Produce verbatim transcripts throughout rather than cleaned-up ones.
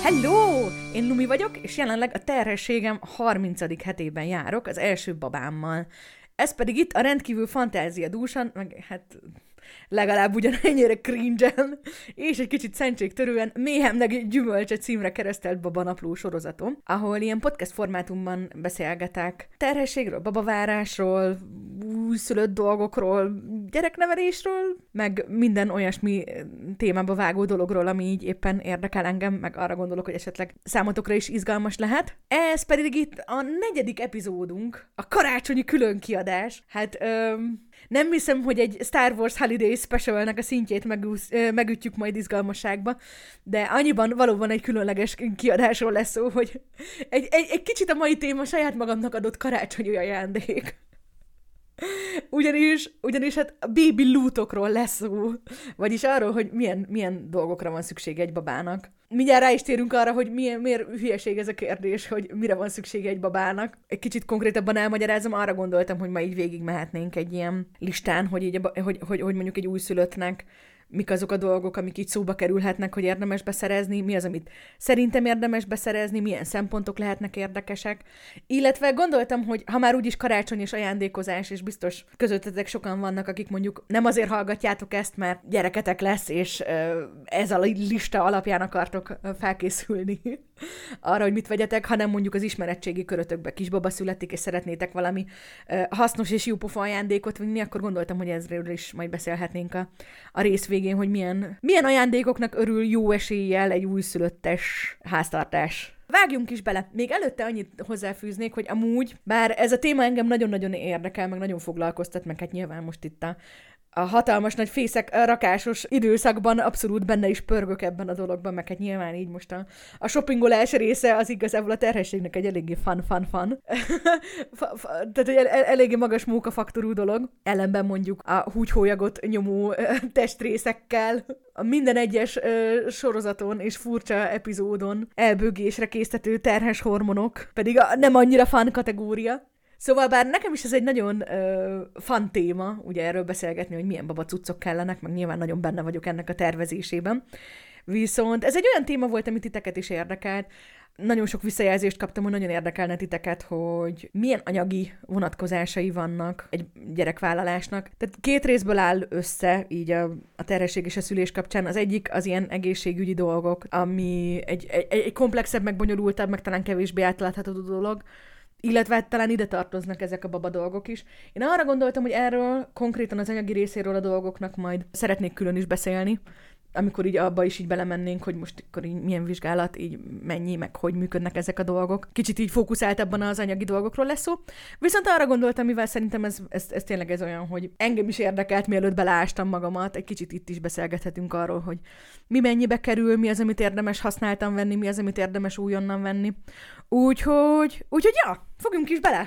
Hello! Én Lumi vagyok, és jelenleg a terhességem harmincadik hetében járok az első babámmal. Ez pedig itt a rendkívül fantáziadúsan, meg hát legalább ugyanennyire cringe-en, és egy kicsit szentségtörően Méhemnek gyümölcse címre keresztelt babanapló sorozatom, ahol ilyen podcast formátumban beszélgetek terhességről, babavárásról, újszülött dolgokról, gyereknevelésről, meg minden olyasmi témába vágó dologról, ami így éppen érdekel engem, meg arra gondolok, hogy esetleg számotokra is izgalmas lehet. Ez pedig itt a negyedik epizódunk, a karácsonyi különkiadás. Hát öm, nem hiszem, hogy egy Star Wars Holiday Specialnek a szintjét megúsz, ö, megütjük majd izgalmasságba, de annyiban valóban egy különleges kiadásról lesz szó, hogy egy, egy, egy kicsit a mai téma saját magamnak adott karácsonyi ajándék. Ugyanis, ugyanis hát a baby lootokról lesz szó, vagyis arról, hogy milyen, milyen dolgokra van szüksége egy babának. Mindjárt rá is térünk arra, hogy milyen, miért hülyeség ez a kérdés, hogy mire van szüksége egy babának. Egy kicsit konkrétabban elmagyarázom, arra gondoltam, hogy ma így végig mehetnénk egy ilyen listán, hogy, így a, hogy, hogy, hogy mondjuk egy újszülöttnek mik azok a dolgok, amik így szóba kerülhetnek, hogy érdemes beszerezni, mi az, amit szerintem érdemes beszerezni, milyen szempontok lehetnek érdekesek. Illetve gondoltam, hogy ha már úgyis karácsony és ajándékozás, és biztos közöttetek sokan vannak, akik mondjuk nem azért hallgatjátok ezt, mert gyereketek lesz, és ez a lista alapján akartok felkészülni arra, hogy mit vegyetek, hanem mondjuk az ismeretségi körötökbe kisbaba születik, és szeretnétek valami hasznos és jópofa ajándékot vinni, akkor gondoltam, hogy ezről is majd beszélhetnénk a, a rész végén, hogy milyen, milyen ajándékoknak örül jó eséllyel egy újszülöttes háztartás. Vágjunk is bele. Még előtte annyit hozzáfűznék, hogy amúgy, bár ez a téma engem nagyon-nagyon érdekel, meg nagyon foglalkoztat, meg hát nyilván most itt a a hatalmas nagy fészek rakásos időszakban abszolút benne is pörgök ebben a dologban, meg hát nyilván így most a, a shoppingolás része az igazából a terhességnek egy eléggé fun-fun-fun. Tehát egy el, eléggé magas mókafaktorú dolog. Ellenben mondjuk a húgyhólyagot nyomó testrészekkel, a minden egyes ö, sorozaton és furcsa epizódon elbőgésre késztető terhes hormonok, pedig a nem annyira fun kategória. Szóval bár nekem is ez egy nagyon ö, fun téma, ugye erről beszélgetni, hogy milyen babacuccok kellenek, meg nyilván nagyon benne vagyok ennek a tervezésében. Viszont ez egy olyan téma volt, amit titeket is érdekelt. Nagyon sok visszajelzést kaptam, hogy nagyon érdekelne titeket, hogy milyen anyagi vonatkozásai vannak egy gyerekvállalásnak. Tehát két részből áll össze így a, a terhesség és a szülés kapcsán. Az egyik az ilyen egészségügyi dolgok, ami egy, egy, egy komplexebb, meg bonyolultabb, meg talán kevésbé átlátható dolog, illetve hát talán ide tartoznak ezek a baba dolgok is. Én arra gondoltam, hogy erről konkrétan az anyagi részéről a dolgoknak majd szeretnék külön is beszélni, amikor így abba is így belemennénk, hogy most akkor így milyen vizsgálat, így mennyi, meg hogy működnek ezek a dolgok. Kicsit így fókuszáltabban az anyagi dolgokról lesz szó. Viszont arra gondoltam, mivel szerintem ez, ez, ez tényleg ez olyan, hogy engem is érdekelt, mielőtt beleástam magamat, egy kicsit itt is beszélgethetünk arról, hogy mi mennyibe kerül, mi az, amit érdemes használtan venni, mi az, amit érdemes újonnan venni. Úgyhogy, úgyhogy ja, fogjunk is bele!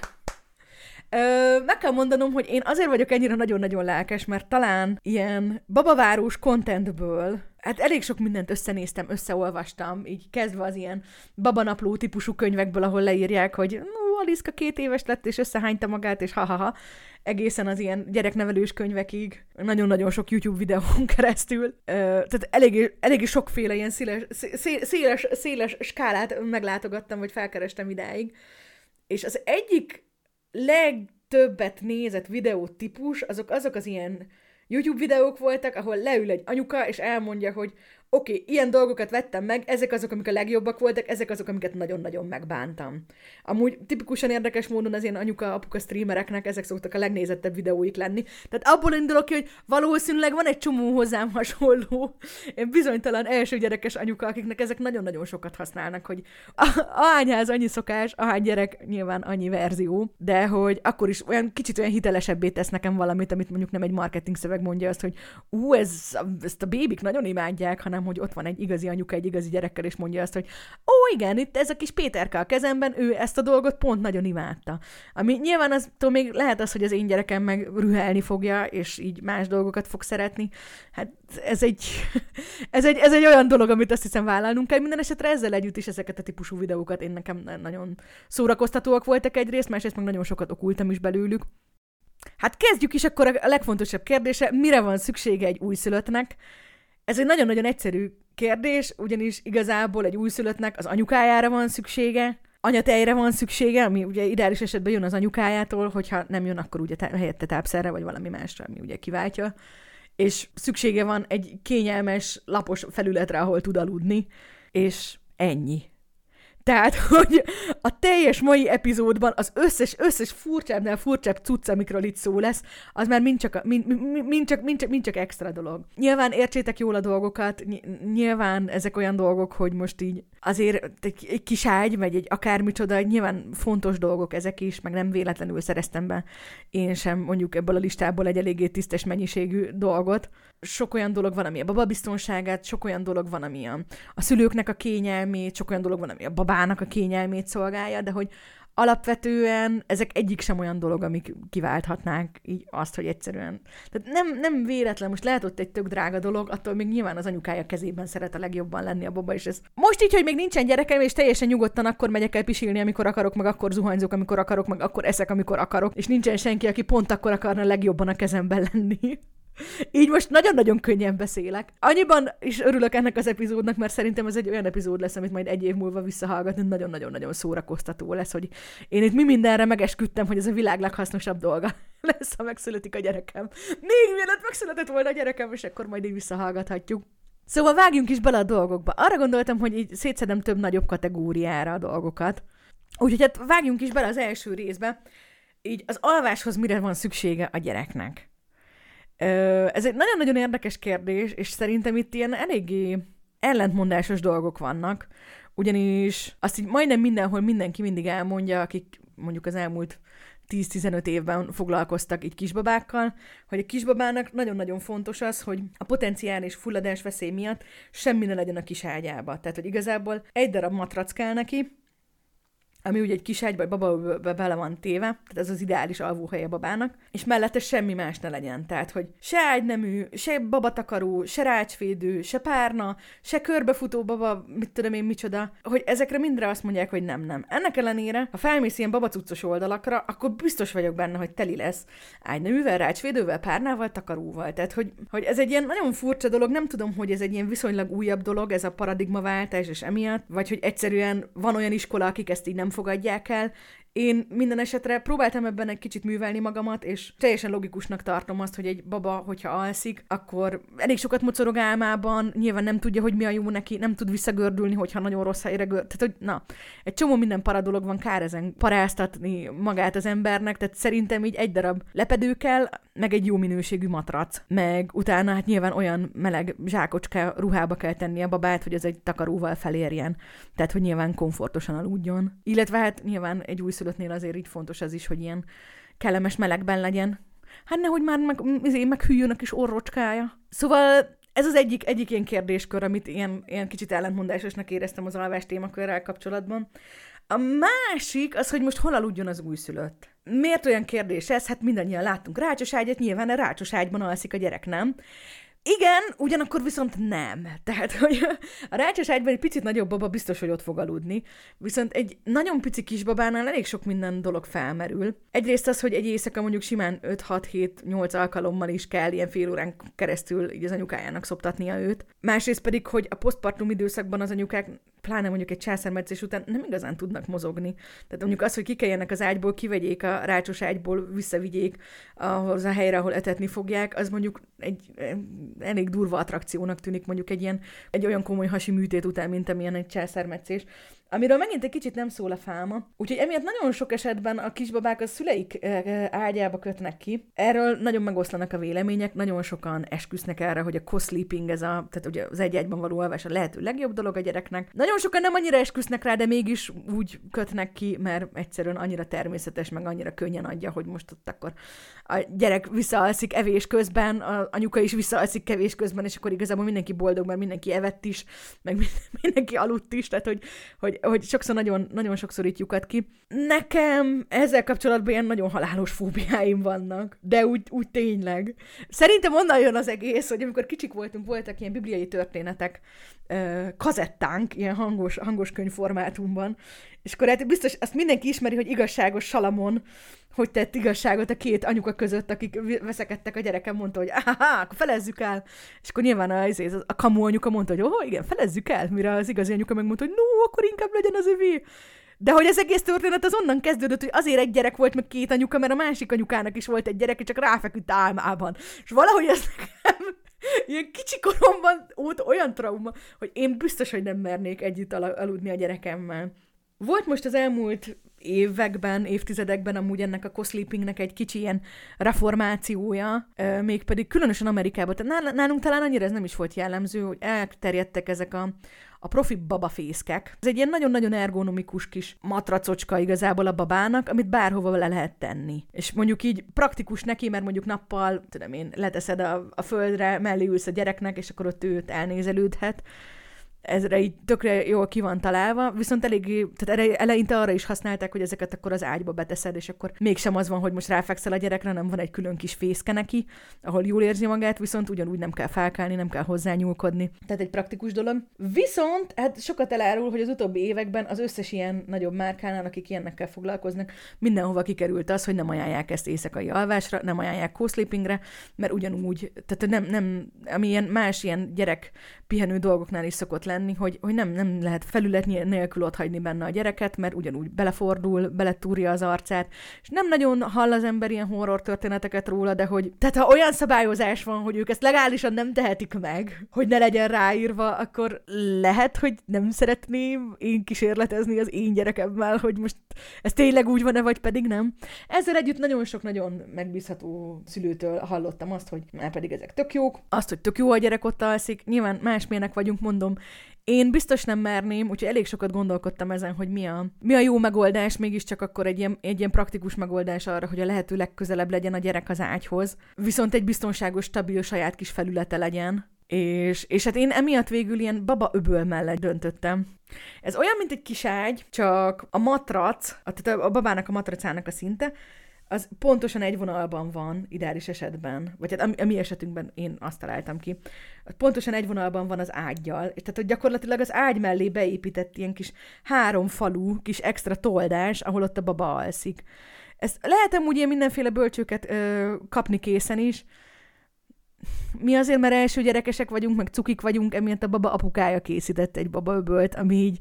Ö, meg kell mondanom, hogy én azért vagyok ennyire nagyon-nagyon lelkes, mert talán ilyen babavárós contentből, hát elég sok mindent összenéztem, összeolvastam, így kezdve az ilyen babanapló típusú könyvekből, ahol leírják, hogy no, Aliszka két éves lett, és összehányta magát, és ha-ha-ha, egészen az ilyen gyereknevelős könyvekig, nagyon-nagyon sok YouTube videón keresztül. Ö, tehát eléggé, eléggé sokféle ilyen széles, széles, széles skálát meglátogattam, vagy felkerestem idáig. És az egyik legtöbbet nézett videótípus, azok, azok az ilyen YouTube videók voltak, ahol leül egy anyuka, és elmondja, hogy oké, okay, ilyen dolgokat vettem meg, ezek azok, amik a legjobbak voltak, ezek azok, amiket nagyon-nagyon megbántam. Amúgy tipikusan érdekes módon az ilyen anyuka-apuka streamereknek ezek szoktak a legnézettebb videóik lenni. Tehát abból indulok ki, hogy valószínűleg van egy csomó hozzám hasonló, bizonytalan első gyerekes anyuka, akiknek ezek nagyon-nagyon sokat használnak, hogy ahányház annyi szokás, ahány gyerek nyilván annyi verzió, de hogy akkor is olyan kicsit olyan hitelesebbé tesz nekem valamit, amit mondjuk nem egy marketing szöveg mondja azt, hogy ú, ez, ezt a bébik nagyon imádják, hanem hogy ott van egy igazi anyuka, egy igazi gyerekkel, és mondja azt, hogy ó, igen, itt ez a kis Péterka a kezemben, ő ezt a dolgot pont nagyon imádta. Ami nyilván aztól még lehet az, hogy az én gyerekem meg rühelni fogja, és így más dolgokat fog szeretni. Hát ez egy, ez egy, ez egy olyan dolog, amit azt hiszem vállalnunk kell. Minden esetre ezzel együtt is ezeket a típusú videókat én nekem nagyon szórakoztatóak voltak egyrészt, másrészt meg nagyon sokat okultam is belőlük. Hát kezdjük is akkor a legfontosabb kérdése, mire van szüksége egy újszülöttnek. Ez egy nagyon-nagyon egyszerű kérdés, ugyanis igazából egy újszülöttnek az anyukájára van szüksége, anyatejre van szüksége, ami ugye ideális esetben jön az anyukájától, hogyha nem jön, akkor ugye helyette tápszerre, vagy valami másra, ami ugye kiváltja. És szüksége van egy kényelmes, lapos felületre, ahol tud aludni, és ennyi. Tehát, hogy a teljes mai epizódban az összes, összes furcsábbnál furcsább cucc, amikről itt szó lesz, az már mind csak, mind, mind, mind, csak, mind, csak, mind csak extra dolog. Nyilván értsétek jól a dolgokat, nyilván ezek olyan dolgok, hogy most így azért egy, egy kis ágy, vagy egy akármicsoda, nyilván fontos dolgok ezek is, meg nem véletlenül szereztem be én sem mondjuk ebből a listából egy eléggé tisztes mennyiségű dolgot. Sok olyan dolog van, ami a bababiztonságát, sok olyan dolog van, ami a, a szülőknek a kényelmét, sok olyan dolog van, ami a babának a kényelmét szolgálja, de hogy alapvetően ezek egyik sem olyan dolog, amik kiválthatnánk így azt, hogy egyszerűen... Tehát nem, nem véletlen, most lehet ott egy tök drága dolog, attól még nyilván az anyukája kezében szeret a legjobban lenni a baba, és ez... Most így, hogy még nincsen gyerekem, és teljesen nyugodtan akkor megyek el pisilni, amikor akarok, meg akkor zuhanyzok, amikor akarok, meg akkor eszek, amikor akarok, és nincsen senki, aki pont akkor akarna legjobban a kezemben lenni. Így most nagyon-nagyon könnyen beszélek. Annyiban is örülök ennek az epizódnak, mert szerintem ez egy olyan epizód lesz, amit majd egy év múlva visszahallgatni, nagyon-nagyon-nagyon szórakoztató lesz, hogy én itt mi mindenre megesküdtem, hogy ez a világ leghasznosabb dolga lesz, ha megszületik a gyerekem. Még mielőtt megszületett volna a gyerekem, és akkor majd így visszahallgathatjuk. Szóval vágjunk is bele a dolgokba. Arra gondoltam, hogy így szétszedem több nagyobb kategóriára a dolgokat. Úgyhogy hát vágjunk is bele az első részbe. Így az alváshoz mire van szüksége a gyereknek? Ez egy nagyon-nagyon érdekes kérdés, és szerintem itt ilyen eléggé ellentmondásos dolgok vannak, ugyanis azt így majdnem mindenhol mindenki mindig elmondja, akik mondjuk az elmúlt tíz-tizenöt évben foglalkoztak így kisbabákkal, hogy a kisbabának nagyon-nagyon fontos az, hogy a potenciális fulladás veszély miatt semmi ne legyen a kis ágyába. Tehát, hogy igazából egy darab matrac kell neki, ami ugye egy kis ágyba, babaölbe bele van téve, tehát ez az ideális alvóhelye babának, és mellette semmi más ne legyen. Tehát, hogy se ágynemű, se babatakaró, se rácsvédő, se párna, se körbefutó baba, mit tudom én micsoda, hogy ezekre mindre azt mondják, hogy nem, nem. Ennek ellenére, ha felmész ilyen babacuccos oldalakra, akkor biztos vagyok benne, hogy teli lesz ágyneművel, rácsvédővel, párnával, takaróval. Tehát, hogy, hogy ez egy ilyen nagyon furcsa dolog, nem tudom, hogy ez egy ilyen viszonylag újabb dolog, ez a paradigmaváltás, és emiatt, vagy hogy egyszerűen van olyan iskola, akik ezt így nem fogadják el. Én minden esetre próbáltam ebben egy kicsit művelni magamat, és teljesen logikusnak tartom azt, hogy egy baba, hogyha alszik, akkor elég sokat mocorog álmában, nyilván nem tudja, hogy mi a jó neki, nem tud visszagördülni, hogyha nagyon rossz helyre gör... Tehát, hogy na, egy csomó minden paradolog van, kár ezen paráztatni magát az embernek, tehát szerintem így egy darab lepedő kell, meg egy jó minőségű matrac, meg utána hát nyilván olyan meleg zsákocska ruhába kell tenni a babát, hogy az egy takaróval felérjen. Tehát, hogy nyilván komfortosan aludjon. Illetve hát nyilván egy újszülöttnél azért így fontos az is, hogy ilyen kellemes melegben legyen. Hát nehogy már meg, meg hűljön a kis orrocskája. Szóval ez az egyik, egyik ilyen kérdéskör, amit ilyen, ilyen kicsit ellentmondásosnak éreztem az alvás témakörrel kapcsolatban. A másik az, hogy most hol aludjon az újszülött. Miért olyan kérdés ez? Hát mindannyian láttunk rácsos ágyat, nyilván a rácsos ágyban alszik a gyerek, nem? Igen, ugyanakkor viszont nem. Tehát, hogy a rácsos ágyban egy picit nagyobb baba biztos, hogy ott fog aludni, viszont egy nagyon pici kisbabánál elég sok minden dolog felmerül. Egyrészt az, hogy egy éjszaka mondjuk simán öt-hat-hét-nyolc alkalommal is kell ilyen fél órán keresztül így az anyukájának szoptatnia őt. Másrészt pedig, hogy a posztpartum időszakban az anyukák, pláne mondjuk egy császármetszés után nem igazán tudnak mozogni. Tehát mondjuk az, hogy kikeljenek az ágyból, kivegyék a rácsos ágyból, visszavigyék ahhoz a helyre, ahol etetni fogják, az mondjuk egy elég durva attrakciónak tűnik mondjuk egy ilyen, egy olyan komoly hasi műtét után, mint amilyen egy császármetszés, amiről megint egy kicsit nem szól a fáma. Úgyhogy emiatt nagyon sok esetben a kisbabák a szüleik ágyába kötnek ki. Erről nagyon megoszlanak a vélemények, nagyon sokan esküsznek erre, hogy a co-sleeping, ez a, tehát ugye az egy ágyban való alvás a lehető legjobb dolog a gyereknek. Nagyon sokan nem annyira esküsznek rá, de mégis úgy kötnek ki, mert egyszerűen annyira természetes, meg annyira könnyen adja, hogy most ott akkor a gyerek visszaalszik evés közben, a anyuka is visszaalszik kevés közben, és akkor igazából mindenki boldog, mert mindenki evett is, meg mindenki aludt is, tehát hogy, hogy, hogy sokszor nagyon, nagyon sokszor itt lyukat ki. Nekem ezzel kapcsolatban ilyen nagyon halálos fóbiáim vannak, de úgy, úgy tényleg. Szerintem onnan jön az egész, hogy amikor kicsik voltunk, voltak ilyen bibliai történetek, kazettánk, ilyen hangos, hangos könyv formátumban, és akkor hát biztos azt mindenki ismeri, hogy igazságos Salamon hogy tett igazságot a két anyuka között, akik veszekedtek a gyerekem, mondta, hogy áhá, akkor felezzük el. És akkor nyilván a, a, a kamu anyuka mondta, hogy ó, igen, felezzük el, mire az igazi anyuka megmondta, hogy no, akkor inkább legyen az övé. De hogy az egész történet az onnan kezdődött, hogy azért egy gyerek volt, meg két anyuka, mert a másik anyukának is volt egy gyerek, és csak ráfeküdt álmában. És valahogy ez nekem ilyen kicsi koromban óta olyan trauma, hogy én biztos, hogy nem mernék együtt al- aludni a gyerekemmel. Volt most az elmúlt években, évtizedekben amúgy ennek a co-sleepingnek egy kicsi ilyen reformációja, mégpedig különösen Amerikában. Tehát nálunk talán annyira ez nem is volt jellemző, hogy elterjedtek ezek a, a profi babafészkek. Ez egy ilyen nagyon-nagyon ergonomikus kis matracocska igazából a babának, amit bárhova le lehet tenni. És mondjuk így praktikus neki, mert mondjuk nappal, tudom én, leteszed a, a földre, mellé ülsz a gyereknek, és akkor ott őt elnézelődhet. Ezre így tökre jól ki van találva, viszont eléggé, tehát eleinte arra is használták, hogy ezeket akkor az ágyba beteszed, és akkor mégsem az van, hogy most ráfekszel a gyerekre, nem van egy külön kis fészke neki, ahol jól érzi magát, viszont ugyanúgy nem kell felkelni, nem kell hozzányúlkodni. Tehát egy praktikus dolog. Viszont, hát sokat elárul, hogy az utóbbi években az összes ilyen nagyobb márkánál, akik ilyenekkel foglalkoznak, mindenhova kikerült az, hogy nem ajánlják ezt éjszakai alvásra, nem ajánlják co-sleepingre, mert ugyanúgy, tehát nem, nem, ami ilyen más ilyen gyerek pihenő dolgoknál is szokott lenni, hogy, hogy nem, nem lehet felület nélkül otthagyni benne a gyereket, mert ugyanúgy belefordul, beletúrja az arcát, és nem nagyon hall az ember ilyen horror történeteket róla, de hogy, tehát ha olyan szabályozás van, hogy ők ezt legálisan nem tehetik meg, hogy ne legyen ráírva, akkor lehet, hogy nem szeretném én kísérletezni az én gyerekemmel, hogy most ez tényleg úgy van-e, vagy pedig nem. Ezzel együtt nagyon sok nagyon megbízható szülőtől hallottam azt, hogy már pedig ezek tök jók, azt, hogy tök jó a gyerek ott alszik, nyilván másmilyenek vagyunk, mondom, én biztos nem merném, úgyhogy elég sokat gondolkodtam ezen, hogy mi a, mi a jó megoldás, mégiscsak akkor egy ilyen, egy ilyen praktikus megoldás arra, hogy a lehető legközelebb legyen a gyerek az ágyhoz, viszont egy biztonságos, stabil saját kis felülete legyen. És, és hát én emiatt végül ilyen babaöböl mellett döntöttem. Ez olyan, mint egy kis ágy, csak a matrac, a, tehát a babának a matracának a szinte, az pontosan egy vonalban van, ideális esetben, vagy hát a, a mi esetünkben én azt találtam ki, pontosan egy vonalban van az ággyal, és tehát hogy gyakorlatilag az ágy mellé beépített ilyen kis három falú, kis extra toldás, ahol ott a baba alszik. Ezt lehet amúgy ilyen mindenféle bölcsőket ö, kapni készen is. Mi azért, mert első gyerekesek vagyunk, meg cukik vagyunk, emiatt a baba apukája készített egy babaöbölt, ami így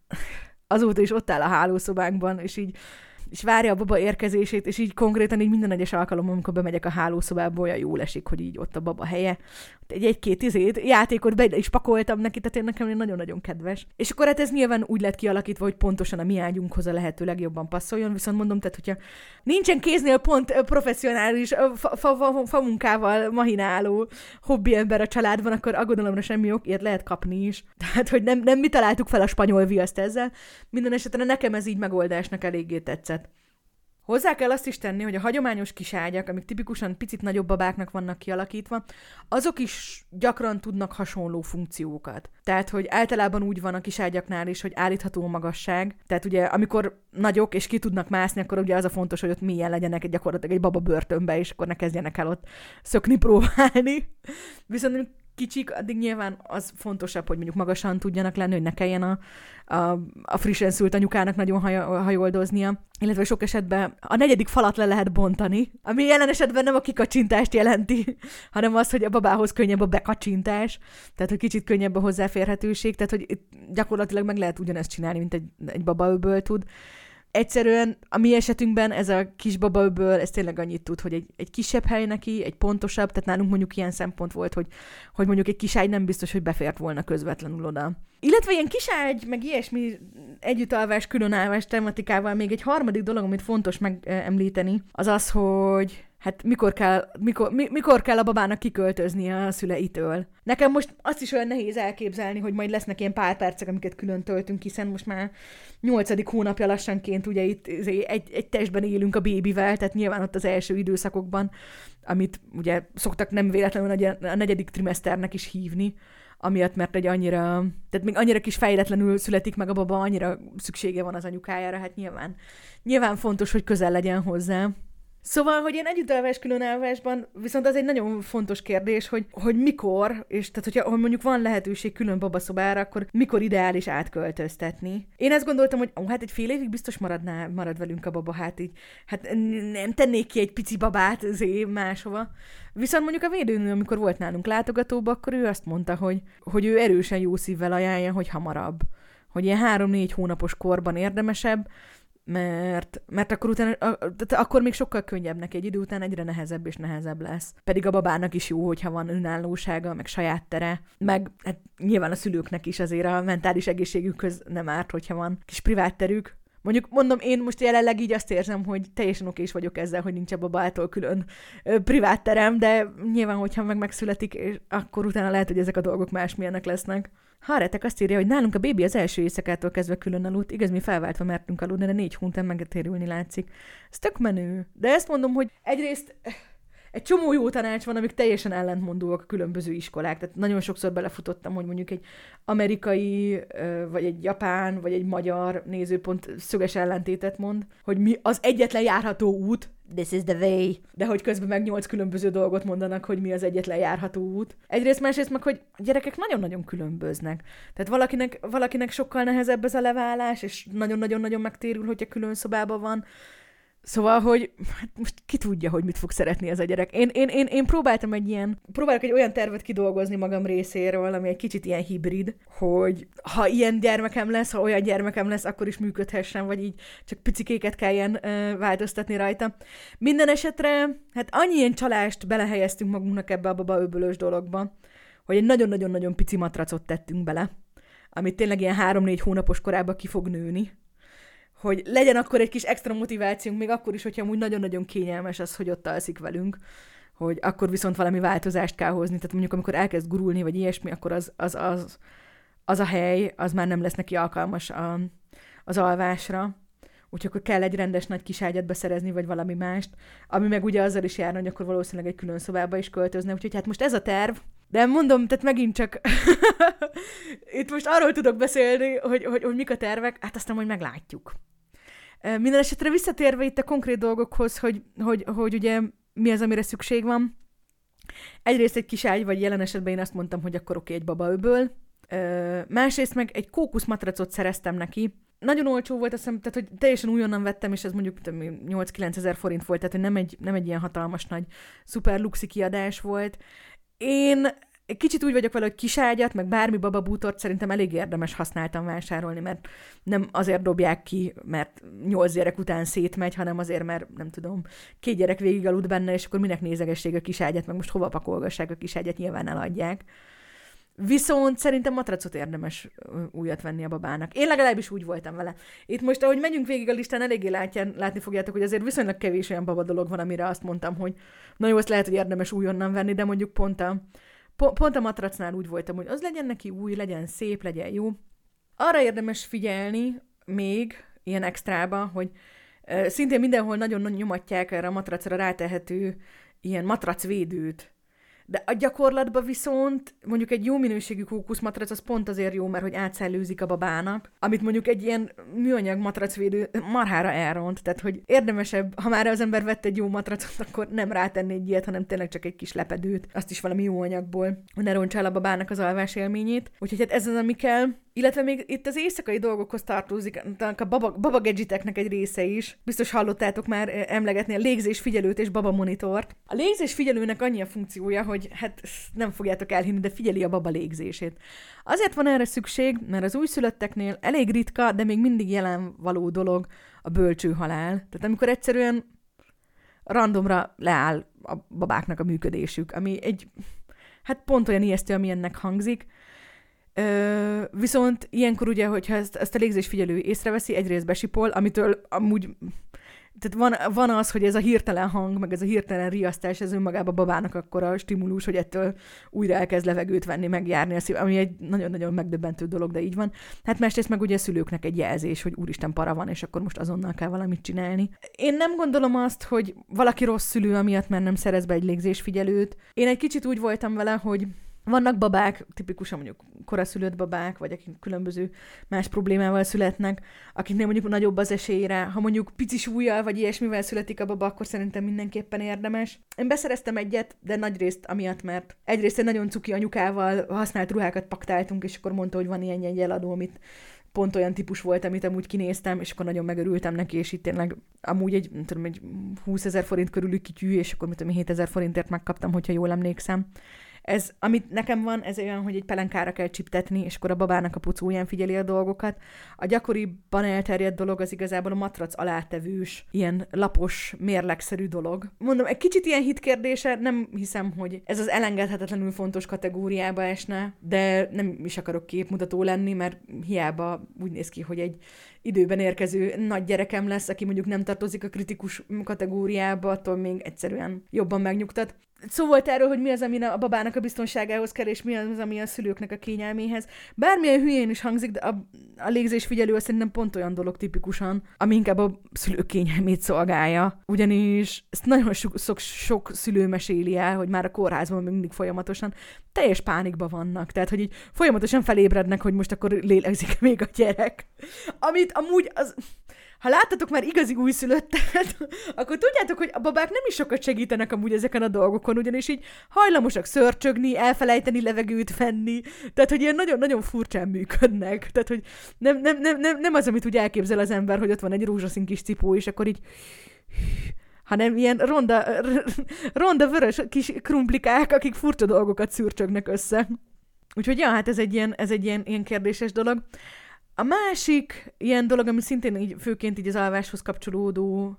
azóta is ott áll a hálószobánkban, és így és várja a baba érkezését, és így konkrétan így minden egyes alkalommal, amikor bemegyek a hálószobába, olyan jól esik, hogy így ott a baba helye. Egy egy-két izét, játékot be is pakoltam neki, tehát én nekem nagyon-nagyon kedves. És akkor hát ez nyilván úgy lett kialakítva, hogy pontosan a mi ágyunkhoz a lehető legjobban passzoljon, viszont mondom, tehát hogyha nincsen kéznél pont professzionális famunkával mahináló hobbi ember a családban, akkor aggodalomra semmi ok, ilyet lehet kapni is. Tehát, hogy nem, nem mi találtuk fel a spanyol viaszt ezzel. Minden esetre nekem ez így megoldásnak eléggé tetszett. Hozzá kell azt is tenni, hogy a hagyományos kis ágyak, amik tipikusan picit nagyobb babáknak vannak kialakítva, azok is gyakran tudnak hasonló funkciókat. Tehát, hogy általában úgy van a kis ágyaknál is, hogy állítható a magasság. Tehát ugye, amikor nagyok és ki tudnak mászni, akkor ugye az a fontos, hogy ott mélyen legyenek gyakorlatilag egy baba börtönbe, és akkor ne kezdjenek el ott szökni, próbálni. Viszont kicsik, addig nyilván az fontosabb, hogy mondjuk magasan tudjanak lenni, hogy ne kelljen a, a, a frissen szült anyukának nagyon hajoldoznia, illetve sok esetben a negyedik falat le lehet bontani, ami jelen esetben nem a kikacsintást jelenti, hanem az, hogy a babához könnyebb a bekacsintás, tehát hogy kicsit könnyebb a hozzáférhetőség, tehát hogy gyakorlatilag meg lehet ugyanezt csinálni, mint egy, egy babaöböl tud. Egyszerűen a mi esetünkben ez a kis babaöböl, ez tényleg annyit tud, hogy egy, egy kisebb hely neki, egy pontosabb, tehát nálunk mondjuk ilyen szempont volt, hogy, hogy mondjuk egy kis ágy nem biztos, hogy befért volna közvetlenül oda. Illetve ilyen kis ágy, meg ilyesmi együttalvás, különállvás tematikával még egy harmadik dolog, amit fontos megemlíteni, az az, hogy hát mikor kell, mikor, mi, mikor kell a babának kiköltöznie a szüleitől. Nekem most azt is olyan nehéz elképzelni, hogy majd lesznek ilyen pár percek, amiket külön töltünk, hiszen most már nyolcadik hónapja lassanként ugye itt egy, egy testben élünk a bébivel, tehát nyilván ott az első időszakokban, amit ugye szoktak nem véletlenül a negyedik trimeszternek is hívni, amiatt, mert egy annyira, tehát még annyira kis fejletlenül születik meg a baba, annyira szüksége van az anyukájára, hát nyilván, nyilván fontos, hogy közel legyen hozzá. Szóval, hogy ilyen együttelvás, különelvásban, viszont az egy nagyon fontos kérdés, hogy, hogy mikor, és tehát, hogyha hogy mondjuk van lehetőség külön babaszobára, akkor mikor ideális átköltöztetni. Én ezt gondoltam, hogy ó, hát egy fél évig biztos maradná, marad velünk a baba, hát így, hát nem tennék ki egy pici babát azért máshova. Viszont mondjuk a védőnő, amikor volt nálunk látogatóba, akkor ő azt mondta, hogy, hogy ő erősen jó szívvel ajánlja, hogy hamarabb. Hogy ilyen három-négy hónapos korban érdemesebb, mert, mert akkor utána, tehát akkor még sokkal könnyebb neki, egy idő után egyre nehezebb és nehezebb lesz. Pedig a babának is jó, hogyha van önállósága, meg saját tere, meg hát nyilván a szülőknek is azért a mentális egészségükhöz nem árt, hogyha van kis privát terük. Mondjuk mondom, én most jelenleg így azt érzem, hogy teljesen okés vagyok ezzel, hogy nincs a babától külön ö, privát terem, de nyilván, hogyha meg megszületik, és akkor utána lehet, hogy ezek a dolgok másmilyenek lesznek. Haretek azt írja, hogy nálunk a bébi az első éjszakától kezdve külön aludt, igaz, mi felváltva mertünk aludni, de négy hónapban megetérülni látszik. Ez tök menő. De ezt mondom, hogy egyrészt egy csomó jó tanács van, amik teljesen ellentmondóak a különböző iskolák. Tehát nagyon sokszor belefutottam, hogy mondjuk egy amerikai, vagy egy japán, vagy egy magyar nézőpont szöges ellentétet mond, hogy mi az egyetlen járható út, this is the way, de hogy közben meg nyolc különböző dolgot mondanak, hogy mi az egyetlen járható út. Egyrészt, másrészt meg, hogy a gyerekek nagyon-nagyon különböznek. Tehát valakinek, valakinek sokkal nehezebb ez a leválás, és nagyon-nagyon-nagyon megtérül, hogyha külön szobában van. Szóval, hogy hát most ki tudja, hogy mit fog szeretni ez a gyerek. Én, én, én, én próbáltam egy ilyen, próbálok egy olyan tervet kidolgozni magam részéről, ami egy kicsit ilyen hibrid, hogy ha ilyen gyermekem lesz, ha olyan gyermekem lesz, akkor is működhessen, vagy így csak picikéket kelljen ö, változtatni rajta. Minden esetre, hát annyi ilyen csalást belehelyeztünk magunknak ebbe a babaöbölös dologba, hogy egy nagyon-nagyon-nagyon pici matracot tettünk bele, amit tényleg ilyen három-négy hónapos korában ki fog nőni, hogy legyen akkor egy kis extra motivációnk, még akkor is, hogyha amúgy nagyon-nagyon kényelmes az, hogy ott alszik velünk, hogy akkor viszont valami változást kell hozni. Tehát mondjuk, amikor elkezd gurulni, vagy ilyesmi, akkor az, az, az, az a hely, az már nem lesz neki alkalmas a, az alvásra. Úgyhogy akkor kell egy rendes nagy kis ágyat beszerezni, vagy valami mást, ami meg ugye azzal is járna, hogy akkor valószínűleg egy külön szobába is költözne. Úgyhogy hát most ez a terv. De mondom, tehát megint csak itt most arról tudok beszélni, hogy, hogy, hogy mik a tervek, hát aztán majd meglátjuk. Minden esetre visszatérve itt a konkrét dolgokhoz, hogy, hogy, hogy ugye mi az, amire szükség van. Egyrészt egy kis ágy, vagy jelen esetben én azt mondtam, hogy akkor oké, egy babaöböl. Másrészt meg egy kókuszmatracot szereztem neki. Nagyon olcsó volt, azt hiszem, tehát hogy teljesen újonnan vettem, és ez mondjuk nyolc-kilenc ezer forint volt, tehát hogy nem egy, nem egy ilyen hatalmas nagy szuper luxi kiadás volt. Én egy kicsit úgy vagyok vele, hogy kiságyat, meg bármi bababútort szerintem elég érdemes használtan vásárolni, mert nem azért dobják ki, mert nyolc gyerek után szétmegy, hanem azért, mert nem tudom, két gyerek végig aludt benne, és akkor minek nézegessék a kiságyat, meg most hova pakolgassák a kiságyat, nyilván eladják. Viszont szerintem matracot érdemes újat venni a babának. Én legalábbis úgy voltam vele. Itt most, ahogy megyünk végig a listán, eléggé látján, látni fogjátok, hogy azért viszonylag kevés olyan baba dolog van, amire azt mondtam, hogy na jó, azt lehet, hogy érdemes újonnan venni, de mondjuk pont a, pont a matracnál úgy voltam, hogy az legyen neki új, legyen szép, legyen jó. Arra érdemes figyelni még ilyen extrába, hogy uh, szintén mindenhol nagyon nyomatják erre a matracra rátehető ilyen matracvédőt. De a gyakorlatban viszont mondjuk egy jó minőségű kókuszmatrac az pont azért jó, mert hogy átszellőzik a babának, amit mondjuk egy ilyen műanyag matracvédő marhára elront. Tehát, hogy érdemesebb, ha már az ember vett egy jó matracot, akkor nem rátenni egy ilyet, hanem tényleg csak egy kis lepedőt, azt is valami jó anyagból, hogy ne rontsa el a babának az alvás élményét. Úgyhogy hát ez az, ami kell. Illetve még itt az éjszakai dolgokhoz tartozik a baba, baba gadgeteknek egy része is. Biztos hallottátok már emlegetni a légzésfigyelőt és baba monitort. A légzésfigyelőnek annyi a funkciója, hogy hát nem fogjátok elhinni, de figyeli a baba légzését. Azért van erre szükség, mert az újszülötteknél elég ritka, de még mindig jelen való dolog a bölcsőhalál. Tehát amikor egyszerűen randomra leáll a babáknak a működésük, ami egy, hát pont olyan ijesztő, ami ennek hangzik. Ö, viszont ilyenkor ugye, hogyha ezt, ezt a légzésfigyelő észreveszi, egyrészt besipol, amitől amúgy, tehát van, van az, hogy ez a hirtelen hang, meg ez a hirtelen riasztás, ez önmagában babának akkora stimulus, hogy ettől újra elkezd levegőt venni, megjárni a szív, ami egy nagyon-nagyon megdöbbentő dolog, de így van. Hát másrészt meg ugye a szülőknek egy jelzés, hogy úristen, para van, és akkor most azonnal kell valamit csinálni. Én nem gondolom azt, hogy valaki rossz szülő amiatt, mert nem szerez be egy légzésfigyelőt. Én egy kicsit úgy voltam vele, hogy Vannak babák, tipikusan mondjuk koraszülött babák, vagy akik különböző más problémával születnek, akiknél mondjuk nagyobb az esélyre. Ha mondjuk pici súlyjal, vagy ilyesmivel születik a baba, akkor szerintem mindenképpen érdemes. Én beszereztem egyet, de nagyrészt amiatt, mert egyrészt egy nagyon cuki anyukával használt ruhákat paktáltunk, és akkor mondta, hogy van ilyen egy eladó, amit pont olyan típus volt, amit amúgy kinéztem, és akkor nagyon megörültem neki, és itt tényleg amúgy egy, nem tudom, egy húszezer forint körüli kityű, és akkor mit tudom, hétezer forintért megkaptam, hogyha jól emlékszem. Ez, amit nekem van, ez olyan, hogy egy pelenkára kell csiptetni, és akkor a babának a pucóján figyeli a dolgokat. A gyakoriban elterjedt dolog az igazából a matrac alátevős, ilyen lapos, mérlegszerű dolog. Mondom, egy kicsit ilyen hitkérdése, nem hiszem, hogy ez az elengedhetetlenül fontos kategóriába esne, de nem is akarok képmutató lenni, mert hiába úgy néz ki, hogy egy időben érkező nagy gyerekem lesz, aki mondjuk nem tartozik a kritikus kategóriába, attól még egyszerűen jobban megnyugtat. Szó volt erről, hogy mi az, ami a babának a biztonságához kell, és mi az, ami a szülőknek a kényelméhez. Bármilyen hülyén is hangzik, de a, a légzésfigyelő szerintem pont olyan dolog tipikusan, ami inkább a szülők kényelmét szolgálja. Ugyanis ezt nagyon sok, sok, sok szülő meséli el, hogy már a kórházban mindig folyamatosan teljes pánikban vannak. Tehát, hogy így folyamatosan felébrednek, hogy most akkor lélegzik még a gyerek. Amit amúgy az... Ha láttatok már igazi újszülöttet, akkor tudjátok, hogy a babák nem is sokat segítenek amúgy ezeken a dolgokon, ugyanis így hajlamosak szörcsögni, elfelejteni levegőt venni, tehát, hogy ilyen nagyon-nagyon furcsán működnek. Tehát, hogy nem, nem, nem, nem, nem az, amit úgy elképzel az ember, hogy ott van egy rózsaszín kis cipó, és akkor így... hanem ilyen ronda, ronda vörös kis krumplikák, akik furcsa dolgokat szürcsögnek össze. Úgyhogy ja, hát ez egy ilyen, ez egy ilyen, ilyen kérdéses dolog. A másik ilyen dolog, ami szintén így, főként így az alváshoz kapcsolódó,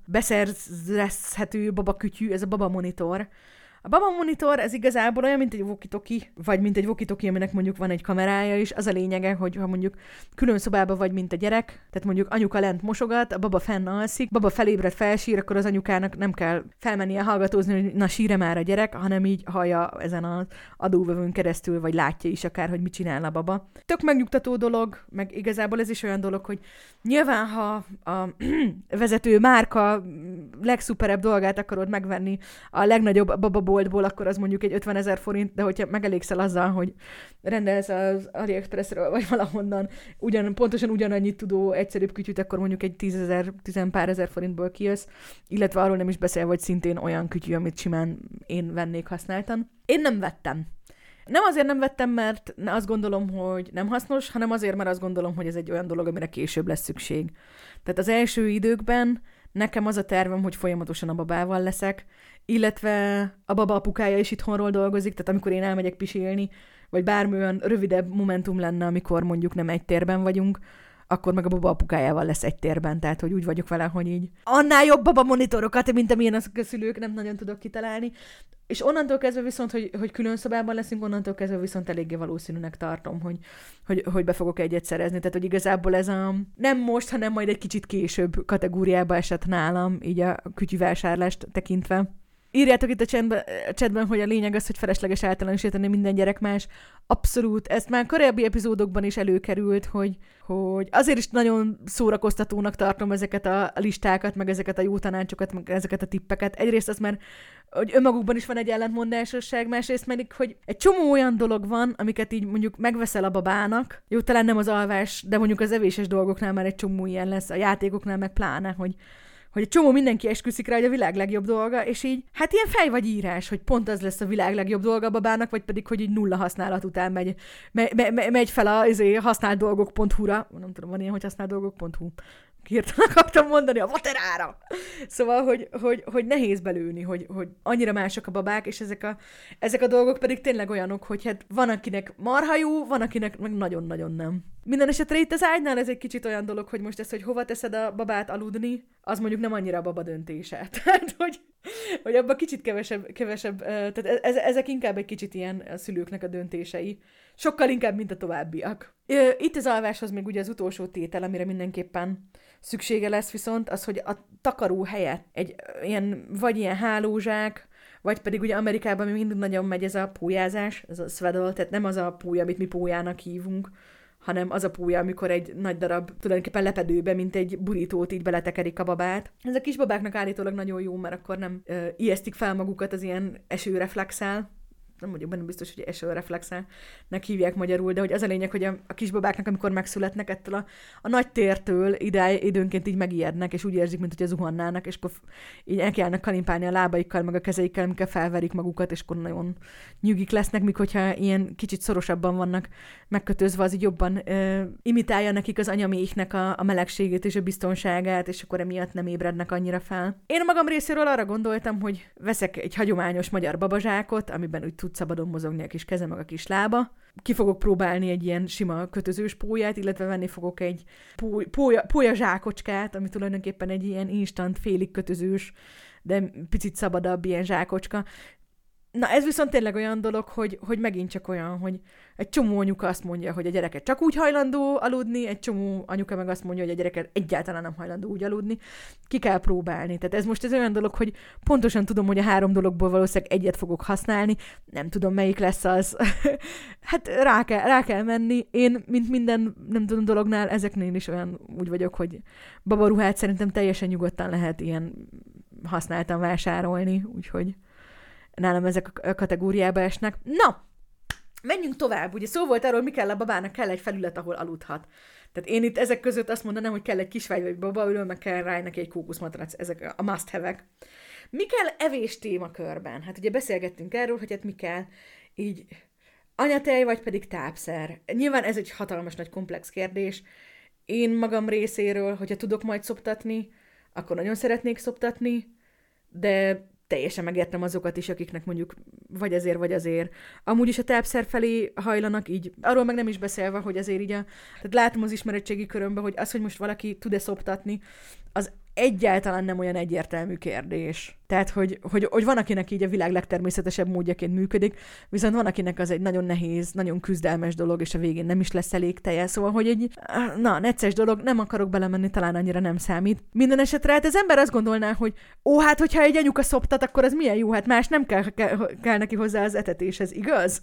beszerzhető babakütyű, ez a babamonitor. A babamonitor, ez igazából olyan, mint egy walkie-talkie, vagy mint egy walkie-talkie, aminek mondjuk van egy kamerája is. Az a lényege, hogy ha mondjuk külön szobában vagy, mint a gyerek, tehát mondjuk anyuka lent mosogat, a baba fenn alszik, baba felébred, felsír, akkor az anyukának nem kell felmennie hallgatózni, hogy na sír már a gyerek, hanem így hallja ezen az adóvevőn keresztül, vagy látja is akár, hogy mit csinál a baba. Tök megnyugtató dolog, meg igazából ez is olyan dolog, hogy nyilván, ha a vezető márka legszuperebb dolgát akarod megvenni a legnagyobb bababoltból, akkor az mondjuk egy ötvenezer forint, de hogyha megelégszel azzal, hogy rendelsz az AliExpressről, vagy valahonnan ugyan, pontosan ugyanannyit tudó egyszerűbb kütyűt, akkor mondjuk egy tízezer, tizenpár ezer forintból kijössz, illetve arról nem is beszél, hogy szintén olyan kütyű, amit simán én vennék használtan. Én nem vettem. Nem azért nem vettem, mert azt gondolom, hogy nem hasznos, hanem azért, mert azt gondolom, hogy ez egy olyan dolog, amire később lesz szükség. Tehát az első időkben nekem az a tervem, hogy folyamatosan a babával leszek, illetve a baba apukája is itthonról dolgozik, tehát amikor én elmegyek pisilni, vagy bármilyen rövidebb momentum lenne, amikor mondjuk nem egy térben vagyunk, akkor meg a baba apukájával lesz egy térben, tehát hogy úgy vagyok vele, hogy így annál jobb baba monitorokat, mint amilyen a szülők, nem nagyon tudok kitalálni. És onnantól kezdve viszont, hogy, hogy külön szobában leszünk, onnantól kezdve viszont eléggé valószínűnek tartom, hogy, hogy, hogy be fogok egyet szerezni. Tehát, hogy igazából ez a nem most, hanem majd egy kicsit később kategóriába esett nálam, így a kütyűvásárlást tekintve. Írjátok itt a chatben, a chatben, hogy a lényeg az, hogy felesleges általánosítani, minden gyerek más. Abszolút. Ezt már korábbi epizódokban is előkerült, hogy, hogy azért is nagyon szórakoztatónak tartom ezeket a listákat, meg ezeket a jó tanácsokat, meg ezeket a tippeket. Egyrészt az már, hogy önmagukban is van egy ellentmondásosság, másrészt pedig, hogy egy csomó olyan dolog van, amiket így mondjuk megveszel a babának. Jó, talán nem az alvás, de mondjuk az evéses dolgoknál már egy csomó ilyen lesz, a játékoknál meg pláne, hogy hogy egy csomó mindenki esküszik rá, hogy a világ legjobb dolga, és így, hát ilyen fej vagy írás, hogy pont az lesz a világ legjobb dolga a babának, vagy pedig, hogy így nulla használat után megy, me, me, me, megy fel a azért, használt dolgok pont hu-ra. Nem tudom, van ilyen, hogy használt dolgok pont hu. Hirtelen akartam mondani, a vaterára! Szóval, hogy, hogy, hogy nehéz belőni, hogy, hogy annyira mások a babák, és ezek a, ezek a dolgok pedig tényleg olyanok, hogy hát van, akinek marha jó, van, akinek meg nagyon-nagyon nem. Minden esetre itt az ágynál ez egy kicsit olyan dolog, hogy most ez, hogy hova teszed a babát aludni, az mondjuk nem annyira a baba döntése. Tehát, hogy, hogy abban kicsit kevesebb, kevesebb tehát ezek inkább egy kicsit ilyen a szülőknek a döntései. Sokkal inkább, mint a továbbiak. Itt az alváshoz még ugye az utolsó tétel, amire mindenképpen szüksége lesz viszont, az, hogy a takaró helyett egy ilyen, vagy ilyen hálózsák, vagy pedig ugye Amerikában még mindig nagyon megy ez a pólyázás, ez a swaddle, tehát nem az a pólya, amit mi pólyának hívunk, hanem az a pólya, amikor egy nagy darab, tulajdonképpen lepedőbe, mint egy burítót így beletekerik a babát. Ez a kis babáknak állítólag nagyon jó, mert akkor nem ö, ijesztik fel magukat az ilyen esőreflexel. nem vagyok benne biztos, hogy esőreflexnek hívják magyarul, de hogy az a lényeg, hogy a, a kisbabáknak, amikor megszületnek ettől a, a nagy tértől ide, időnként így megijednek, és úgy érzik, mint hogy zuhannának, és akkor így elkelnek kalimpálni a lábaikkal, meg a kezeikkel, amikor felverik magukat, és akkor nagyon nyugik lesznek, míg hogyha ilyen kicsit szorosabban vannak megkötözve, az így jobban ö, imitálja nekik az anyaméhnek a, a melegségét és a biztonságát, és akkor emiatt nem ébrednek annyira fel. Én magam részéről arra gondoltam, hogy veszek egy hagyományos magyar babazsákot, amiben úgy tud szabadon mozogni a kis keze meg a kis lába. Ki fogok próbálni egy ilyen sima kötözős pólyát, illetve venni fogok egy póly, pólya, pólya zsákocskát, ami tulajdonképpen egy ilyen instant félig kötözős, de picit szabadabb ilyen zsákocska. Na ez viszont tényleg olyan dolog, hogy, hogy megint csak olyan, hogy egy csomó anyuka azt mondja, hogy a gyereke csak úgy hajlandó aludni, egy csomó anyuka meg azt mondja, hogy a gyereke egyáltalán nem hajlandó úgy aludni. Ki kell próbálni. Tehát ez most ez olyan dolog, hogy pontosan tudom, hogy a három dologból valószínűleg egyet fogok használni, nem tudom, melyik lesz az. Hát rá kell, rá kell menni. Én, mint minden, nem tudom, dolognál, ezeknél is olyan úgy vagyok, hogy babaruhát szerintem teljesen nyugodtan lehet ilyen használtan vásárolni, úgyhogy nálam ezek a kategóriába esnek. Na, menjünk tovább. Ugye szó volt arról, mi kell a babának, kell egy felület, ahol aludhat. Tehát én itt ezek között azt mondanám, hogy kell egy kisvágy vagy babaülő, meg kell rá neki egy kókuszmatrac, ezek a must have-ek. Mi kell evés témakörben? Hát ugye beszélgettünk erről, hogy hát mi kell így anyatej, vagy pedig tápszer. Nyilván ez egy hatalmas nagy komplex kérdés. Én magam részéről, hogyha tudok majd szoptatni, akkor nagyon szeretnék szoptatni, de teljesen megértem azokat is, akiknek mondjuk vagy azért, vagy azért. Amúgy is a tápszer felé hajlanak így. Arról meg nem is beszélve, hogy azért így a... Tehát látom az ismeretségi körömben, hogy az, hogy most valaki tud-e szoptatni, az egyáltalán nem olyan egyértelmű kérdés. Tehát, hogy, hogy, hogy van, akinek így a világ legtermészetesebb módjaként működik, viszont van, akinek az egy nagyon nehéz, nagyon küzdelmes dolog, és a végén nem is lesz elég teje. Szóval, hogy egy, na, necces dolog, nem akarok belemenni, talán annyira nem számít. Minden esetre, hát az ember azt gondolná, hogy ó, hát, hogyha egy anyuka szoptat, akkor az milyen jó, hát más nem kell, kell, kell neki hozzá az etetéshez, igaz?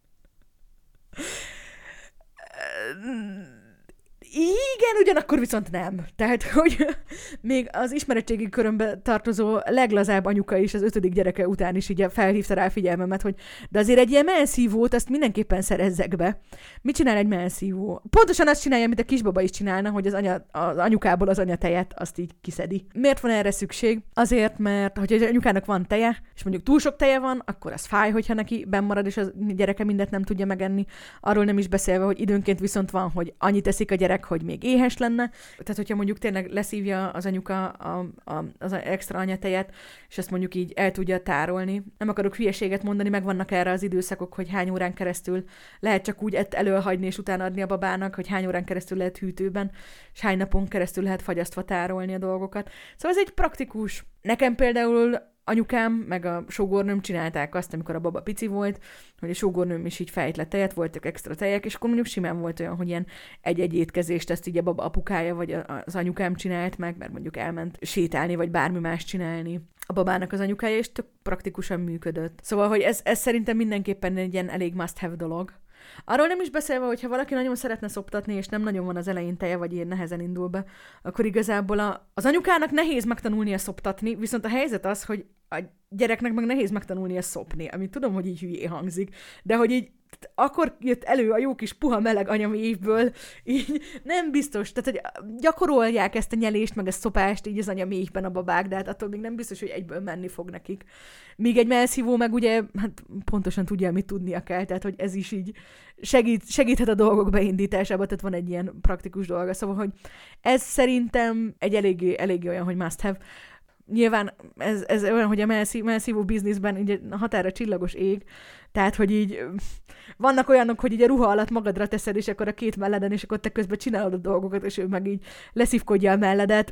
Igen, ugyanakkor viszont nem. Tehát, hogy még az ismeretségi körömbe tartozó leglazább anyuka is az ötödik gyereke után is így felhívta rá figyelmemet, hogy de azért egy ilyen mellszívót, azt mindenképpen szerezzek be. Mit csinál egy mellszívó? Pontosan azt csinálja, amit a kisbaba is csinálna, hogy az, anya, az anyukából az anyatejet azt így kiszedi. Miért van erre szükség? Azért, mert hogy az anyukának van teje, és mondjuk túl sok teje van, akkor az fáj, hogyha neki benn marad, és a gyereke mindent nem tudja megenni. Arról nem is beszélve, hogy időnként viszont van, hogy annyit teszik a gyerek, hogy még éhes lenne. Tehát, hogyha mondjuk tényleg leszívja az anyuka a, a, az extra anyatejet, és ezt mondjuk így el tudja tárolni. Nem akarok hülyeséget mondani, meg vannak erre az időszakok, hogy hány órán keresztül lehet csak úgy előhagyni, és utána adni a babának, hogy hány órán keresztül lehet hűtőben, és hány napon keresztül lehet fagyasztva tárolni a dolgokat. Szóval ez egy praktikus. Nekem például anyukám, meg a sógornőm csinálták azt, amikor a baba pici volt, hogy a sógornőm is így fejt le tejet, voltak extra tejek, és akkor mondjuk simán volt olyan, hogy ilyen egy-egy étkezést ezt így a baba apukája, vagy az anyukám csinált meg, mert mondjuk elment sétálni, vagy bármi más csinálni a babának az anyukája, és tök praktikusan működött. Szóval, hogy ez, ez szerintem mindenképpen egy ilyen elég must-have dolog. Arról nem is beszélve, hogyha valaki nagyon szeretne szoptatni, és nem nagyon van az elején teje, vagy ilyen nehezen indul be, akkor igazából a, az anyukának nehéz megtanulnia szoptatni, viszont a helyzet az, hogy a gyereknek meg nehéz megtanulnia szopni, amit tudom, hogy így hülyé hangzik, de hogy így akkor jött elő a jó kis puha meleg anyaméhből, így nem biztos, tehát hogy gyakorolják ezt a nyelést, meg a szopást így az anyaméhben a babák, de hát attól még nem biztos, hogy egyből menni fog nekik. Míg egy mellszívó meg ugye, hát pontosan tudja, mit tudnia kell, tehát hogy ez is így segít, segíthet a dolgok beindításában, tehát van egy ilyen praktikus dolga, szóval, hogy ez szerintem egy eléggé, eléggé olyan, hogy must have. Nyilván ez, ez olyan, hogy a mellszívó bizniszben így a határa csillagos ég, tehát, hogy így vannak olyanok, hogy így a ruha alatt magadra teszed, és akkor a két melleden, és akkor te közben csinálod a dolgokat, és ő meg így leszívkodja a melledet.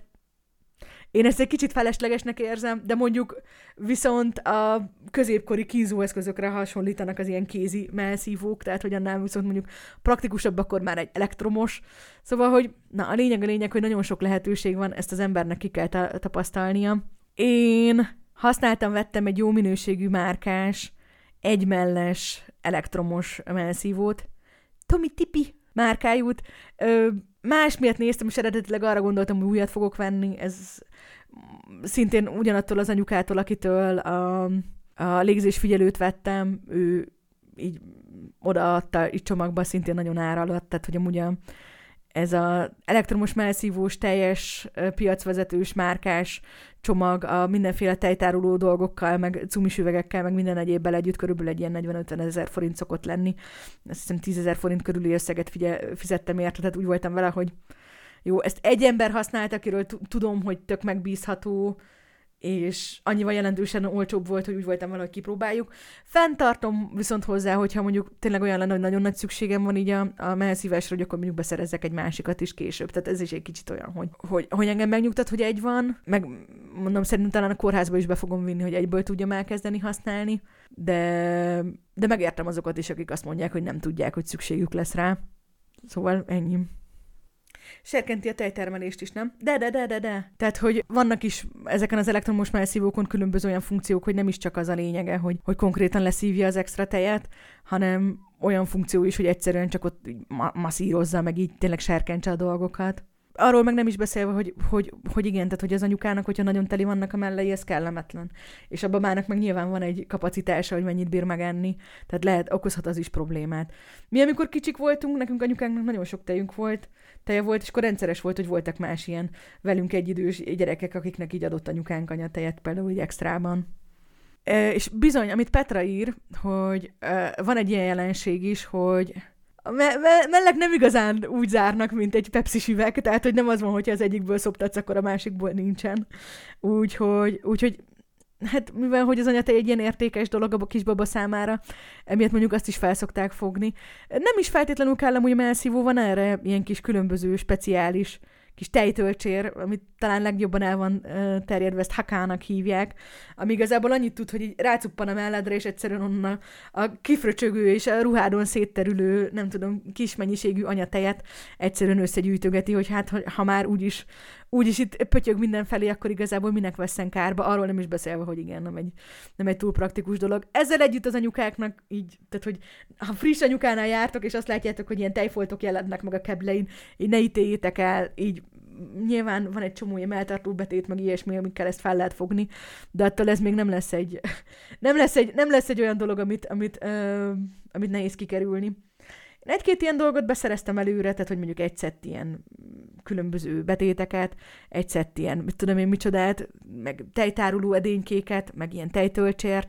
Én ezt egy kicsit feleslegesnek érzem, de mondjuk viszont a középkori kínzóeszközökre hasonlítanak az ilyen kézi mellszívók, tehát hogy annál viszont mondjuk praktikusabb akkor már egy elektromos. Szóval, hogy na a lényeg a lényeg, hogy nagyon sok lehetőség van, ezt az embernek ki kell ta- tapasztalnia. Én használtam, vettem egy jó minőségű márkás, egymelles elektromos mellszívót, Tomi Tipi márkájút. Ö, más miatt néztem, és eredetileg arra gondoltam, hogy újat fogok venni, ez szintén ugyanattól az anyukától, akitől a, a légzésfigyelőt vettem, ő így odaadta így csomagba, szintén nagyon ára alatt, tehát hogy amúgy a, ez az elektromos mellszívós, teljes piacvezetős, márkás csomag a mindenféle tejtároló dolgokkal, meg cumis üvegekkel, meg minden egyébbel együtt körülbelül egy ilyen negyven-ötven ezer forint szokott lenni. Azt hiszem tízezer forint körüli összeget figye, fizettem érte, tehát úgy voltam vele, hogy jó, ezt egy ember használt, akiről t- tudom, hogy tök megbízható, és annyival jelentősen olcsóbb volt, hogy úgy voltam vele, hogy kipróbáljuk. Fenntartom viszont hozzá, hogyha mondjuk tényleg olyan lenne, hogy nagyon nagy szükségem van így a, a mellszívásra, hogy akkor mondjuk beszerezzek egy másikat is később. Tehát ez is egy kicsit olyan, hogy, hogy, hogy engem megnyugtat, hogy egy van, meg mondom, szerintem talán a kórházba is be fogom vinni, hogy egyből tudjam elkezdeni használni, de, de megértem azokat is, akik azt mondják, hogy nem tudják, hogy szükségük lesz rá. Szóval ennyi. Serkenti a tejtermelést is, nem? De, de, de, de, de. Tehát, hogy vannak is ezeken az elektromos mellszívókon különböző olyan funkciók, hogy nem is csak az a lényege, hogy, hogy konkrétan leszívja az extra tejet, hanem olyan funkció is, hogy egyszerűen csak ott ma- masszírozza, meg így tényleg serkentse a dolgokat. Arról meg nem is beszélve, hogy, hogy, hogy igen, tehát hogy az anyukának, hogyha nagyon teli vannak a mellei, ez kellemetlen. És a babának meg nyilván van egy kapacitása, hogy mennyit bír megenni, tehát lehet, okozhat az is problémát. Mi, amikor kicsik voltunk, nekünk anyukánknak nagyon sok tejünk volt, teje volt, és akkor rendszeres volt, hogy voltak más ilyen velünk egyidős gyerekek, akiknek így adott anyukánk anyatejet, például így extrában. E, és bizony, amit Petra ír, hogy e, van egy ilyen jelenség is, hogy a me- me- mellek nem igazán úgy zárnak, mint egy pepsis üveg, tehát hogy nem az van, hogyha az egyikből szoptatsz, akkor a másikból nincsen. Úgyhogy, úgyhogy hát mivel, hogy az anyatej egy ilyen értékes dolog a kisbaba számára, emiatt mondjuk azt is felszokták fogni. Nem is feltétlenül kell, hogy a mellszívó van erre ilyen kis különböző, speciális kis tejtölcsér, amit talán legjobban el van uh, terjedve, ezt hakának hívják, ami igazából annyit tud, hogy így rácuppan a melledre, és egyszerűen onnan a kifröcsögő és a ruhádon szétterülő, nem tudom, kis mennyiségű anyatejet egyszerűen összegyűjtögeti, hogy hát, ha már úgyis, úgyis itt pötyög mindenfelé, akkor igazából minek vesszen kárba, arról nem is beszélve, hogy igen, nem egy, nem egy túl praktikus dolog. Ezzel együtt az anyukáknak így, tehát, hogy ha friss anyukánál jártok, és azt látjátok, hogy ilyen tejfoltok jelennek meg a keblein, így ne ítéljétek el, így nyilván van egy csomó ilyen melltartó betét, meg ilyesmi, amikkel ezt fel lehet fogni, de attól ez még nem lesz egy, nem lesz egy, nem lesz egy olyan dolog, amit, amit, ö, amit nehéz kikerülni. Én egy-két ilyen dolgot beszereztem előre, tehát hogy mondjuk egy szett ilyen különböző betéteket, egy szett ilyen, mit tudom én micsodát, meg tejtároló edénykéket, meg ilyen tejtölcsért,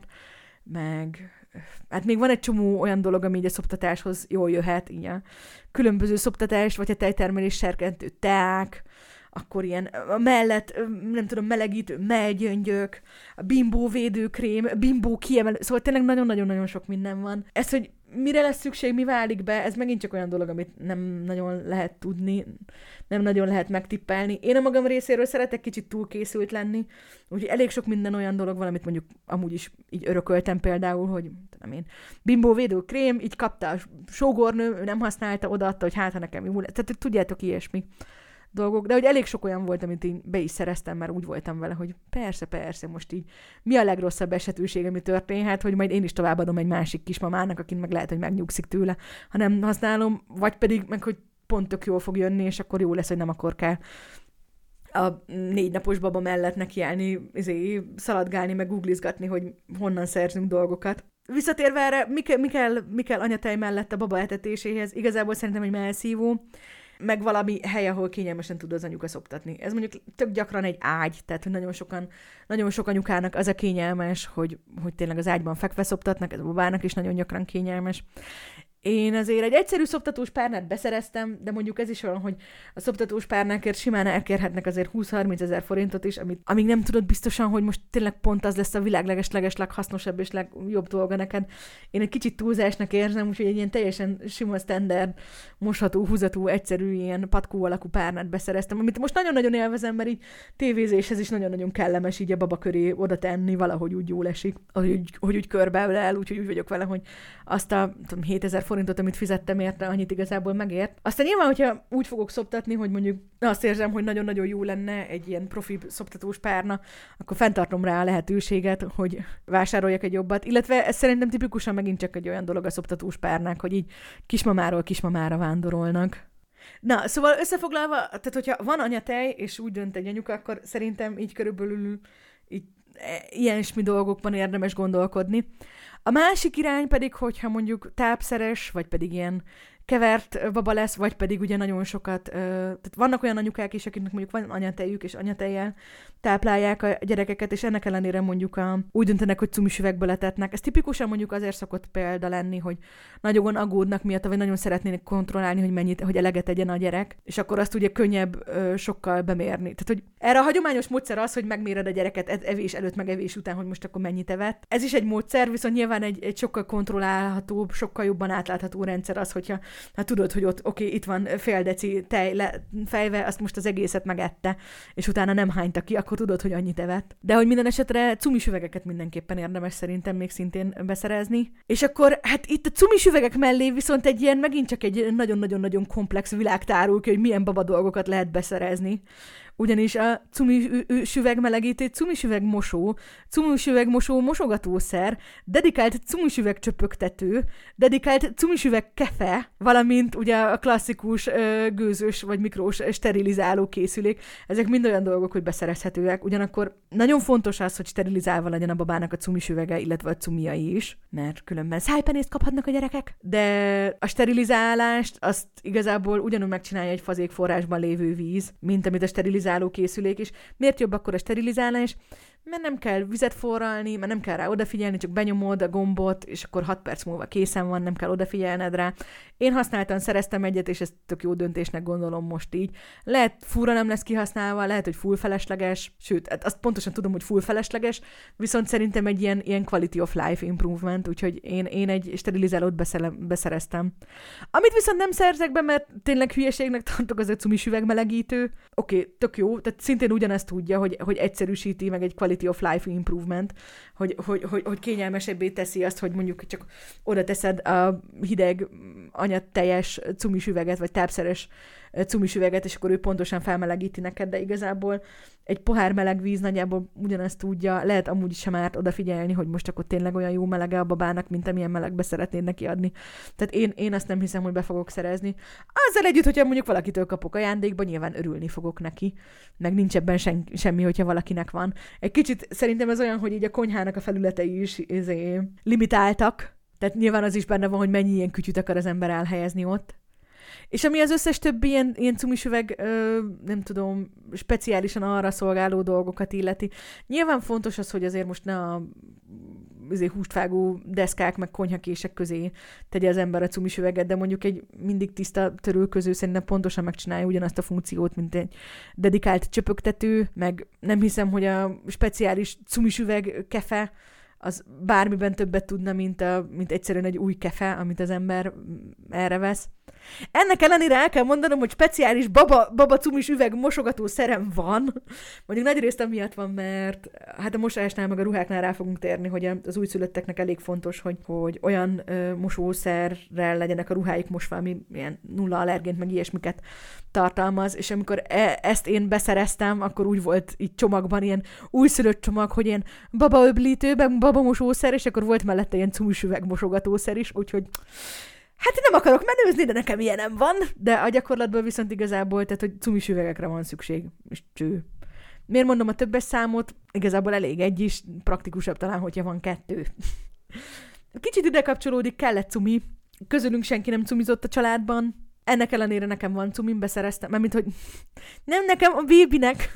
meg hát még van egy csomó olyan dolog, ami így a szoptatáshoz jól jöhet, így a különböző szoptatás, vagy a tejtermelés serkentő teák, akkor ilyen mellett, nem tudom, melegítő mellgyöngyök, a bimbó védőkrém, bimbó kiemelő, szóval tényleg nagyon-nagyon-nagyon sok minden van. Ez, hogy mire lesz szükség, mi válik be, ez megint csak olyan dolog, amit nem nagyon lehet tudni, nem nagyon lehet megtippelni. Én a magam részéről szeretek kicsit túlkészült lenni, úgyhogy elég sok minden olyan dolog van, amit mondjuk amúgy is így örököltem például, hogy nem én, bimbó védőkrém, így kapta a sógornő, ő nem használta, odaadta, hogy hát, ha nekem jó lesz. Tehát tudjátok, ilyesmi dolgok, de hogy elég sok olyan volt, amit én be is szereztem, mert úgy voltam vele, hogy persze, persze, most így mi a legrosszabb esetőség, ami történhet, hogy majd én is továbbadom egy másik kismamának, akin meg lehet, hogy megnyugszik tőle, ha nem használom, vagy pedig meg, hogy pont tök jól fog jönni, és akkor jó lesz, hogy nem akkor kell a négy napos baba mellett nekiállni, izé, szaladgálni, meg googlizgatni, hogy honnan szerzünk dolgokat. Visszatérve erre, mi, ke- mi, kell, mi kell anyatej mellett a baba etetéséhez? Igazából szerintem egy mellszívó, meg valami hely, ahol kényelmesen tud az anyuka szoptatni. Ez mondjuk tök gyakran egy ágy, tehát hogy nagyon sokan, nagyon sok anyukának az a kényelmes, hogy, hogy tényleg az ágyban fekve szoptatnak, ez a babának is nagyon gyakran kényelmes. Én azért egy egyszerű szoptatós párnát beszereztem, de mondjuk ez is olyan, hogy a szoptatós párnákért simán elkérhetnek azért húsz-harminc ezer forintot is, amit, amíg nem tudod biztosan, hogy most tényleg pont az lesz a világ leges-leges leghasznosabb és legjobb dolga neked. Én egy kicsit túlzásnak érzem, úgyhogy egy ilyen teljesen sima, standard, mosható, húzató, egyszerű ilyen patkó alakú párnát beszereztem, amit most nagyon-nagyon élvezem, mert így tévézéshez is nagyon-nagyon kellemes így a baba köré oda tenni, valahogy úgy jól esik, hogy úgy, hogy úgy körbeölel, úgyhogy úgy vagyok vele, hogy azt a tudom, hétezer forintot, amit fizettem érte, annyit igazából megért. Aztán nyilván, hogyha úgy fogok szoptatni, hogy mondjuk azt érzem, hogy nagyon-nagyon jó lenne egy ilyen profi szoptatós párna, akkor fenntartom rá a lehetőséget, hogy vásároljak egy jobbat. Illetve ez szerintem tipikusan megint csak egy olyan dolog a szoptatós párnák, hogy így kismamáról kismamára vándorolnak. Na, szóval összefoglalva, tehát hogyha van anyatej, és úgy dönt egy anyuka, akkor szerintem így körülbelül így ilyesmi dolgokban érdemes gondolkodni. A másik irány pedig, hogyha mondjuk tápszeres, vagy pedig ilyen kevert baba lesz, vagy pedig ugye nagyon sokat, ö, tehát vannak olyan anyukák is, akiknek mondjuk van anyatejük, és anyatejjel táplálják a gyerekeket, és ennek ellenére mondjuk a, úgy döntenek, hogy cumis üvegből etetnek. Ez tipikusan mondjuk azért szokott példa lenni, hogy nagyon aggódnak miatt, vagy nagyon szeretnének kontrollálni, hogy mennyit, hogy eleget tegyen a gyerek, és akkor azt ugye könnyebb ö, sokkal bemérni. Tehát, hogy erre a hagyományos módszer az, hogy megméred a gyereket evés előtt, meg evés után, hogy most akkor mennyit evett. Ez is egy módszer, viszont nyilván egy, egy sokkal kontrollálhatóbb, sokkal jobban átlátható rendszer az, hogyha hát tudod, hogy ott oké, okay, itt van fél deci tej le, fejve, azt most az egészet megette, és utána nem hányta ki, akkor tudod, hogy annyit evett. De hogy minden esetre cumis üvegeket mindenképpen érdemes szerintem még szintén beszerezni. És akkor hát itt a cumis üvegek mellé viszont egy ilyen, megint csak egy nagyon-nagyon-nagyon komplex világ tárul ki, hogy milyen baba dolgokat lehet beszerezni. Ugyanis a cumisüveg melegítő, cumisüveg mosó, cumisüveg mosó mosogatószer, dedikált cumisüveg csöpögtető, dedikált cumisüveg kefe, valamint ugye a klasszikus ö, gőzös vagy mikrós sterilizáló készülék. Ezek mind olyan dolgok, hogy beszerezhetőek. Ugyanakkor nagyon fontos az, hogy sterilizálva legyen a babának a cumisüvege, illetve a cumiai is, mert különben szájpenészt kaphatnak a gyerekek. De a sterilizálást azt igazából ugyanúgy megcsinálja egy fazékforrásban lévő víz, mint amit a sterilizáló készülék is. Miért jobb akkor a sterilizálás? Mert nem kell vizet forralni, mert nem kell rá odafigyelni, csak benyomod a gombot, és akkor hat perc múlva készen van, nem kell odafigyelned rá. Én használtam, szereztem egyet, és ezt tök jó döntésnek gondolom most így. Lehet fúra nem lesz kihasználva, lehet, hogy full felesleges, sőt, azt pontosan tudom, hogy full felesleges, viszont szerintem egy ilyen, ilyen quality of life improvement, úgyhogy én, én egy sterilizálót beszereztem. Amit viszont nem szerzek be, mert tényleg hülyeségnek tartok, az a cumis üvegmelegítő. Oké, okay, tök jó, tehát szintén ugyanezt tudja, hogy, hogy egyszerűsíti, meg egy quality of life improvement, hogy, hogy, hogy, hogy kényelmesebbé teszi azt, hogy mondjuk csak oda teszed a hideg anyatejes cumis üveget, vagy tápszeres cumis üveget, és akkor ő pontosan felmelegíti neked, de igazából egy pohár meleg víz nagyjából ugyanezt tudja, lehet amúgy sem árt odafigyelni, hogy most akkor tényleg olyan jó melege a babának, mint amilyen melegbe szeretnéd neki adni. Tehát én, én azt nem hiszem, hogy be fogok szerezni. Azzal együtt, hogyha mondjuk valakitől kapok ajándékba, nyilván örülni fogok neki, meg nincs ebben sen, semmi, hogyha valakinek van. Egy kicsit szerintem ez olyan, hogy így a konyhának a felületei is izé, limitáltak, tehát nyilván az is benne van, hogy mennyi ilyen kütyüt akar az ember elhelyezni ott. És ami az összes többi ilyen, ilyen cumisüveg, ö, nem tudom, speciálisan arra szolgáló dolgokat illeti. Nyilván fontos az, hogy azért most ne a azért hústvágó deszkák, meg konyhakések közé tegye az ember a cumisüveget, de mondjuk egy mindig tiszta törülköző szerintem pontosan megcsinálja ugyanazt a funkciót, mint egy dedikált csöpögtető, meg nem hiszem, hogy a speciális cumisüveg kefe az bármiben többet tudna, mint, a, mint egyszerűen egy új kefe, amit az ember erre vesz. Ennek ellenére el kell mondanom, hogy speciális baba, baba cumis üveg mosogató szerem van. Mondjuk nagy részt amiatt van, mert hát a mosásnál meg a ruháknál rá fogunk térni, hogy az újszülötteknek elég fontos, hogy, hogy olyan ö, mosószerrel legyenek a ruháik mosva, ami ilyen nulla allergént, meg ilyesmiket tartalmaz, és amikor e- ezt én beszereztem, akkor úgy volt így csomagban, ilyen újszülött csomag, hogy ilyen babaöblítő, babamosószer, és akkor volt mellette ilyen cumis üveg mosogatószer is, úgyhogy hát nem akarok menőzni, de nekem ilyen nem van, de a gyakorlatban viszont igazából, tehát hogy cumis üvegekre van szükség, és cső. Miért mondom a többes számot? Igazából elég egy is, praktikusabb talán, hogyha van kettő. Kicsit ide kapcsolódik, kellett cumi. Közülünk senki nem cumizott a családban. Ennek ellenére nekem van cumim, beszereztem, mert mint hogy nem nekem, a bébinek.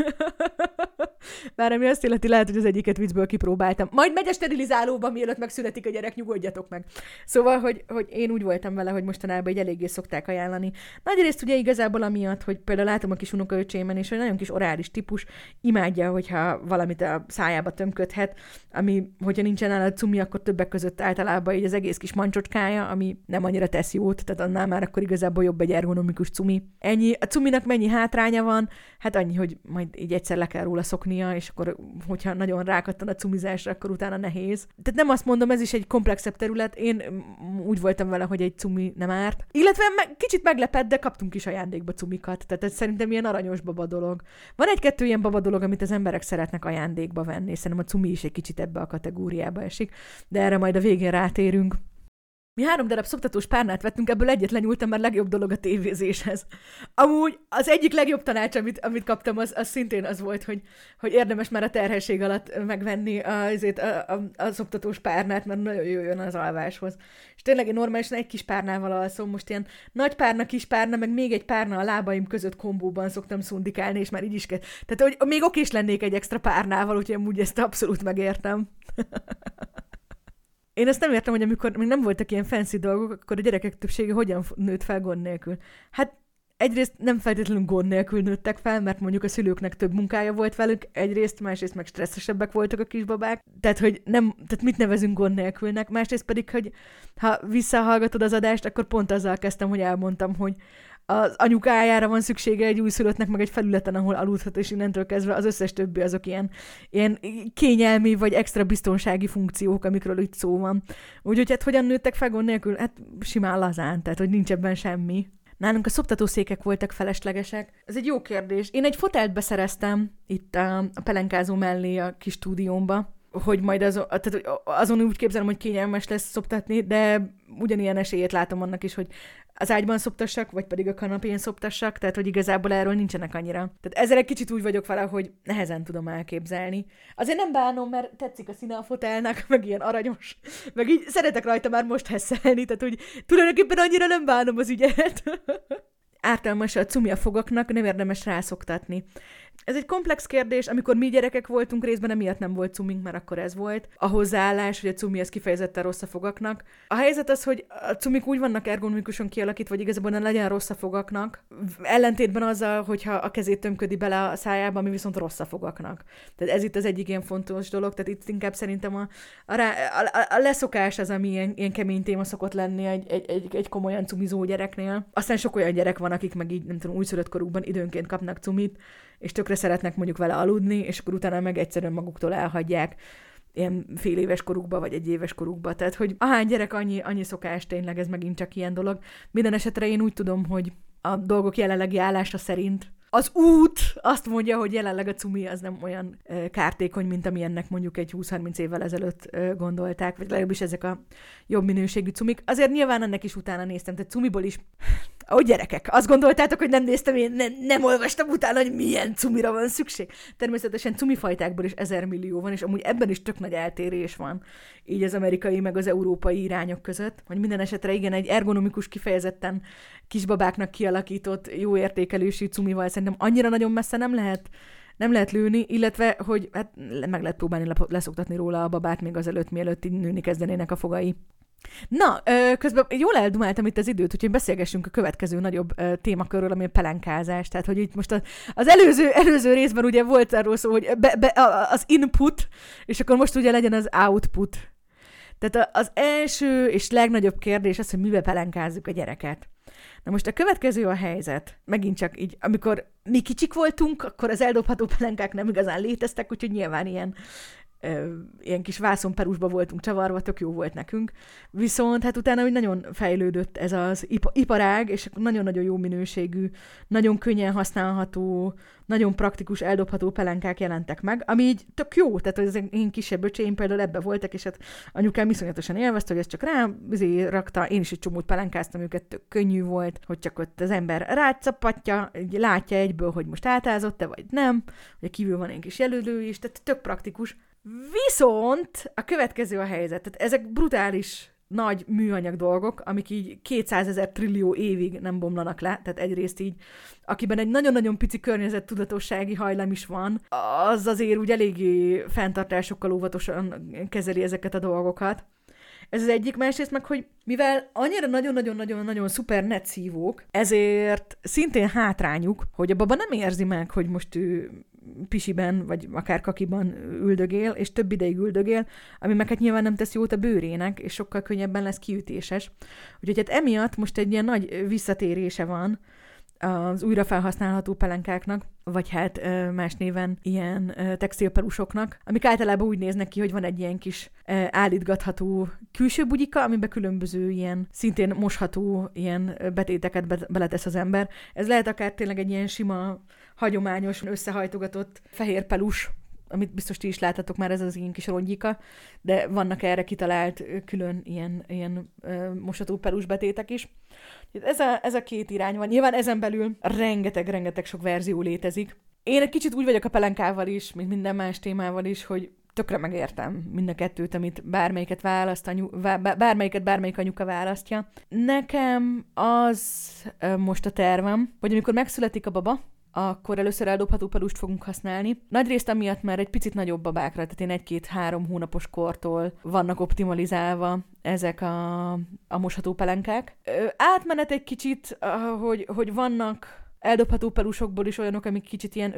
Bár ami azt illeti, lehet, hogy az egyiket viccből kipróbáltam. Majd megy a sterilizálóba, mielőtt megszületik a gyerek, nyugodjatok meg. Szóval, hogy, hogy én úgy voltam vele, hogy mostanában egy eléggé szokták ajánlani. Nagyrészt ugye igazából amiatt, hogy például látom a kis unokaöcsémen is, hogy nagyon kis orális típus, imádja, hogyha valamit a szájába tömködhet, ami, hogyha nincsen nála cumi, akkor többek között általában így az egész kis mancsocskája, ami nem annyira tesz jót, tehát annál már akkor igazából jobb egy ergonomikus cumi. Ennyi. A cuminak mennyi hátránya van? Hát annyi, hogy majd így egyszer le kell róla szoknia, és akkor, hogyha nagyon rákattan a cumizásra, akkor utána nehéz. Tehát nem azt mondom, ez is egy komplexebb terület. Én úgy voltam vele, hogy egy cumi nem árt. Illetve me- kicsit meglepett, de kaptunk is ajándékba cumikat. Tehát ez szerintem ilyen aranyos baba dolog. Van egy-kettő ilyen baba dolog, amit az emberek szeretnek ajándékba venni. Szerintem a cumi is egy kicsit ebbe a kategóriába esik, de erre majd a végén rátérünk. Mi három darab szoptatós párnát vettünk, ebből egyet lenyúltam, mert legjobb dolog a tévézéshez. Amúgy az egyik legjobb tanács, amit, amit kaptam, az, az szintén az volt, hogy, hogy érdemes már a terhesség alatt megvenni a, a, a, a szoptatós párnát, mert nagyon jó jön az alváshoz. És tényleg én normálisan egy kis párnával alszom, most ilyen nagy párna, kis párna, meg még egy párna a lábaim között kombóban szoktam szundikálni, és már így is kell. Tehát, hogy még okés lennék egy extra párnával, úgyhogy amúgy ezt abszolút megértem. Én ezt nem értem, hogy amikor még nem voltak ilyen fancy dolgok, akkor a gyerekek többsége hogyan nőtt fel gond nélkül. Hát egyrészt nem feltétlenül gond nélkül nőttek fel, mert mondjuk a szülőknek több munkája volt velük, egyrészt, másrészt meg stresszesebbek voltak a kisbabák. Tehát, hogy nem, tehát mit nevezünk gond nélkülnek, másrészt pedig, hogy ha visszahallgatod az adást, akkor pont azzal kezdtem, hogy elmondtam, hogy az anyukájára van szüksége egy újszülöttnek, meg egy felületen, ahol aludhat, és innentől kezdve az összes többi azok ilyen, ilyen kényelmi vagy extra biztonsági funkciók, amikről itt szó van. Úgyhogy hát hogyan nőttek fel gond nélkül? Hát simán lazán, tehát hogy nincs ebben semmi. Nálunk a szoptatószékek voltak feleslegesek. Ez egy jó kérdés. Én egy fotelt beszereztem itt a, a pelenkázó mellé a kis stúdiómba, hogy majd azon, tehát azon úgy képzelem, hogy kényelmes lesz szoptatni, de ugyanilyen esélyét látom annak is, hogy az ágyban szoptassak, vagy pedig a kanapén szoptassak, tehát hogy igazából erről nincsenek annyira. Tehát ezzel egy kicsit úgy vagyok vele, hogy nehezen tudom elképzelni. Azért nem bánom, mert tetszik a színe a fotelnek, meg ilyen aranyos, meg így szeretek rajta már most hesszelni, tehát hogy tulajdonképpen annyira nem bánom az ügyet. Ártalmas a cumi a fogaknak, nem érdemes rászoktatni. Ez egy komplex kérdés, amikor mi gyerekek voltunk, részben emiatt nem volt cumink, mert akkor ez volt. A hozzáállás, hogy a cumi az kifejezetten rossz a fogaknak. A helyzet az, hogy a cumik úgy vannak ergonomikusan kialakítva, hogy igazából nem legyen rossz a fogaknak, ellentétben azzal, hogyha a kezét tömködi bele a szájába, ami viszont rossz a fogaknak. Tehát ez itt az egyik ilyen fontos dolog, tehát itt inkább szerintem a, a, rá, a, a leszokás az, ami ilyen, ilyen kemény téma szokott lenni egy, egy, egy, egy komolyan cumizó gyereknél. Aztán sok olyan gyerek van, akik meg így, nem tudom, újszülött korukban időnként kapnak cumit, és tökre szeretnek mondjuk vele aludni, és akkor utána meg egyszerűen maguktól elhagyják ilyen fél éves korukba, vagy egy éves korukba. Tehát, hogy ahány gyerek, annyi, annyi szokás, tényleg ez megint csak ilyen dolog. Minden esetre én úgy tudom, hogy a dolgok jelenlegi állása szerint az út azt mondja, hogy jelenleg a cumi az nem olyan ö, kártékony, mint amilyennek mondjuk egy húsz-harminc évvel ezelőtt ö, gondolták, vagy legalábbis ezek a jobb minőségű cumik. Azért nyilván ennek is utána néztem, tehát cumiból is, ahogy gyerekek, azt gondoltátok, hogy nem néztem, én nem, nem olvastam utána, hogy milyen cumira van szükség. Természetesen cumifajtákból is ezer millió van, és amúgy ebben is tök nagy eltérés van, így az amerikai meg az európai irányok között, hogy minden esetre igen, egy ergonomikus, kifejezetten kisbabáknak kialakított, jó értékelésű cumival szerintem annyira nagyon messze nem lehet, nem lehet lőni, illetve, hogy hát meg lehet próbálni leszoktatni róla a babát még azelőtt, mielőtt így nőni kezdenének a fogai. Na, közben jól eldumáltam itt az időt, úgyhogy beszélgessünk a következő nagyobb témakörről, ami a pelenkázás. Tehát, hogy itt most az előző, előző részben ugye volt arról szó, hogy be, be, az input, és akkor most ugye legyen az output. Tehát az első és legnagyobb kérdés az, hogy mibe pelenkázzuk a gyereket. Na most a következő a helyzet. Megint csak így, amikor mi kicsik voltunk, akkor az eldobható pelenkák nem igazán léteztek, úgyhogy nyilván ilyen ilyen kis vászonperusba voltunk csavarva, tök jó volt nekünk. Viszont hát utána hogy nagyon fejlődött ez az iparág, és nagyon-nagyon jó minőségű, nagyon könnyen használható, nagyon praktikus, eldobható pelenkák jelentek meg, ami így tök jó, tehát az én kisebb öcséim például ebbe voltak, és hát anyukám iszonyatosan élvezte, hogy ezt csak rá rakta, én is egy csomót pelenkáztam őket, tök könnyű volt, hogy csak ott az ember rácapatja, látja egyből, hogy most átázott-e, vagy nem, hogy kívül van egy kis jelölő is, tehát tök praktikus. Viszont a következő a helyzet, tehát ezek brutális nagy műanyag dolgok, amik így kétszázezer trillió évig nem bomlanak le, tehát egyrészt így, akiben egy nagyon-nagyon pici környezettudatossági hajlam is van, az azért úgy eléggé fenntartásokkal óvatosan kezeli ezeket a dolgokat. Ez az egyik, másrészt meg, hogy mivel annyira nagyon-nagyon-nagyon-nagyon szuper netszívók, ezért szintén hátrányuk, hogy a baba nem érzi meg, hogy most ő pisiben, vagy akár kakiban üldögél, és több ideig üldögél, ami meg hát nyilván nem tesz jót a bőrének, és sokkal könnyebben lesz kiütéses. Úgyhogy hát emiatt most egy ilyen nagy visszatérése van az újra felhasználható pelenkáknak, vagy hát más néven ilyen textilperusoknak, amik általában úgy néznek ki, hogy van egy ilyen kis állítgatható külső bugyika, amiben különböző ilyen szintén mosható ilyen betéteket be- beletesz az ember. Ez lehet akár tényleg egy ilyen sima, hagyományos, összehajtogatott fehér pelus, amit biztos ti is láthatok már, ez az ilyen kis rongyika, de vannak erre kitalált külön ilyen, ilyen uh, mosható perus betétek is. Ez a, ez a két irány van. Nyilván ezen belül rengeteg-rengeteg sok verzió létezik. Én egy kicsit úgy vagyok a pelenkával is, mint minden más témával is, hogy tökre megértem mind a kettőt, amit bármelyiket választ, anyu, bármelyiket bármelyik anyuka választja. Nekem az most a tervem, hogy amikor megszületik a baba, akkor először eldobható pelust fogunk használni. Nagyrészt amiatt már egy picit nagyobb babákra, tehát én egy-két-három hónapos kortól vannak optimalizálva ezek a, a mosható pelenkák. Ö, átmenet egy kicsit, hogy, hogy vannak eldobható pelusokból is olyanok, amik kicsit ilyen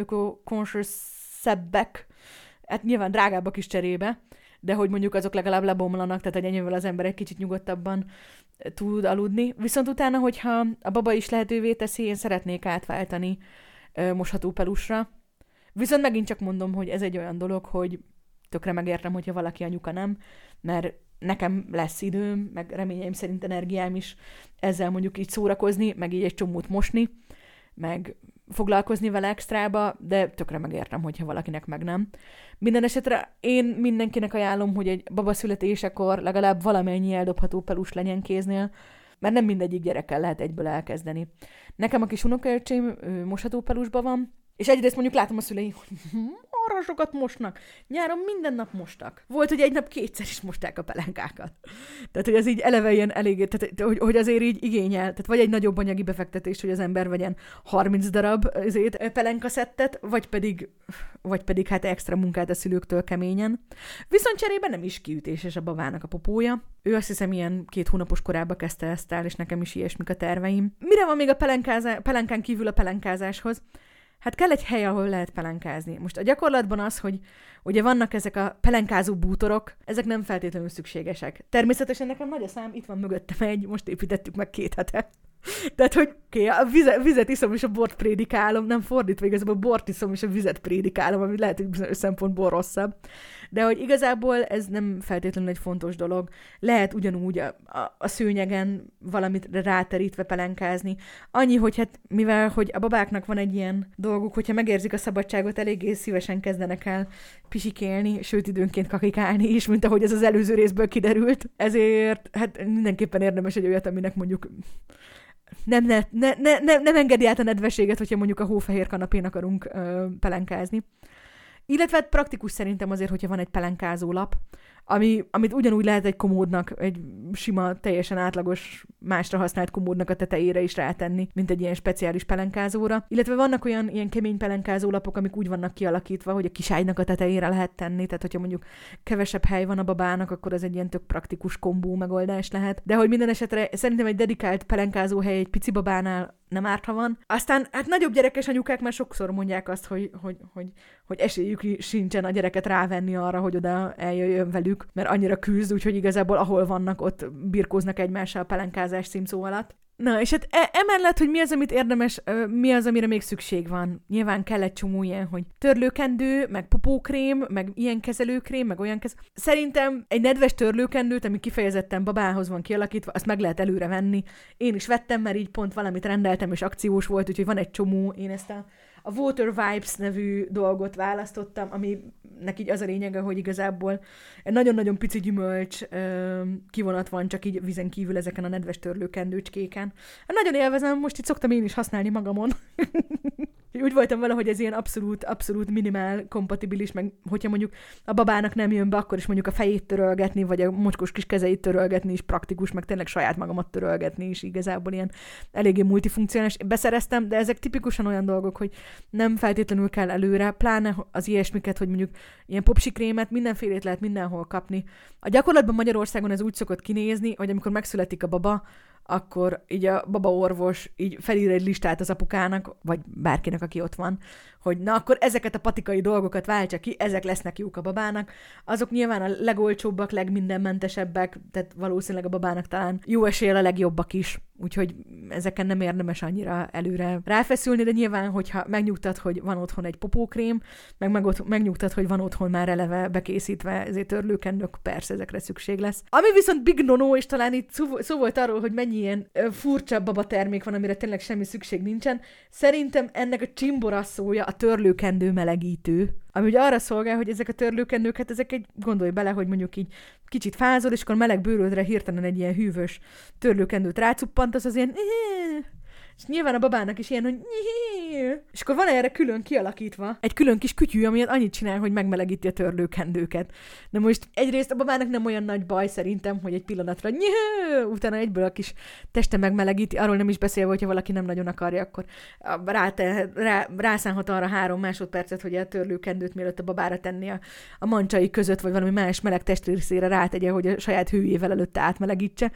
öko-conscious-szebbek, hát nyilván drágábbak is cserébe, de hogy mondjuk azok legalább lebomlanak, tehát egy ennyivel az ember egy kicsit nyugodtabban tud aludni. Viszont utána, hogyha a baba is lehetővé teszi, én szeretnék átváltani ö, mosható pelusra. Viszont megint csak mondom, hogy ez egy olyan dolog, hogy tökre megértem, hogyha valaki anyuka nem, mert nekem lesz időm, meg reményeim szerint energiám is ezzel mondjuk így szórakozni, meg így egy csomót mosni, meg foglalkozni vele extrába, de tökre megértem, hogyha valakinek meg nem. Minden esetre én mindenkinek ajánlom, hogy egy baba születésekor legalább valamennyi eldobható pelus legyen kéznél, mert nem mindegyik gyerekkel lehet egyből elkezdeni. Nekem a kis unokaöcsém mosható pelusban van, és egyrészt mondjuk látom a szüleim, hogy arra sokat mosnak. Nyáron minden nap mostak. Volt, hogy egy nap kétszer is mosták a pelenkákat. Tehát, hogy ez így eleve ilyen elég, tehát, hogy, hogy azért így igényel, tehát vagy egy nagyobb anyagi befektetés, hogy az ember vegyen harminc darab ezért pelenkaszettet, vagy pedig, vagy pedig hát extra munkát a szülőktől keményen. Viszont cserében nem is kiütéses a babának a popója. Ő azt hiszem ilyen két hónapos korában kezdte ezt el, és nekem is ilyesmik a terveim. Mire van még a pelenkán kívül a pelenkázáshoz? Hát kell egy hely, ahol lehet pelenkázni. Most a gyakorlatban az, hogy ugye vannak ezek a pelenkázó bútorok, ezek nem feltétlenül szükségesek. Természetesen nekem nagy a szám, itt van mögöttem egy, most építettük meg két hete. Tehát, hogy oké, okay, a vizet, vizet iszom és a bort prédikálom, nem fordítva, igazából a bort iszom és a vizet prédikálom, ami lehet, hogy bizonyos szempontból rosszabb. De hogy igazából ez nem feltétlenül egy fontos dolog. Lehet ugyanúgy a, a, a szőnyegen valamit ráterítve pelenkázni. Annyi, hogy hát mivel, hogy a babáknak van egy ilyen dolguk, hogyha megérzik a szabadságot, eléggé szívesen kezdenek el pisikélni, sőt időnként kakikálni is, mint ahogy ez az előző részből kiderült. Ezért hát mindenképpen érdemes egy olyat, aminek mondjuk nem, ne, ne, ne, ne, nem engedi át a nedvességet, hogyha mondjuk a hófehér kanapén akarunk ö, pelenkázni. Illetve hát praktikus szerintem azért, hogyha van egy pelenkázó lap, ami, amit ugyanúgy lehet egy komódnak, egy sima, teljesen átlagos, másra használt komódnak a tetejére is rátenni, mint egy ilyen speciális pelenkázóra. Illetve vannak olyan ilyen kemény pelenkázó lapok, amik úgy vannak kialakítva, hogy a kiságynak a tetejére lehet tenni, tehát hogyha mondjuk kevesebb hely van a babának, akkor az egy ilyen tök praktikus kombó megoldás lehet. De hogy minden esetre szerintem egy dedikált pelenkázó hely egy pici babánál nem árt, ha van. Aztán hát nagyobb gyerekes anyukák már sokszor mondják azt, hogy, hogy, hogy, hogy esélyük sincsen a gyereket rávenni arra, hogy oda eljöjjön velük, mert annyira küzd, úgyhogy igazából ahol vannak, ott birkóznak egymással a pelenkázás címszó alatt. Na, és hát e- emellett, hogy mi az, amit érdemes, mi az, amire még szükség van. Nyilván kell egy csomó ilyen, hogy törlőkendő, meg popókrém, meg ilyen kezelőkrém, meg olyan kezelő. Szerintem egy nedves törlőkendőt, ami kifejezetten babához van kialakítva, azt meg lehet előre venni. Én is vettem, mert így pont valamit rendeltem, és akciós volt, úgyhogy van egy csomó. Én ezt a, a Water Vibes nevű dolgot választottam, aminek így az a lényege, hogy igazából egy nagyon-nagyon pici gyümölcs ö, kivonat van csak így vízen kívül ezeken a nedves törlőkendőcskéken. Hát nagyon élvezem, most itt szoktam én is használni magamon. Úgy voltam vele, hogy ez ilyen abszolút, abszolút minimál kompatibilis, meg hogyha mondjuk a babának nem jön be, akkor is mondjuk a fejét törölgetni, vagy a mocskos kis kezeit törölgetni is praktikus, meg tényleg saját magamat törölgetni is igazából ilyen eléggé multifunkcionális. Beszereztem, de ezek tipikusan olyan dolgok, hogy nem feltétlenül kell előre, pláne az ilyesmiket, hogy mondjuk ilyen popsikrémet, mindenfélét lehet mindenhol kapni. A gyakorlatban Magyarországon ez úgy szokott kinézni, hogy amikor megszületik a baba, akkor így a babaorvos így felír egy listát az apukának, vagy bárkinek, aki ott van, hogy na akkor ezeket a patikai dolgokat váltsa ki, ezek lesznek jók a babának. Azok nyilván a legolcsóbbak, legmindenmentesebbek, tehát valószínűleg a babának talán jó eséllyel a legjobbak is, úgyhogy ezeken nem érdemes annyira előre ráfeszülni, de nyilván, hogyha megnyugtat, hogy van otthon egy popókrém, meg, meg ott, megnyugtat, hogy van otthon már eleve bekészítve ezért törlőkendők, persze ezekre szükség lesz. Ami viszont big no-no, és talán itt szó, szó volt arról, hogy mennyi ilyen furcsa babatermék van, amire tényleg semmi szükség nincsen. Szerintem ennek a csimborasszója, a a törlőkendő melegítő, ami ugye arra szolgál, hogy ezek a törlőkendők, hát ezek egy, gondolj bele, hogy mondjuk így kicsit fázol, és akkor meleg bőrödre hirtelen egy ilyen hűvös törlőkendőt rácuppantasz, az ilyen és nyilván a babának is ilyen, hogy és akkor van erre külön kialakítva egy külön kis kütyű, amiért annyit csinál, hogy megmelegíti a törlőkendőket. De most egyrészt a babának nem olyan nagy baj szerintem, hogy egy pillanatra utána egyből a kis teste megmelegíti, arról nem is beszélve, hogyha valaki nem nagyon akarja, akkor rá, rá, rászánhat arra három másodpercet, hogy a törlőkendőt mielőtt a babára tenni a, a mancsai között, vagy valami más meleg testrészére rátegye, hogy a saját hőjével előtte átmelegítse.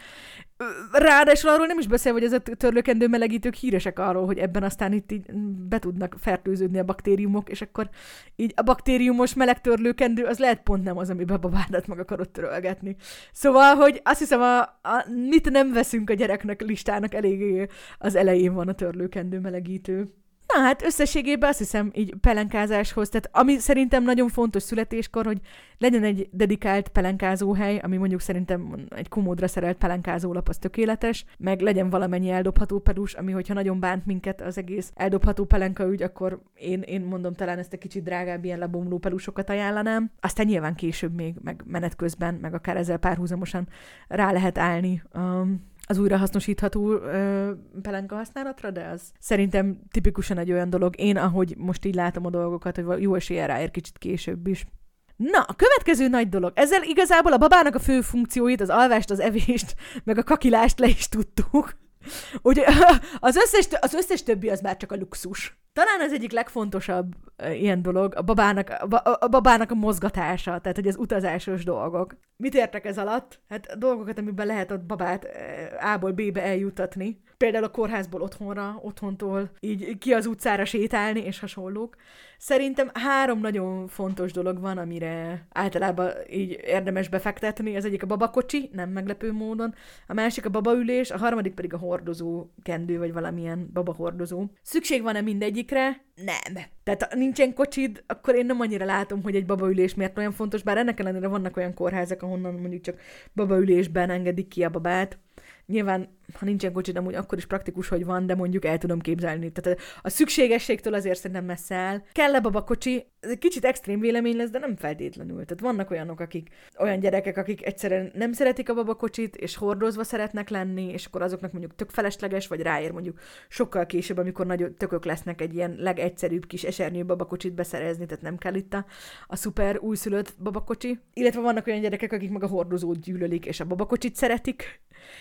Ráadásul arról nem is beszélve, hogy ez a törlőkendő melegítők híresek arról, hogy ebben aztán itt így be tudnak fertőződni a baktériumok, és akkor így a baktériumos meleg törlőkendő az lehet pont nem az, amiben a babádat meg akarod törölgetni. Szóval, hogy azt hiszem, a, a mit nem veszünk a gyereknek listának eléggé az elején van a törlőkendő melegítő. Na hát összességében azt hiszem így pelenkázáshoz, tehát ami szerintem nagyon fontos születéskor, hogy legyen egy dedikált pelenkázóhely, ami mondjuk szerintem egy komódra szerelt pelenkázólap, az tökéletes, meg legyen valamennyi eldobható pelus, ami hogyha nagyon bánt minket az egész eldobható pelenkaügy, akkor én, én mondom talán ezt a kicsit drágább ilyen lebomló pelusokat ajánlanám. Aztán nyilván később még, meg menet közben, meg akár ezzel párhuzamosan rá lehet állni um, az újrahasznosítható ö, pelenka használatra, de az szerintem tipikusan egy olyan dolog. Én, ahogy most így látom a dolgokat, hogy jó eséllyel ráér kicsit később is. Na, a következő nagy dolog. Ezzel igazából a babának a fő funkcióit, az alvást, az evést, meg a kakilást le is tudtuk. Úgy, az, összes, az összes többi az már csak a luxus. Talán az egyik legfontosabb uh, ilyen dolog a babának a, a babának a mozgatása, tehát hogy az utazásos dolgok. Mit értek ez alatt? Hát dolgokat, amiben lehet a babát uh, A-ból B-be eljutatni. Például a kórházból otthonra, otthontól így ki az utcára sétálni, és hasonlók. Szerintem három nagyon fontos dolog van, amire általában így érdemes befektetni. Az egyik a babakocsi, nem meglepő módon. A másik a babaülés, a harmadik pedig a hordozó kendő, vagy valamilyen babahordozó. Szükség van-e mindegyikre? Nem. Tehát ha nincsen kocsid, akkor én nem annyira látom, hogy egy babaülés miért olyan fontos, bár ennek ellenére vannak olyan kórházak, ahonnan mondjuk csak babaülésben engedik ki a babát. Nyilván, ha nincsen kocsid, amúgy akkor is praktikus, hogy van, de mondjuk el tudom képzelni. Tehát a szükségességtől azért szerintem messze áll. Kell-e babakocsi? Ez egy kicsit extrém vélemény lesz, de nem feltétlenül. Tehát vannak olyanok, akik, olyan gyerekek, akik egyszerűen nem szeretik a babakocsit, és hordozva szeretnek lenni, és akkor azoknak mondjuk tök felesleges, vagy ráér mondjuk sokkal később, amikor nagy tökök lesznek, egy ilyen legegyszerűbb kis esernyő babakocsit beszerezni, tehát nem kell itt a, a szuper újszülött babakocsi. Illetve vannak olyan gyerekek, akik meg a hordozót gyűlölik, és a babakocsit szeretik.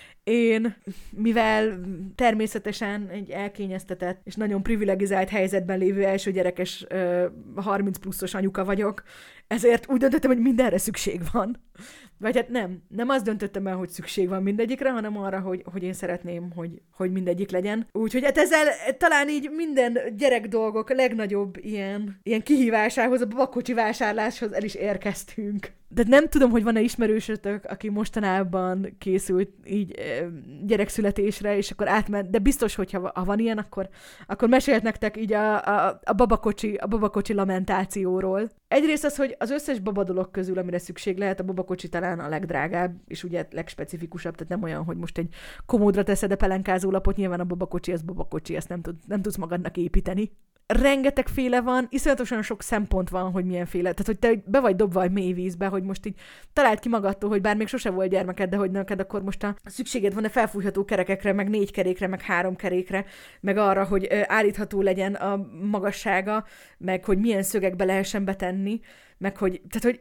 Én, mivel természetesen egy elkényeztetett és nagyon privilegizált helyzetben lévő első gyerekes harminc pluszos anyuka vagyok, ezért úgy döntöttem, hogy mindenre szükség van. Vagy hát nem, nem azt döntöttem el, hogy szükség van mindegyikre, hanem arra, hogy, hogy én szeretném, hogy, hogy mindegyik legyen. Úgyhogy hát ezzel talán így minden gyerek dolgok legnagyobb ilyen, ilyen kihívásához, a babakocsi vásárláshoz el is érkeztünk. De nem tudom, hogy van-e ismerősötök, aki mostanában készült így gyerekszületésre, és akkor átment, de biztos, hogy ha, ha van ilyen, akkor, akkor mesélt nektek így a, a, a, babakocsi, a babakocsi lamentációról. Egyrészt az, hogy az összes babadolog közül, amire szükség lehet, a babakocsi talán a legdrágább, és ugye legspecifikusabb, tehát nem olyan, hogy most egy komódra teszed a pelenkázólapot, nyilván a babakocsi, az babakocsi, ezt nem, tud, nem tudsz magadnak építeni. Rengeteg féle van, iszonyatosan sok szempont van, hogy milyen féle, tehát hogy te be vagy dobva egy mély vízbe, hogy most így találd ki magadtól, hogy bár még sose volt gyermeked, de hogy neked akkor most a szükséged van a felfújható kerekekre, meg négy kerékre, meg három kerékre, meg arra, hogy állítható legyen a magassága, meg hogy milyen szögekbe lehessen betenni, meg hogy, tehát hogy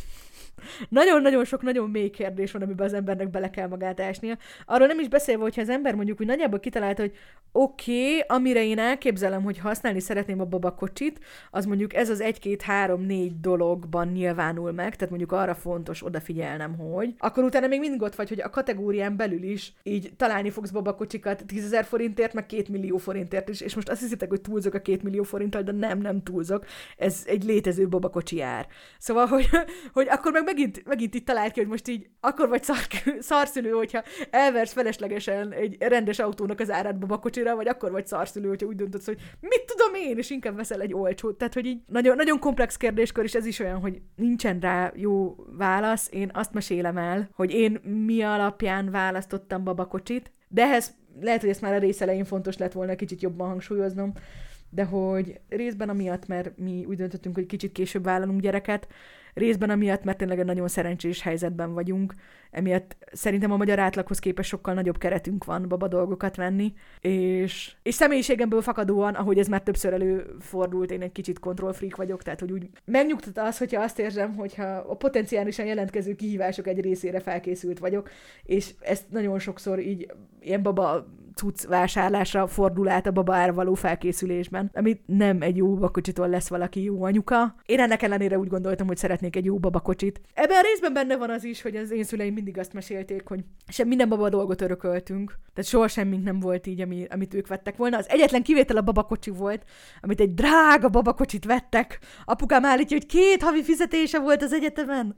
nagyon-nagyon sok, nagyon mély kérdés van, amiben az embernek bele kell magát ásnia. Arról nem is beszélve, hogyha az ember mondjuk úgy nagyjából kitalálta, hogy oké, okay, amire én elképzelem, hogy használni szeretném a babakocsit, az mondjuk ez az egy-két-három-négy dologban nyilvánul meg, tehát mondjuk arra fontos odafigyelnem, hogy akkor utána még mindig ott vagy, hogy a kategórián belül is így találni fogsz babakocsikat tízezer forintért, meg két millió forintért is, és most azt hiszitek, hogy túlzok a két millió forinttal, de nem, nem túlzok. Ez egy létező babakocsi ár. Szóval, hogy, hogy akkor meg megint, megint itt talált ki, hogy most így akkor vagy szar, szarszülő, hogyha elversz feleslegesen egy rendes autónak az árát babakocsira, vagy akkor vagy szarszülő, hogyha úgy döntöd, hogy mit tudom én, és inkább veszel egy olcsót. Tehát, hogy így nagyon, nagyon komplex kérdéskör, és ez is olyan, hogy nincsen rá jó válasz. Én azt mesélem el, hogy én mi alapján választottam babakocsit, de ehhez lehet, hogy ezt már a rész elején fontos lett volna kicsit jobban hangsúlyoznom, de hogy részben amiatt, mert mi úgy döntöttünk, hogy kicsit később vállalunk gyereket, részben amiatt, mert tényleg egy nagyon szerencsés helyzetben vagyunk, emiatt szerintem a magyar átlaghoz képest sokkal nagyobb keretünk van baba dolgokat venni, és, és személyiségemből fakadóan, ahogy ez már többször előfordult, én egy kicsit kontrollfreak vagyok, tehát hogy úgy megnyugtat az, hogyha azt érzem, hogyha a potenciálisan jelentkező kihívások egy részére felkészült vagyok, és ezt nagyon sokszor így ilyen baba cucc vásárlásra fordul át a babára való felkészülésben, amit nem egy jó babakocsitól lesz valaki jó anyuka. Én ennek ellenére úgy gondoltam, hogy szeretnék egy jó babakocsit. Ebben a részben benne van az is, hogy az én szüleim mindig azt mesélték, hogy sem minden baba dolgot örököltünk, tehát soha semmink nem volt így, ami, amit ők vettek volna. Az egyetlen kivétel a babakocsi volt, amit egy drága babakocsit vettek. Apukám állítja, hogy két havi fizetése volt az egyetemen,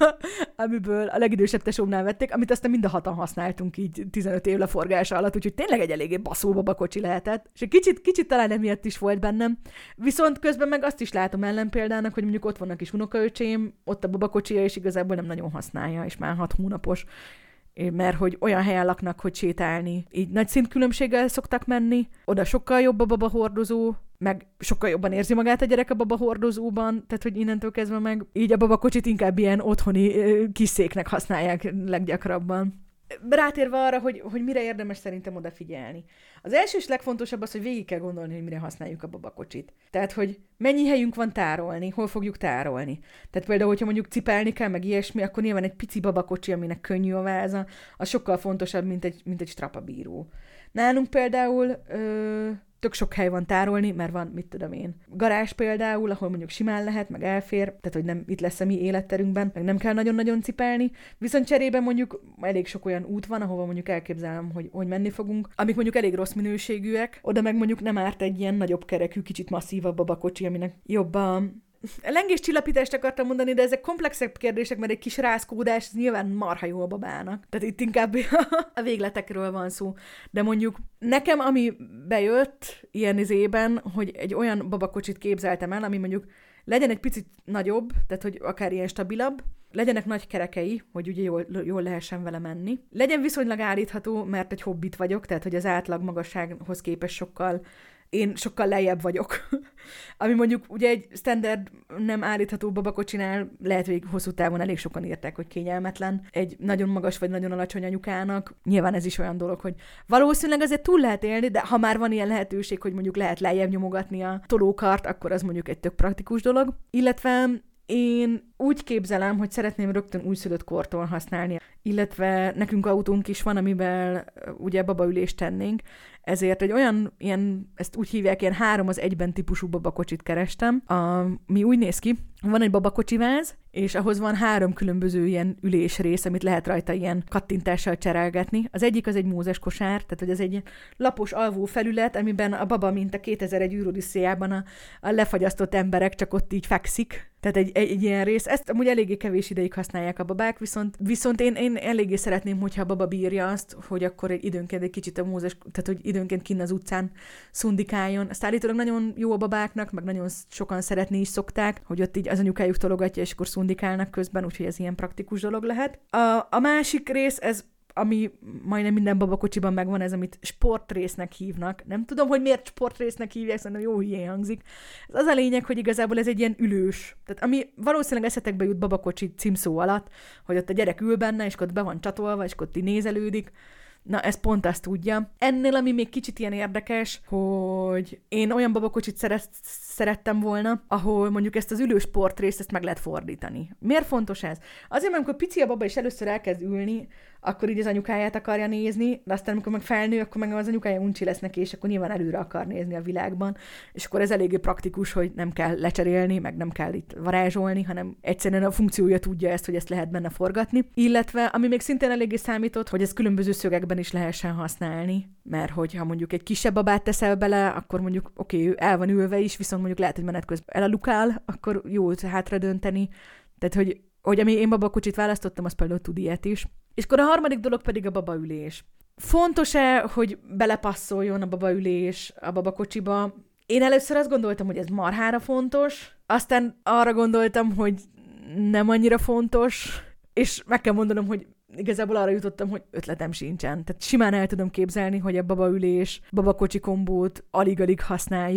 amiből a legidősebb tesómnál vették, amit aztán mind a hatan használtunk így tizenöt év leforgása alatt, úgyhogy tényleg egy eléggé baszó babakocsi lehetett. És egy kicsit, kicsit talán emiatt is volt bennem. Viszont közben meg azt is látom ellenpéldának, hogy mondjuk ott vannak is unokaöcsém, ott a babakocsija, és igazából nem nagyon használja, és már hat hónapos. Mert hogy olyan helyen laknak, hogy sétálni. Így nagy szintkülönbséggel szoktak menni, oda sokkal jobb a babahordozó, meg sokkal jobban érzi magát a gyerek a babahordozóban, tehát hogy innentől kezdve meg így a babakocsit inkább ilyen otthoni kis széknek használják leggyakrabban. Rátérve arra, hogy, hogy mire érdemes szerintem odafigyelni. Az első és legfontosabb az, hogy végig kell gondolni, hogy mire használjuk a babakocsit. Tehát, hogy mennyi helyünk van tárolni, hol fogjuk tárolni. Tehát például, hogyha mondjuk cipelni kell, meg ilyesmi, akkor nyilván egy pici babakocsi, aminek könnyű a váza, az sokkal fontosabb, mint egy, mint egy strapabíró. Nálunk például ö, tök sok hely van tárolni, mert van, mit tudom én, garázs például, ahol mondjuk simán lehet, meg elfér, tehát hogy nem itt lesz a mi életterünkben, meg nem kell nagyon-nagyon cipelni, viszont cserében mondjuk elég sok olyan út van, ahova mondjuk elképzelem, hogy, hogy menni fogunk, amik mondjuk elég rossz minőségűek, oda meg mondjuk nem árt egy ilyen nagyobb kerekű, kicsit masszívabb babakocsi, aminek jobb a lengés csillapítást akartam mondani, de ezek komplexebb kérdések, mert egy kis rázkódás, ez nyilván marha jó a babának. Tehát itt inkább a végletekről van szó. De mondjuk nekem, ami bejött ilyen izében, hogy egy olyan babakocsit képzeltem el, ami mondjuk legyen egy picit nagyobb, tehát hogy akár ilyen stabilabb, legyenek nagy kerekei, hogy ugye jól, jól lehessen vele menni. Legyen viszonylag állítható, mert egy hobbit vagyok, tehát hogy az átlag magassághoz képest sokkal én sokkal lejjebb vagyok. Ami mondjuk ugye egy standard nem állítható babakocsinál lehet, hogy hosszú távon elég sokan írták, hogy kényelmetlen. Egy nagyon magas vagy nagyon alacsony anyukának. Nyilván ez is olyan dolog, hogy valószínűleg azért túl lehet élni, de ha már van ilyen lehetőség, hogy mondjuk lehet lejjebb nyomogatni a tolókart, akkor az mondjuk egy tök praktikus dolog. Illetve én úgy képzelem, hogy szeretném rögtön újszülött kortól használni, illetve nekünk autónk is van, amiben ugye babaülést tennénk, ezért egy olyan, ilyen, ezt úgy hívják, ilyen három az egyben típusú babakocsit kerestem, ami úgy néz ki, van egy babakocsiváz, és ahhoz van három különböző ilyen ülésrész, amit lehet rajta ilyen kattintással cserélgetni. Az egyik az egy mózes kosár, tehát hogy ez egy lapos alvó felület, amiben a baba, mint a kétezer-egy űrodüssziában a, a lefagyasztott emberek csak ott így fekszik. Tehát egy, egy, egy ilyen rész. Ezt amúgy eléggé kevés ideig használják a babák, viszont, viszont én, én eléggé szeretném, hogyha a baba bírja azt, hogy akkor egy időnként egy kicsit a mózes, tehát hogy időnként kinn az utcán szundikáljon. Ezt állítólag nagyon jó a babáknak, meg nagyon sokan szeretni is szokták, hogy ott így az anyukájuk tologatja, és akkor szundikálnak közben, úgyhogy ez ilyen praktikus dolog lehet. A, a másik rész, ez ami majdnem minden babakocsiban megvan, ez, amit sportrésznek hívnak. Nem tudom, hogy miért sportrésznek hívják, szerintem jó hülyén hangzik. Ez az a lényeg, hogy igazából ez egy ilyen ülős. Tehát ami valószínűleg eszetekbe jut babakocsi címszó alatt, hogy ott a gyerek ül benne, és ott be van csatolva, és ott így nézelődik. Na, ez pont azt tudja. Ennél, ami még kicsit ilyen érdekes, hogy én olyan babakocsit szeret, szerettem volna, ahol mondjuk ezt az ülős portrészt, ezt meg lehet fordítani. Miért fontos ez? Azért, mert amikor pici a baba és először elkezd ülni, akkor így az anyukáját akarja nézni, de aztán amikor meg felnő, akkor meg az anyukája uncsi lesz neki, és akkor nyilván előre akar nézni a világban, és akkor ez eléggé praktikus, hogy nem kell lecserélni, meg nem kell itt varázsolni, hanem egyszerűen a funkciója tudja ezt, hogy ezt lehet benne forgatni. Illetve, ami még szintén eléggé számított, hogy ez különböző szögekben is lehessen használni, mert hogyha mondjuk egy kisebb babát teszel bele, akkor mondjuk oké, okay, ő el van ülve is, viszont mondjuk lehet, hogy menet közben elalukál, akkor jó hátra dönteni. Tehát, hogy, hogy ami én babakocsit választottam, az például tud ilyet is. És akkor a harmadik dolog pedig a babaülés. Fontos-e, hogy belepasszoljon a babaülés a babakocsiba? Én először azt gondoltam, hogy ez marhára fontos, aztán arra gondoltam, hogy nem annyira fontos, és meg kell mondanom, hogy igazából arra jutottam, hogy ötletem sincsen. Tehát simán el tudom képzelni, hogy a babaülés, babakocsi kombót alig-alig használjuk.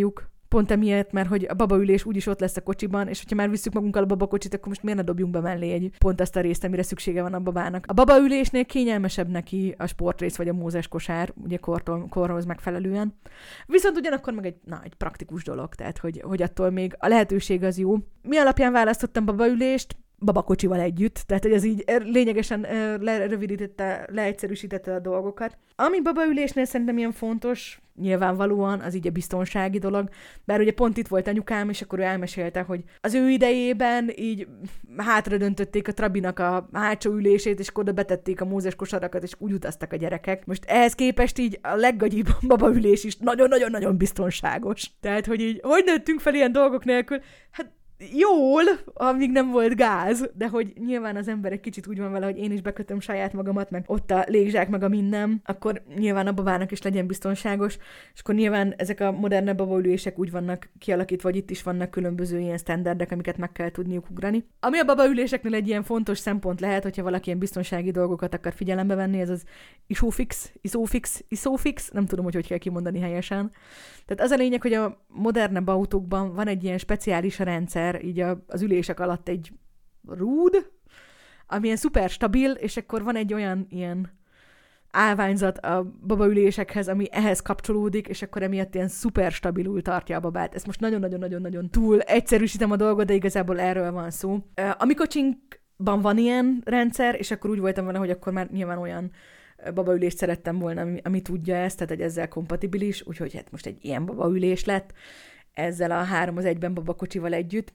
Pont emiatt, mert hogy a babaülés úgyis ott lesz a kocsiban, és hogyha már visszük magunkkal a babakocsit, akkor most miért ne dobjunk be mellé egy pont azt a részt, amire szüksége van a babának. A babaülésnél kényelmesebb neki a sportrész vagy a mózes kosár, ugye kortól, korhoz megfelelően. Viszont ugyanakkor meg egy, na, egy praktikus dolog, tehát hogy, hogy attól még a lehetőség az jó. Mi alapján választottam babaülést? Babakocsival együtt, tehát hogy ez így lényegesen lerövidítette, leegyszerűsítette a dolgokat. Ami babaülésnél szerintem ilyen fontos, nyilvánvalóan az így a biztonsági dolog, bár ugye pont itt volt anyukám, és akkor ő elmesélte, hogy az ő idejében így hátra döntötték a Trabinak a hátsó ülését, és oda betették a mózes kosarakat, és úgy utaztak a gyerekek. Most ehhez képest így a leggagyibb babaülés is nagyon-nagyon-nagyon biztonságos. Tehát, hogy így, hogy nőttünk fel ilyen dolgok nélkül? Hát jól, amíg nem volt gáz, de hogy nyilván az ember egy kicsit úgy van vele, hogy én is bekötöm saját magamat, meg ott a légzsák, meg a minden, akkor nyilván a babának is legyen biztonságos, és akkor nyilván ezek a modernebb babaülések úgy vannak kialakítva, vagy itt is vannak különböző ilyen standardek, amiket meg kell tudniuk ugrani. Ami a babaüléseknél egy ilyen fontos szempont lehet, hogyha valaki ilyen biztonsági dolgokat akar figyelembe venni, ez az isófix, isófix, isófix, nem tudom, hogy hogy kell kimondani helyesen. Tehát az a lényeg, hogy a modernebb autókban van egy ilyen speciális rendszer, így a, az ülések alatt egy rúd, ami ilyen szuper stabil, és akkor van egy olyan ilyen állványzat a babaülésekhez, ami ehhez kapcsolódik, és akkor emiatt ilyen szuper stabilul tartja a babát. Ezt most nagyon-nagyon-nagyon-nagyon túl egyszerűsítem a dolgot, de igazából erről van szó. A mi kocsinkban van ilyen rendszer, és akkor úgy voltam vele, hogy akkor már nyilván olyan babaülést szerettem volna, ami, ami tudja ezt, tehát hogy ezzel kompatibilis, úgyhogy hát most egy ilyen babaülés lett, ezzel a három az egyben babakocsival együtt,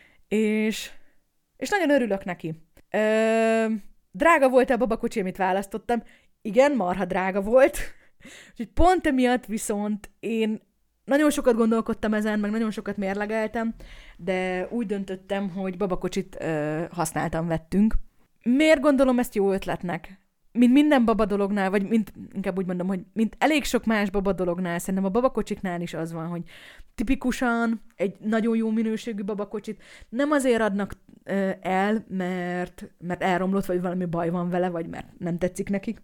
és, és nagyon örülök neki. Ö, drága volt a babakocsi, amit választottam. Igen, marha drága volt. Úgyhogy pont emiatt viszont én nagyon sokat gondolkodtam ezen, meg nagyon sokat mérlegeltem, de úgy döntöttem, hogy babakocsit ö, használtan vettünk. Miért gondolom ezt jó ötletnek? Mint minden baba dolognál, vagy mint, inkább úgy mondom, hogy mint elég sok más baba dolognál, szerintem a babakocsiknál is az van, hogy tipikusan egy nagyon jó minőségű babakocsit nem azért adnak ö, el, mert, mert elromlott, vagy valami baj van vele, vagy mert nem tetszik nekik,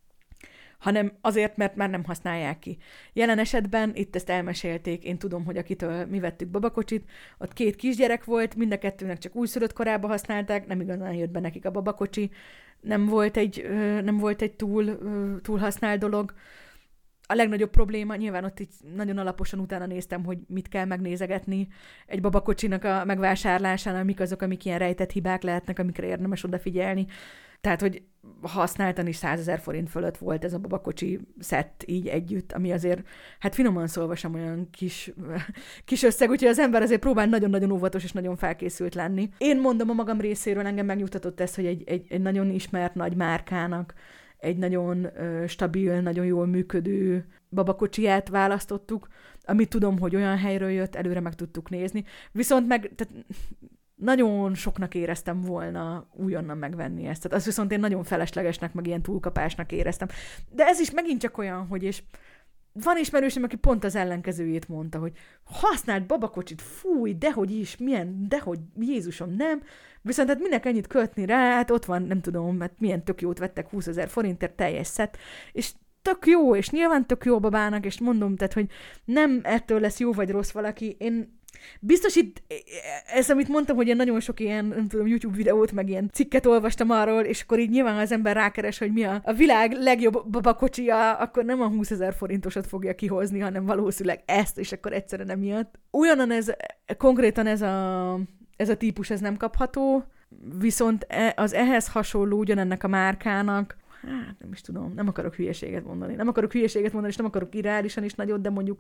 hanem azért, mert már nem használják ki. Jelen esetben itt ezt elmesélték, én tudom, hogy akitől mi vettük babakocsit, ott két kisgyerek volt, mind a kettőnek csak újszülött korában használták, nem igazán jött be nekik a babakocsi, nem volt egy, nem volt egy túl, túl használt dolog. A legnagyobb probléma, nyilván ott így nagyon alaposan utána néztem, hogy mit kell megnézegetni egy babakocsinak a megvásárlásánál, mik azok, amik ilyen rejtett hibák lehetnek, amikre érdemes odafigyelni. Tehát, hogy használtan is százezer forint fölött volt ez a babakocsi szett így együtt, ami azért, hát finoman szólva sem olyan kis, kis összeg, úgyhogy az ember azért próbál nagyon-nagyon óvatos és nagyon felkészült lenni. Én mondom a magam részéről, engem megnyugtatott ez, hogy egy, egy, egy nagyon ismert nagy márkának egy nagyon ö, stabil, nagyon jól működő babakocsiját választottuk, amit tudom, hogy olyan helyről jött, előre meg tudtuk nézni. Viszont meg tehát nagyon soknak éreztem volna újonnan megvenni ezt. Tehát azt viszont én nagyon feleslegesnek, meg ilyen túlkapásnak éreztem. De ez is megint csak olyan, hogy és van ismerősöm, aki pont az ellenkezőjét mondta, hogy használt babakocsit, fúj, dehogy is, milyen, dehogy, Jézusom, nem. Viszont hát minek ennyit költni rá, hát ott van, nem tudom, hát milyen tök jót vettek húszezer forintért teljes szett, és tök jó, és nyilván tök jó a babának, és mondom, tehát, hogy nem ettől lesz jó vagy rossz valaki, én biztos itt, ez amit mondtam, hogy én nagyon sok ilyen, nem tudom, YouTube videót, meg ilyen cikket olvastam arról, és akkor így nyilván az ember rákeres, hogy mi a, a világ legjobb babakocsia, akkor nem a húszezer forintosat fogja kihozni, hanem valószínűleg ezt, és akkor egyszerűen emiatt. Olyanan ez, konkrétan ez a, ez a típus, ez nem kapható, viszont az ehhez hasonló ugyanennek a márkának, hát nem is tudom, nem akarok hülyeséget mondani. Nem akarok hülyeséget mondani, és nem akarok irreálisan is nagyot, de mondjuk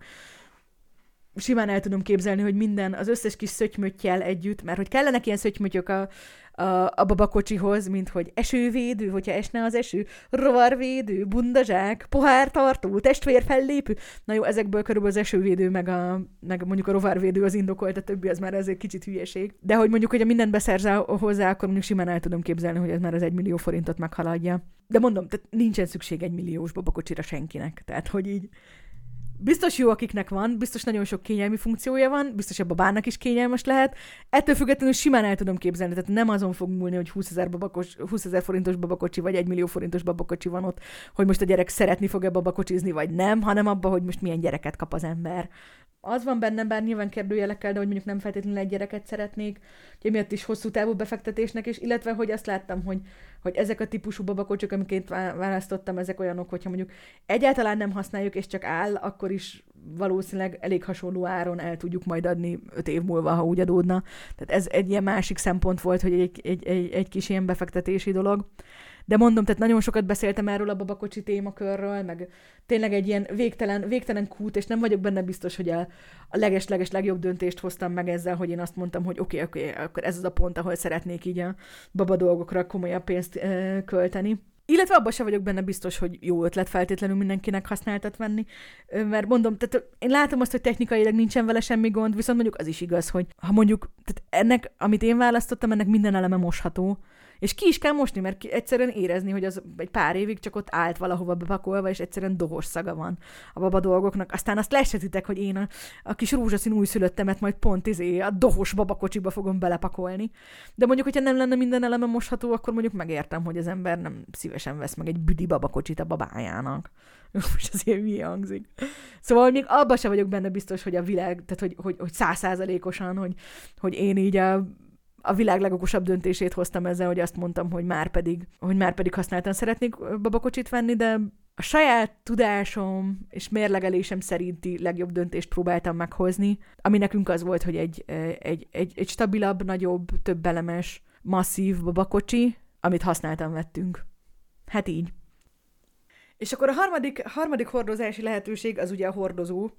simán el tudom képzelni, hogy minden, az összes kis szötymöttyel együtt, mert hogy kellenek ilyen szötymötyök a, a, a babakocsihoz, mint hogy esővédő, hogyha esne az eső, rovarvédő, bundazsák, pohártartó, testvérfellépő. Na jó, ezekből körülbelül az esővédő, meg, a, meg mondjuk a rovarvédő az indokolt, a többi az már azért kicsit hülyeség. De hogy mondjuk, hogy a mindent beszerzel hozzá, akkor mondjuk simán el tudom képzelni, hogy ez már az egymillió forintot meghaladja. De mondom, tehát nincsen szükség egymilliós babakocsira senkinek. Tehát, hogy így Biztos jó, akiknek van, biztos nagyon sok kényelmi funkciója van, biztos a babának is kényelmes lehet. Ettől függetlenül simán el tudom képzelni, tehát nem azon fog múlni, hogy húszezer forintos babakocsi vagy egy millió forintos babakocsi van ott, hogy most a gyerek szeretni fog-e babakocsizni, vagy nem, hanem abban, hogy most milyen gyereket kap az ember. Az van bennem, bár nyilván kérdőjelekkel, de hogy mondjuk nem feltétlenül egy gyereket szeretnék, hogy miatt is hosszú távú befektetésnek, és illetve, hogy azt láttam, hogy, hogy ezek a típusú babakocsik, amiket választottam, ezek olyanok, hogyha mondjuk egyáltalán nem használjuk, és csak áll, akkor is valószínűleg elég hasonló áron el tudjuk majd adni öt év múlva, ha úgy adódna. Tehát ez egy ilyen másik szempont volt, hogy egy, egy, egy, egy kis ilyen befektetési dolog. De mondom, tehát nagyon sokat beszéltem erről a babakocsi témakörről, meg tényleg egy ilyen végtelen, végtelen kút, és nem vagyok benne biztos, hogy a, a leges-leges legjobb döntést hoztam meg ezzel, hogy én azt mondtam, hogy oké, okay, oké, okay, akkor ez az a pont, ahol szeretnék így a baba dolgokra komolyabb pénzt e, költeni. Illetve abban sem vagyok benne biztos, hogy jó ötlet feltétlenül mindenkinek használtat venni, mert mondom, tehát én látom azt, hogy technikailag nincsen vele semmi gond, viszont mondjuk az is igaz, hogy ha mondjuk, tehát ennek, amit én választottam, ennek minden eleme mosható, és ki is kell mosni, mert ki, egyszerűen érezni, hogy az egy pár évig csak ott állt valahova bepakolva, és egyszerűen dohos szaga van a baba dolgoknak. Aztán azt lesetitek, hogy én a, a kis rózsaszín újszülöttemet majd pont izé a dohos babakocsiba fogom belepakolni. De mondjuk, hogyha nem lenne minden eleme mosható, akkor mondjuk megértem, hogy az ember nem szívesen vesz meg egy büdi babakocsit a babájának. Most azért mi hangzik. Szóval még abban sem vagyok benne biztos, hogy a világ, tehát hogy, hogy, hogy százszázalékosan, hogy, hogy én így a a világ legokosabb döntését hoztam ezzel, hogy azt mondtam, hogy már pedig, hogy már pedig használtan szeretnék babakocsit venni, de a saját tudásom és mérlegelésem szerinti legjobb döntést próbáltam meghozni, ami nekünk az volt, hogy egy, egy, egy, egy stabilabb, nagyobb, több elemes, masszív babakocsi, amit használtan vettünk. Hát így. És akkor a harmadik, harmadik hordozási lehetőség az ugye a hordozó,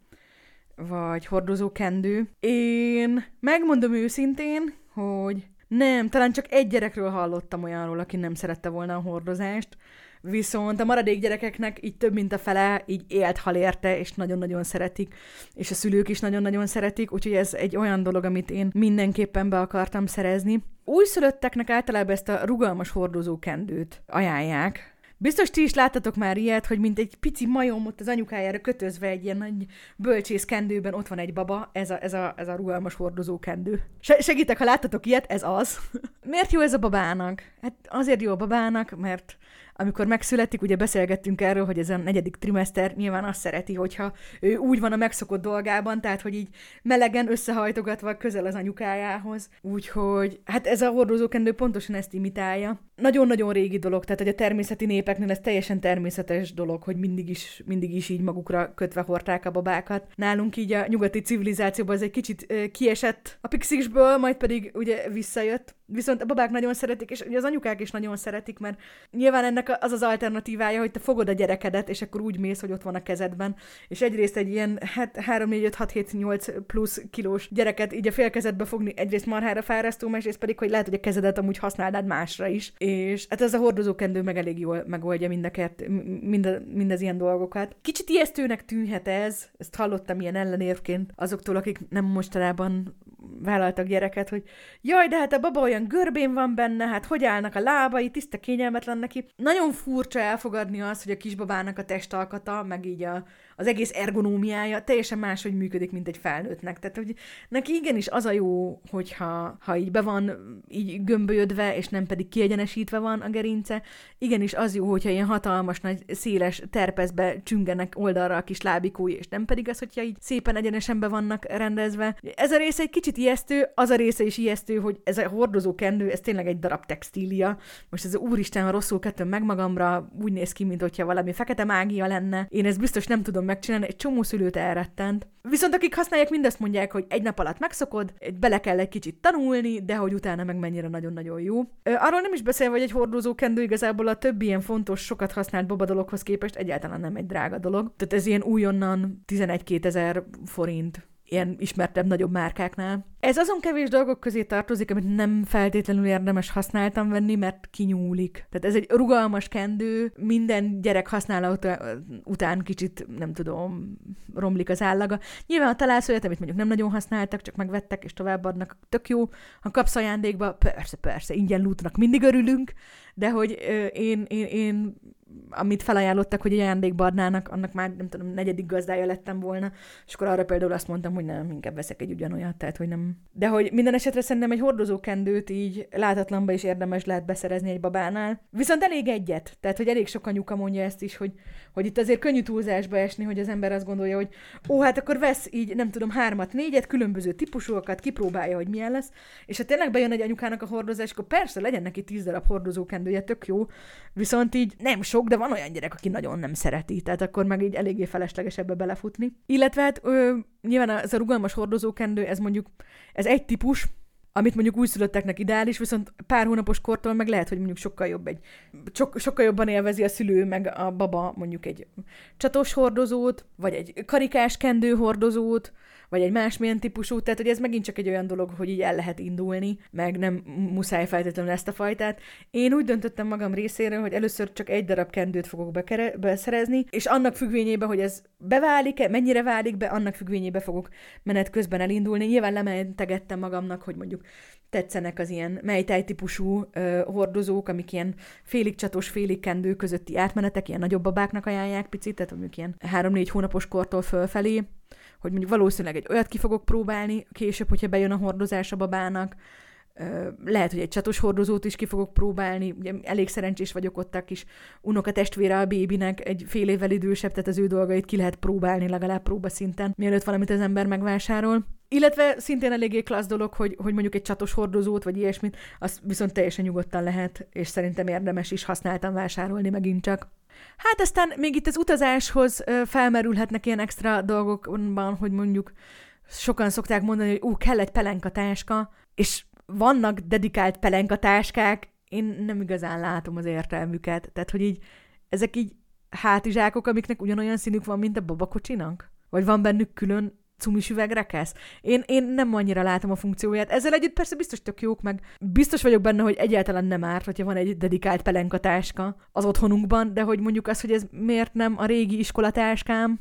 vagy hordozókendő. Én megmondom őszintén, hogy nem, talán csak egy gyerekről hallottam olyanról, aki nem szerette volna a hordozást, viszont a maradék gyerekeknek így több mint a fele így élt hal érte, és nagyon-nagyon szeretik, és a szülők is nagyon-nagyon szeretik, úgyhogy ez egy olyan dolog, amit én mindenképpen be akartam szerezni. Újszülötteknek általában ezt a rugalmas hordozókendőt ajánlják. Biztos ti is láttatok már ilyet, hogy mint egy pici majom ott az anyukájára kötözve egy ilyen nagy bölcsészkendőben ott van egy baba, ez a, ez a, ez a rugalmas hordozókendő. Se- segítek, ha láttatok ilyet, ez az. Miért jó ez a babának? Hát azért jó a babának, mert amikor megszületik, ugye beszélgettünk erről, hogy ez a negyedik trimester nyilván azt szereti, hogyha ő úgy van a megszokott dolgában, tehát hogy így melegen összehajtogatva közel az anyukájához. Úgyhogy hát ez a hordozókendő pontosan ezt imitálja. Nagyon-nagyon régi dolog, tehát hogy a természeti népeknél ez teljesen természetes dolog, hogy mindig is, mindig is így magukra kötve hordták a babákat. Nálunk így a nyugati civilizációban ez egy kicsit uh, kiesett a pixisből, majd pedig ugye visszajött. Viszont a babák nagyon szeretik, és ugye az anyukák is nagyon szeretik, mert nyilván ennek az az alternatívája, hogy te fogod a gyerekedet, és akkor úgy mész, hogy ott van a kezedben, és egyrészt egy ilyen hát három, négy, öt, hat, hét, nyolc plusz kilós gyereket így a félkezedbe fogni egyrészt marhára fárasztó, másrészt pedig, hogy lehet, hogy a kezedet amúgy használnád másra is. És hát ez a hordozókendő meg elég jól megoldja mindeket, mind, mindez ilyen dolgokat. Kicsit ijesztőnek tűnhet ez, ezt hallottam ilyen ellenérvként azoktól, akik nem mostanában vállaltak gyereket, hogy jaj, de hát a baba olyan görbén van benne, hát hogy állnak a lábai, tiszta kényelmetlen neki. Nagyon furcsa elfogadni azt, hogy a kisbabának a testalkata, meg így a, az egész ergonómiája teljesen máshogy működik, mint egy felnőttnek. Tehát, hogy neki igenis az a jó, hogyha ha így be van így gömbölyödve, és nem pedig kiegyenesítve van a gerince. Igenis az jó, hogyha ilyen hatalmas, nagy, széles terpezbe csüngenek oldalra a kis lábikúj, és nem pedig az, hogyha így szépen egyenesen be vannak rendezve. Ez a része egy kicsit ijesztő, az a része is ijesztő, hogy ez a hordozókendő, ez tényleg egy darab textília. Most ez a úristen, ha rosszul kettem meg magamra, úgy néz ki, mint hogyha valami fekete mágia lenne. Én ezt biztos nem tudom megcsinálni, egy csomó szülőt elrettent. Viszont akik használják, mindezt mondják, hogy egy nap alatt megszokod, bele kell egy kicsit tanulni, de hogy utána meg mennyire nagyon-nagyon jó. Arról nem is beszélve, hogy egy hordozókendő igazából a többi ilyen fontos, sokat használt baba dologhoz képest egyáltalán nem egy drága dolog. Tehát ez ilyen újonnan tizenegy-kétezer forint. Ilyen ismertebb, nagyobb márkáknál. Ez azon kevés dolgok közé tartozik, amit nem feltétlenül érdemes használtan venni, mert kinyúlik. Tehát ez egy rugalmas kendő, minden gyerek használata után kicsit, nem tudom, romlik az állaga. Nyilván a találsz olyat, amit mondjuk nem nagyon használtak, csak megvettek és továbbadnak, tök jó. Ha kapsz ajándékba, persze, persze, ingyen lootnak mindig örülünk, de hogy én, én, én amit felajánlottak, hogy egy ajándékba adnának, annak már nem tudom, negyedik gazdája lettem volna, és akkor arra például azt mondtam, hogy nem, inkább veszek egy ugyanolyat, tehát hogy nem. De hogy minden esetre szerintem egy hordozókendőt így látatlanba is érdemes lehet beszerezni egy babánál. Viszont elég egyet, tehát hogy elég sok anyuka mondja ezt is, hogy, hogy itt azért könnyű túlzásba esni, hogy az ember azt gondolja, hogy ó, hát akkor vesz így, nem tudom, hármat, négyet, különböző típusúakat, kipróbálja, hogy milyen lesz, és ha tényleg bejön egy anyukának a hordozás, akkor persze legyen neki tíz darab hordozókendője, tök jó, viszont így nem sok, de van olyan gyerek, aki nagyon nem szereti, tehát akkor meg így eléggé felesleges ebbe belefutni. Illetve hát ö, nyilván ez a rugalmas hordozókendő, ez mondjuk, ez egy típus, amit mondjuk újszülötteknek ideális, viszont pár hónapos kortól meg lehet, hogy mondjuk sokkal jobb egy, sok, sokkal jobban élvezi a szülő, meg a baba mondjuk egy csatos hordozót, vagy egy karikás kendő hordozót, vagy egy másmilyen típusú, tehát hogy ez megint csak egy olyan dolog, hogy így el lehet indulni, meg nem muszáj feltétlenül ezt a fajtát. Én úgy döntöttem magam részéről, hogy először csak egy darab kendőt fogok bekere- beszerezni, és annak függvényében, hogy ez beválik-e, mennyire válik be, annak függvényében fogok menet közben elindulni. Nyilván lementegettem magamnak, hogy mondjuk tetszenek az ilyen melytáj típusú ö, hordozók, amik ilyen félig csatos, félig kendő közötti átmenetek, ilyen nagyobb babáknak ajánlják picit, tehát mondjuk ilyen három-négy hónapos kortól fölfelé, hogy mondjuk valószínűleg egy olyat ki fogok próbálni később, hogyha bejön a hordozás a babának. Lehet, hogy egy csatos hordozót is ki fogok próbálni. Ugye elég szerencsés vagyok ott a kis unokatestvére a bébinek, egy fél évvel idősebb, tehát az ő dolgait ki lehet próbálni legalább próbaszinten, mielőtt valamit az ember megvásárol. Illetve szintén eléggé klassz dolog, hogy, hogy mondjuk egy csatos hordozót, vagy ilyesmit, azt viszont teljesen nyugodtan lehet, és szerintem érdemes is használtan vásárolni megint csak. Hát aztán még itt az utazáshoz felmerülhetnek ilyen extra dolgokban, hogy mondjuk sokan szokták mondani, hogy ú, kell egy pelenkatáska, és vannak dedikált pelenkatáskák, én nem igazán látom az értelmüket. Tehát, hogy így ezek így hátizsákok, amiknek ugyanolyan színük van, mint a babakocsinak? Vagy van bennük külön cumis üvegrekesz? Én, én nem annyira látom a funkcióját. Ezzel együtt persze biztos tök jók, meg biztos vagyok benne, hogy egyáltalán nem árt, hogyha van egy dedikált pelenkatáska az otthonunkban, de hogy mondjuk az, hogy ez miért nem a régi iskolatáskám,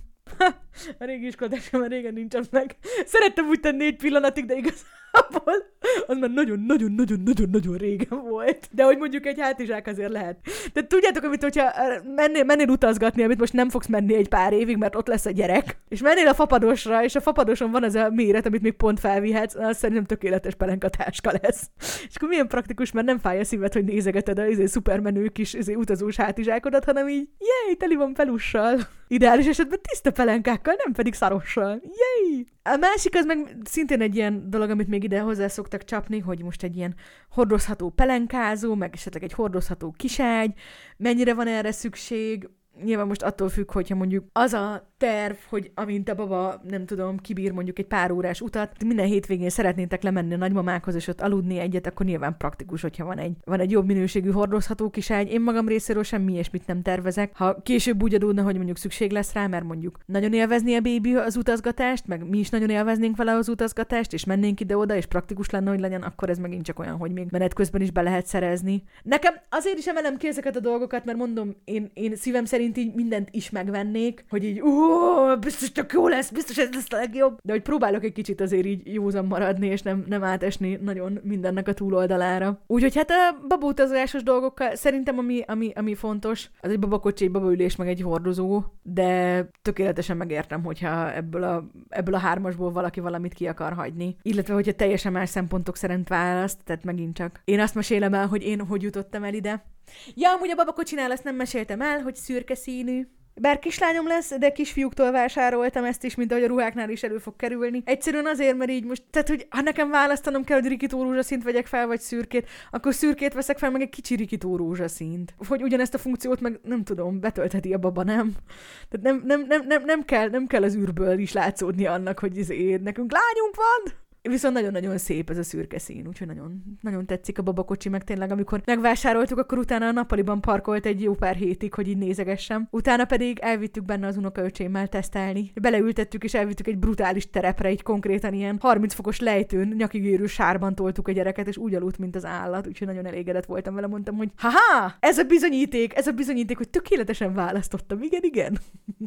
a régi iskolatáskám már régen nincsen meg. Szerettem úgy tenni egy pillanatig, de igazából az már nagyon-nagyon-nagyon-nagyon-nagyon régen volt. De hogy mondjuk egy hátizsák azért lehet. Tehát tudjátok, amit, hogyha mennél, mennél utazgatni, amit most nem fogsz menni egy pár évig, mert ott lesz a gyerek, és mennél a fapadosra, és a fapadoson van az a méret, amit még pont felvihetsz, az szerintem tökéletes pelenkatáska lesz. És akkor milyen praktikus, mert nem fáj a szíved, hogy nézegeted a izé, szupermenő kis izé, utazós hátizsákodat, hanem így, jéj, teli van pelussal. Ideális esetben tiszta pelenkákkal, nem pedig szarossal. Jéj! A másik az meg szintén egy ilyen dolog, amit még ide hozzá szoktak csapni, hogy most egy ilyen hordozható pelenkázó, meg esetleg egy hordozható kiságy, mennyire van erre szükség. Nyilván most attól függ, hogyha mondjuk az a terv, hogy amint a baba, nem tudom, kibír mondjuk egy pár órás utat, minden hétvégén szeretnétek lemenni a nagymamákhoz, és ott aludni egyet, akkor nyilván praktikus, hogyha van egy, van egy jobb minőségű hordozható kiságy. Én magam részéről semmi ilyesmit nem tervezek. Ha később úgy adódna, hogy mondjuk szükség lesz rá, mert mondjuk nagyon élvezni a bébi az utazgatást, meg mi is nagyon élveznénk vele az utazgatást, és mennénk ide-oda, és praktikus lenne, hogy legyen, akkor ez megint csak olyan, hogy még menet közben is be lehet szerezni. Nekem azért is emelem ki ezeket a dolgokat, mert mondom, én, én szívem szerint így mindent is megvennék, hogy így ó, biztos tök jó lesz, biztos ez lesz a legjobb. De hogy próbálok egy kicsit azért így józan maradni, és nem, nem átesni nagyon mindennek a túloldalára. Úgyhogy hát a babautazásos dolgokkal szerintem ami, ami, ami fontos, az egy babakocsi, egy babaülés, meg egy hordozó, de tökéletesen megértem, hogyha ebből a, ebből a hármasból valaki valamit ki akar hagyni. Illetve, hogyha teljesen más szempontok szerint választ, tehát megint csak. Én azt mesélem el, hogy én hogy jutottam el ide. Ja, amúgy a babakocsinál azt nem meséltem el, hogy szürke színű. Bár kislányom lesz, de kisfiúktól vásároltam ezt is, mint ahogy a ruháknál is elő fog kerülni. Egyszerűen azért, mert így most, tehát hogy ha nekem választanom kell, hogy rikító rózsaszínt vegyek fel, vagy szürkét, akkor szürkét veszek fel, meg egy kicsi rikító rózsaszínt. Hogy ugyanezt a funkciót meg nem tudom, betöltheti a baba, nem? Tehát nem, nem, nem, nem, nem, kell, nem kell az űrből is látszódni annak, hogy ezért nekünk lányunk van. Viszont nagyon-nagyon szép ez a szürke szín, úgyhogy nagyon, nagyon tetszik a babakocsi, meg tényleg amikor megvásároltuk, akkor utána a nappaliban parkolt egy jó pár hétig, hogy így nézegessem. Utána pedig elvittük benne az unokaöcsémmel tesztelni. Beleültettük és elvittük egy brutális terepre, így konkrétan ilyen harminc fokos lejtőn, nyakig érő sárban toltuk a gyereket, és úgy aludt, mint az állat, úgyhogy nagyon elégedett voltam vele, mondtam, hogy haha, ez a bizonyíték, ez a bizonyíték, hogy tökéletesen választottam, igen, igen.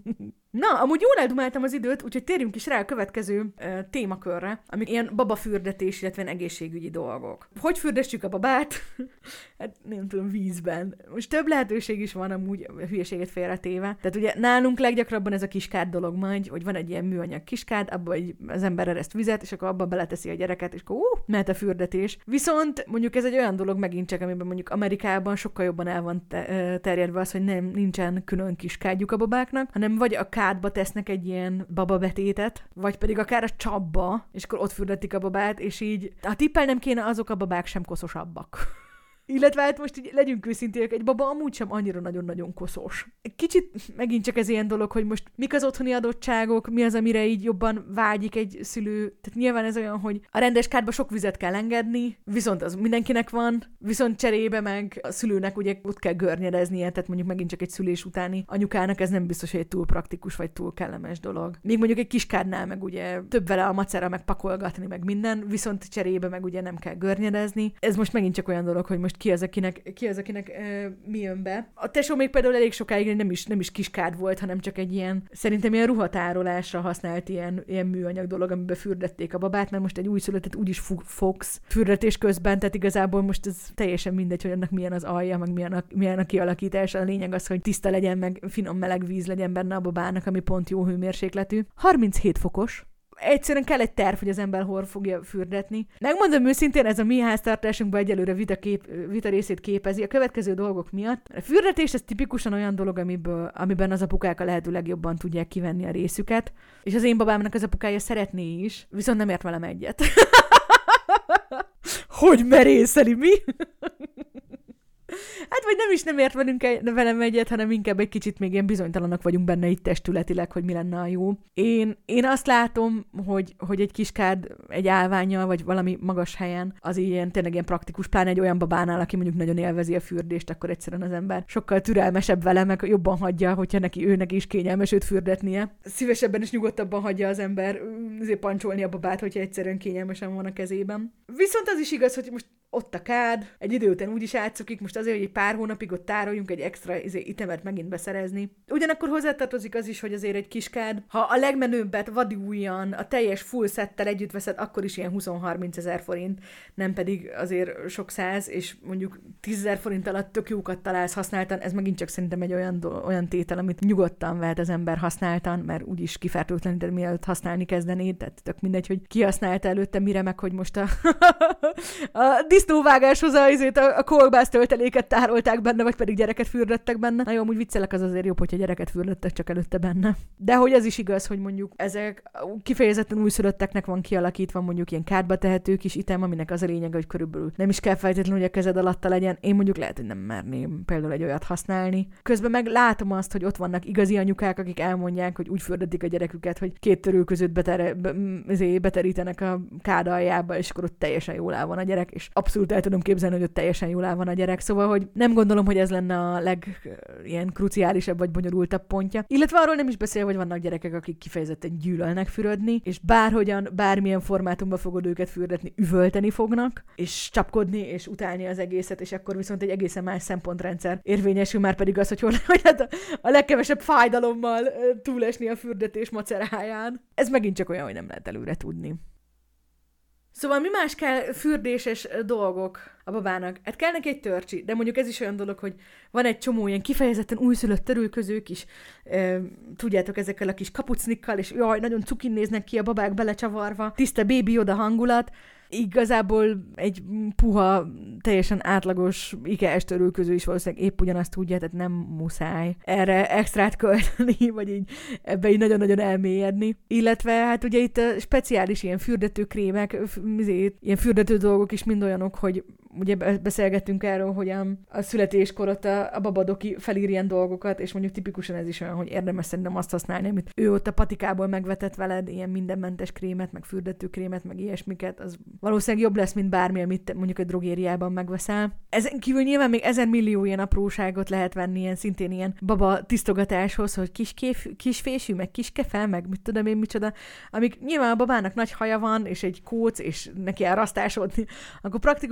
Na, amúgy jól eldumáltam az időt, úgyhogy térjünk is rá a következő uh, témakörre, amik ilyen babafürdetés, illetve egészségügyi dolgok. Hogy fürdessük a babát? Hát nem tudom, vízben. Most több lehetőség is van amúgy a hülyeséget félretéve. Tehát ugye nálunk leggyakrabban ez a kiskád dolog megy, hogy van egy ilyen műanyag kiskád, abba az ember ereszt vizet, és akkor abba beleteszi a gyereket, és akkor ú, mehet a fürdetés. Viszont mondjuk ez egy olyan dolog megint csak, amiben mondjuk Amerikában sokkal jobban el van te- terjedve az, hogy nem nincsen külön kiskádjuk a babáknak, hanem vagy a kádba tesznek egy ilyen bababetétet, vagy pedig akár a csapba, és akkor ott fürdetik a babát, és így, ha tippelnem kéne, azok a babák sem koszosabbak. Illetve hát most így legyünk őszinték, egy baba amúgy sem annyira nagyon-nagyon koszos. Kicsit megint csak ez ilyen dolog, hogy most mik az otthoni adottságok, mi az, amire így jobban vágyik egy szülő. Tehát nyilván ez olyan, hogy a rendes kádba sok vizet kell engedni, viszont az mindenkinek van, viszont cserébe meg a szülőnek ugye ott kell görnyedeznie, tehát mondjuk megint csak egy szülés utáni anyukának ez nem biztos, hogy egy túl praktikus vagy túl kellemes dolog. Még mondjuk egy kis kádnál meg ugye több vele a macera, meg pakolgatni, meg minden, viszont cserébe meg ugye nem kell görnyedezni. Ez most megint csak olyan dolog, hogy most ki az, akinek, ki az, akinek e, mi jön be. A tesó még például elég sokáig nem is, nem is kiskád volt, hanem csak egy ilyen, szerintem ilyen ruhatárolásra használt ilyen, ilyen műanyag dolog, amiben fürdették a babát, mert most egy újszülöttet úgyis fogsz fürdetés közben, tehát igazából most ez teljesen mindegy, hogy annak milyen az alja, meg milyen a, milyen a kialakítása. A lényeg az, hogy tiszta legyen, meg finom meleg víz legyen benne a babának, ami pont jó hőmérsékletű. harminchét fokos. Egyszerűen kell egy terv, hogy az ember hol fogja fürdetni. Megmondom őszintén, ez a mi háztartásunkban egyelőre vita, kép, vita részét képezi a következő dolgok miatt. A fürdetés ez tipikusan olyan dolog, amiből, amiben az apukák a lehető legjobban tudják kivenni a részüket. És az én babámnak az apukája szeretné is, viszont nem ért velem egyet. Hogy merészeli, mi? Hát vagy nem is nem ért velünk velem egyet, hanem inkább egy kicsit még ilyen bizonytalanak vagyunk benne itt testületileg, hogy mi lenne a jó. Én, én azt látom, hogy, hogy egy kiskád egy állvánnyal, vagy valami magas helyen, az ilyen tényleg ilyen praktikus, pláne egy olyan babánál, aki mondjuk nagyon élvezi a fürdést, akkor egyszerűen az ember sokkal türelmesebb vele, meg jobban hagyja, hogyha neki őnek is kényelmes őt fürdetnie. Szívesebben és nyugodtabban hagyja az ember azért pancsolni a babát, hogyha egyszerűen kényelmesen van a kezében. Viszont az is igaz, hogy most ott a kád, egy idő után úgyis átszokik, most azért, hogy egy pár hónapig ott tároljunk egy extra itemet megint beszerezni. Ugyanakkor hozzátartozik az is, hogy azért egy kis kád, ha a legmenőbbet vadi újjan, a teljes full szettel együtt veszed, akkor is ilyen húsz-harminc ezer forint, nem pedig azért sok száz, és mondjuk tízezer forint alatt tök jókat találsz használtan, ez megint csak szerintem egy olyan, do- olyan tétel, amit nyugodtan vehet az ember használtan, mert úgyis kifertőtlenített, mielőtt használni kezdenéd, tehát tök mindegy, hogy ki használta előtte mire, meg hogy most a, a disznóvágáshoz a, a, a kolbász tölteléket tárolták benne, vagy pedig gyereket fürdettek benne. Na jó, amúgy viccelek, az azért jobb, hogyha gyereket fürdettek csak előtte benne. De hogy ez is igaz, hogy mondjuk ezek kifejezetten újszülötteknek van kialakítva mondjuk ilyen kádba tehető kis item, aminek az a lényeg, hogy körülbelül nem is kell feltétlenül, hogy a kezed alatta legyen. Én mondjuk lehet, hogy nem merném például egy olyat használni. Közben meg látom azt, hogy ott vannak igazi anyukák, akik elmondják, hogy úgy fürdetik a gyereküket, hogy két törő között betere, be, beterítenek a kád aljába, és akkor ott teljesen jól áll van a gyerek, és abszolút el tudom képzelni, hogy ott teljesen jól áll van a gyerek. Szóval, hogy nem gondolom, hogy ez lenne a leg ilyen kruciálisabb vagy bonyolultabb pontja. Illetve arról nem is beszél, hogy vannak gyerekek, akik kifejezetten gyűlölnek fürödni, és bárhogyan, bármilyen formátumban fogod őket fürdetni, üvölteni fognak, és csapkodni, és utálni az egészet, és akkor viszont egy egészen más szempontrendszer érvényesül, már pedig az, hogy, hol, hogy hát a, a legkevesebb fájdalommal túlesni a fürdetés maceráján. Ez megint csak olyan, hogy nem lehet előre tudni. Szóval mi más kell fürdéses dolgok a babának? Hát kell neki egy törcsi, de mondjuk ez is olyan dolog, hogy van egy csomó ilyen kifejezetten újszülött törülközők is, e, tudjátok, ezekkel a kis kapucnikkal, és jaj, nagyon cukin néznek ki a babák belecsavarva, tiszta bébi oda hangulat. Igazából egy puha, teljesen átlagos ikás törülköző is valószínűleg épp ugyanazt tudja, tehát nem muszáj erre extrát költeni, vagy így ebbe így nagyon-nagyon elmélyedni. Illetve hát ugye itt a speciális ilyen fürdetőkrémek, ilyen fürdető dolgok is mind olyanok, hogy ugye beszélgettünk erről, hogy a, a születéskorot a, a babadoki felír ilyen dolgokat, és mondjuk tipikusan ez is olyan, hogy érdemes szerintem azt használni, amit ő ott a patikából megvetett veled, ilyen mindenmentes krémet, meg fürdetőkrémet, meg ilyesmiket, az valószínűleg jobb lesz, mint bármi, amit mondjuk a drogériában megveszel. Ezen kívül nyilván még ezer millió ilyen apróságot lehet venni, ilyen szintén ilyen baba tisztogatáshoz, hogy kis, kéf, kis fésű, meg kis kefe, meg mit tudom én micsoda, amik nyilván a babának nagy haja van, és egy kóc, és neki elrasztásodni, akkor praktikus, hogy van egy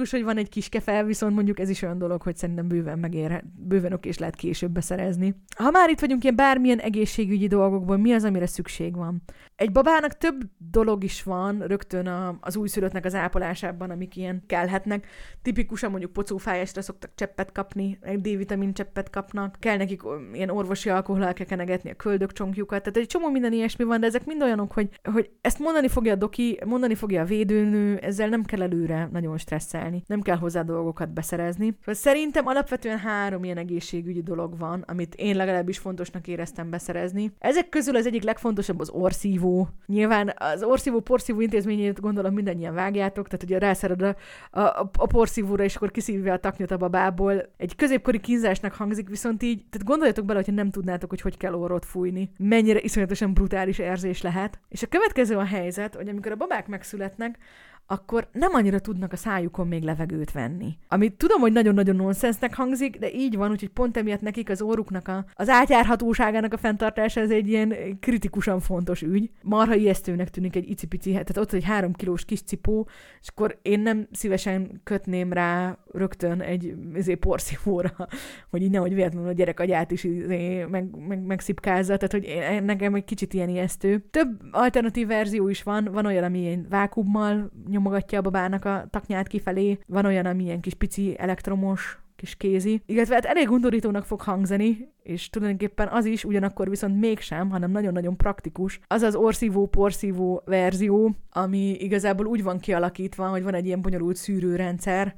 egy kis kefe, viszont mondjuk ez is olyan dolog, hogy szerintem bőven megér, bőven oké, és lehet később beszerezni. Ha már itt vagyunk ilyen bármilyen egészségügyi dolgokból, mi az, amire szükség van? Egy babának több dolog is van rögtön a, az újszülöttnek az ápolásában, amik ilyen kellhetnek. Tipikusan mondjuk pocófájásra szoktak cseppet kapni, egy D-vitamin cseppet kapnak, kell nekik ilyen orvosi alkohollal kell kenegetni a köldökcsonkjukat, tehát egy csomó minden ilyesmi van, de ezek mind olyanok, hogy, hogy ezt mondani fogja a doki, mondani fogja a védőnő, ezzel nem kell előre nagyon stresszelni, nem kell hozzá dolgokat beszerezni. Szerintem alapvetően három ilyen egészségügyi dolog van, amit én legalábbis fontosnak éreztem beszerezni. Ezek közül az egyik legfontosabb az orszívó. Nyilván az orszívó-porszívó intézményét gondolom mindannyian vágjátok, tehát ugye rászered a, a, a porszívóra, és akkor kiszívja a taknyot a babából. Egy középkori kínzásnak hangzik, viszont így, tehát gondoljatok bele, hogyha nem tudnátok, hogy hogy kell orrot fújni. Mennyire iszonyatosan brutális érzés lehet. És a következő a helyzet, hogy amikor a babák megszületnek, akkor nem annyira tudnak a szájukon még levegőt venni. Amit tudom, hogy nagyon-nagyon nonsensnek hangzik, de így van, úgyhogy pont emiatt nekik az orruknak a, az átjárhatóságának a fenntartása, ez egy ilyen kritikusan fontos ügy. Marha ijesztőnek tűnik egy icipici, tehát ott egy három kilós kis cipó, és akkor én nem szívesen kötném rá rögtön egy izé, porszívóra, hogy így nehogy véletlenül a gyerek agyát is izé, meg, meg, megszipkázza, tehát hogy én, nekem egy kicsit ilyen ijesztő. Több alternatív verzió is van, van olyan, ami ilyen vákuummal nyomogatja a babának a taknyát kifelé, van olyan, ami ilyen kis pici elektromos, kis kézi. Illetve hát elég undorítónak fog hangzani, és tulajdonképpen az is, ugyanakkor viszont mégsem, hanem nagyon-nagyon praktikus. Az az orszívó-porszívó verzió, ami igazából úgy van kialakítva, hogy van egy ilyen bonyolult szűrőrendszer,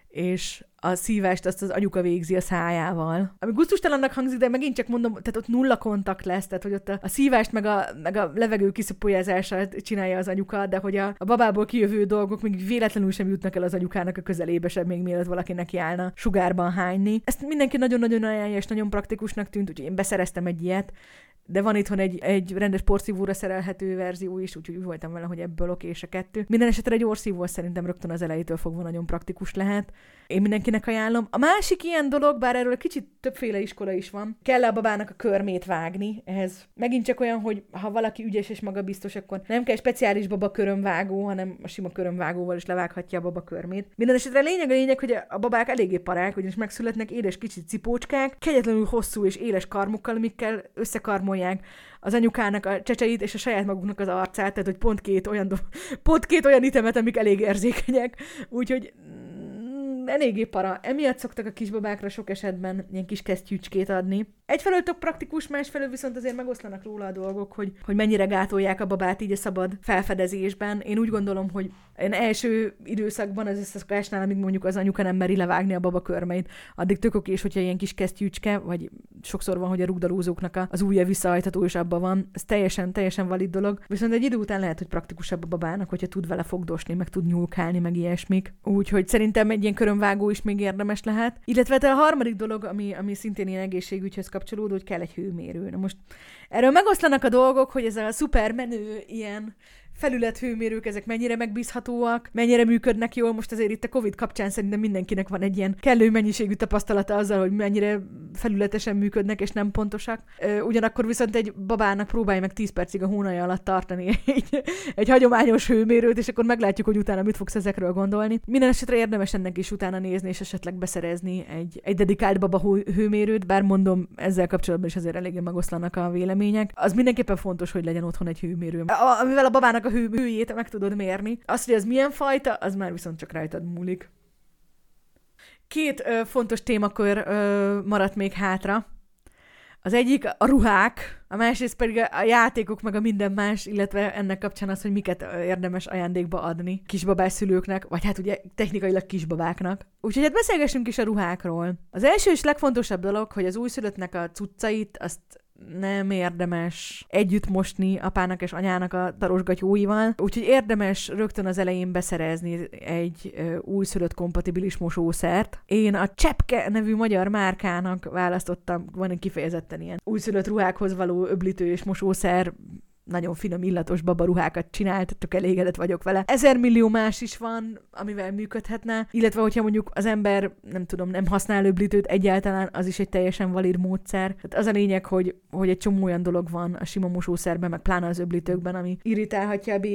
és a szívást azt az anyuka végzi a szájával. Ami gusztustalannak hangzik, de megint csak mondom, tehát ott nulla kontakt lesz, tehát hogy ott a, a szívást meg a, meg a levegő kiszipólyázását csinálja az anyuka, de hogy a, a babából kijövő dolgok még véletlenül sem jutnak el az anyukának a közelébe sem, még mielőtt valaki neki állna sugárban hányni. Ezt mindenki nagyon-nagyon ajánlja, és nagyon praktikusnak tűnt, úgyhogy én beszereztem egy ilyet, de van itthon egy, egy rendes porszívóra szerelhető verzió is, úgyhogy voltam vele, hogy ebből oké, és a kettő. Minden esetre egy orszívó szerintem rögtön az elejétől fogva nagyon praktikus lehet. Én mindenkinek ajánlom. A másik ilyen dolog, bár erről egy kicsit többféle iskola is van, kell a babának a körmét vágni. Ehhez megint csak olyan, hogy ha valaki ügyes és magabiztos, akkor nem kell speciális babakörömvágó, hanem a sima körömvágóval is levághatja a baba körmét. Minden esetre lényeg a lényeg, hogy a babák eléggé parák, ugyanis megszületnek édes kicsi cipócskák, kegyetlenül hosszú és éles karmokkal, amikkel összekarmolják az anyukának a csecseit és a saját maguknak az arcát, tehát hogy pont két olyan, do- pont két olyan itemet, amik elég érzékenyek. Úgyhogy eléggé para. Emiatt szoktak a kisbabákra sok esetben ilyen kis kesztyűcskét adni. Egyfelől tök praktikus, másfelől viszont azért megoszlanak róla a dolgok, hogy, hogy mennyire gátolják a babát így a szabad felfedezésben. Én úgy gondolom, hogy én első időszakban az összeszokásnál, amíg mondjuk az anyuka nem meri levágni a baba körmeit, addig tök okés, hogyha ilyen kis kesztyűcske, vagy sokszor van, hogy a rugdalózóknak a, az ujja visszahajtható és abban van. Ez teljesen, teljesen valid dolog. Viszont egy idő után lehet, hogy praktikusabb a babának, hogyha tud vele fogdosni, meg tud nyúlkálni, meg ilyesmik. Úgyhogy szerintem egy ilyen körömvágó is még érdemes lehet. Illetve a harmadik dolog, ami, ami szintén ilyen egészségügyhöz kapcsolódó, hogy kell egy hőmérő. Na most erről megoszlanak a dolgok, hogy ez a szuper menő ilyen felülethőmérők, ezek mennyire megbízhatóak, mennyire működnek jól. Most azért itt a Covid kapcsán szerintem mindenkinek van egy ilyen kellő mennyiségű tapasztalata azzal, hogy mennyire felületesen működnek és nem pontosak. Ugyanakkor viszont egy babának próbálj meg tíz percig a hónalja alatt tartani egy, egy hagyományos hőmérőt, és akkor meglátjuk, hogy utána mit fogsz ezekről gondolni. Minden esetre érdemes ennek is utána nézni, és esetleg beszerezni egy, egy dedikált baba hőmérőt, bár mondom, ezzel kapcsolatban is azért eléggé megoszlanak a vélemények. Az mindenképpen fontos, hogy legyen otthon egy hőmérő, amivel a babának a hő, hőjét meg tudod mérni. Azt, hogy ez milyen fajta, az már viszont csak rajtad múlik. Két ö, fontos témakör ö, maradt még hátra. Az egyik a ruhák, a másrészt pedig a játékok, meg a minden más, illetve ennek kapcsán az, hogy miket érdemes ajándékba adni kisbabás szülőknek, vagy hát ugye technikailag kisbabáknak. Úgyhogy hát beszélgessünk is a ruhákról. Az első és legfontosabb dolog, hogy az újszülöttnek a cuccait, azt nem érdemes együtt mosni apának és anyának a tarosgatyóival, úgyhogy érdemes rögtön az elején beszerezni egy ö, újszülött kompatibilis mosószert. Én a Csepke nevű magyar márkának választottam, van egy kifejezetten ilyen újszülött ruhákhoz való öblítő és mosószer, nagyon finom, illatos babaruhákat csinált, tök elégedett vagyok vele. Ezer millió más is van, amivel működhetne, illetve hogyha mondjuk az ember, nem tudom, nem használ öblítőt egyáltalán, az is egy teljesen valid módszer. Tehát az a lényeg, hogy, hogy egy csomó olyan dolog van a sima mosószerben, meg pláne az öblítőkben, ami irritálhatja a bébit.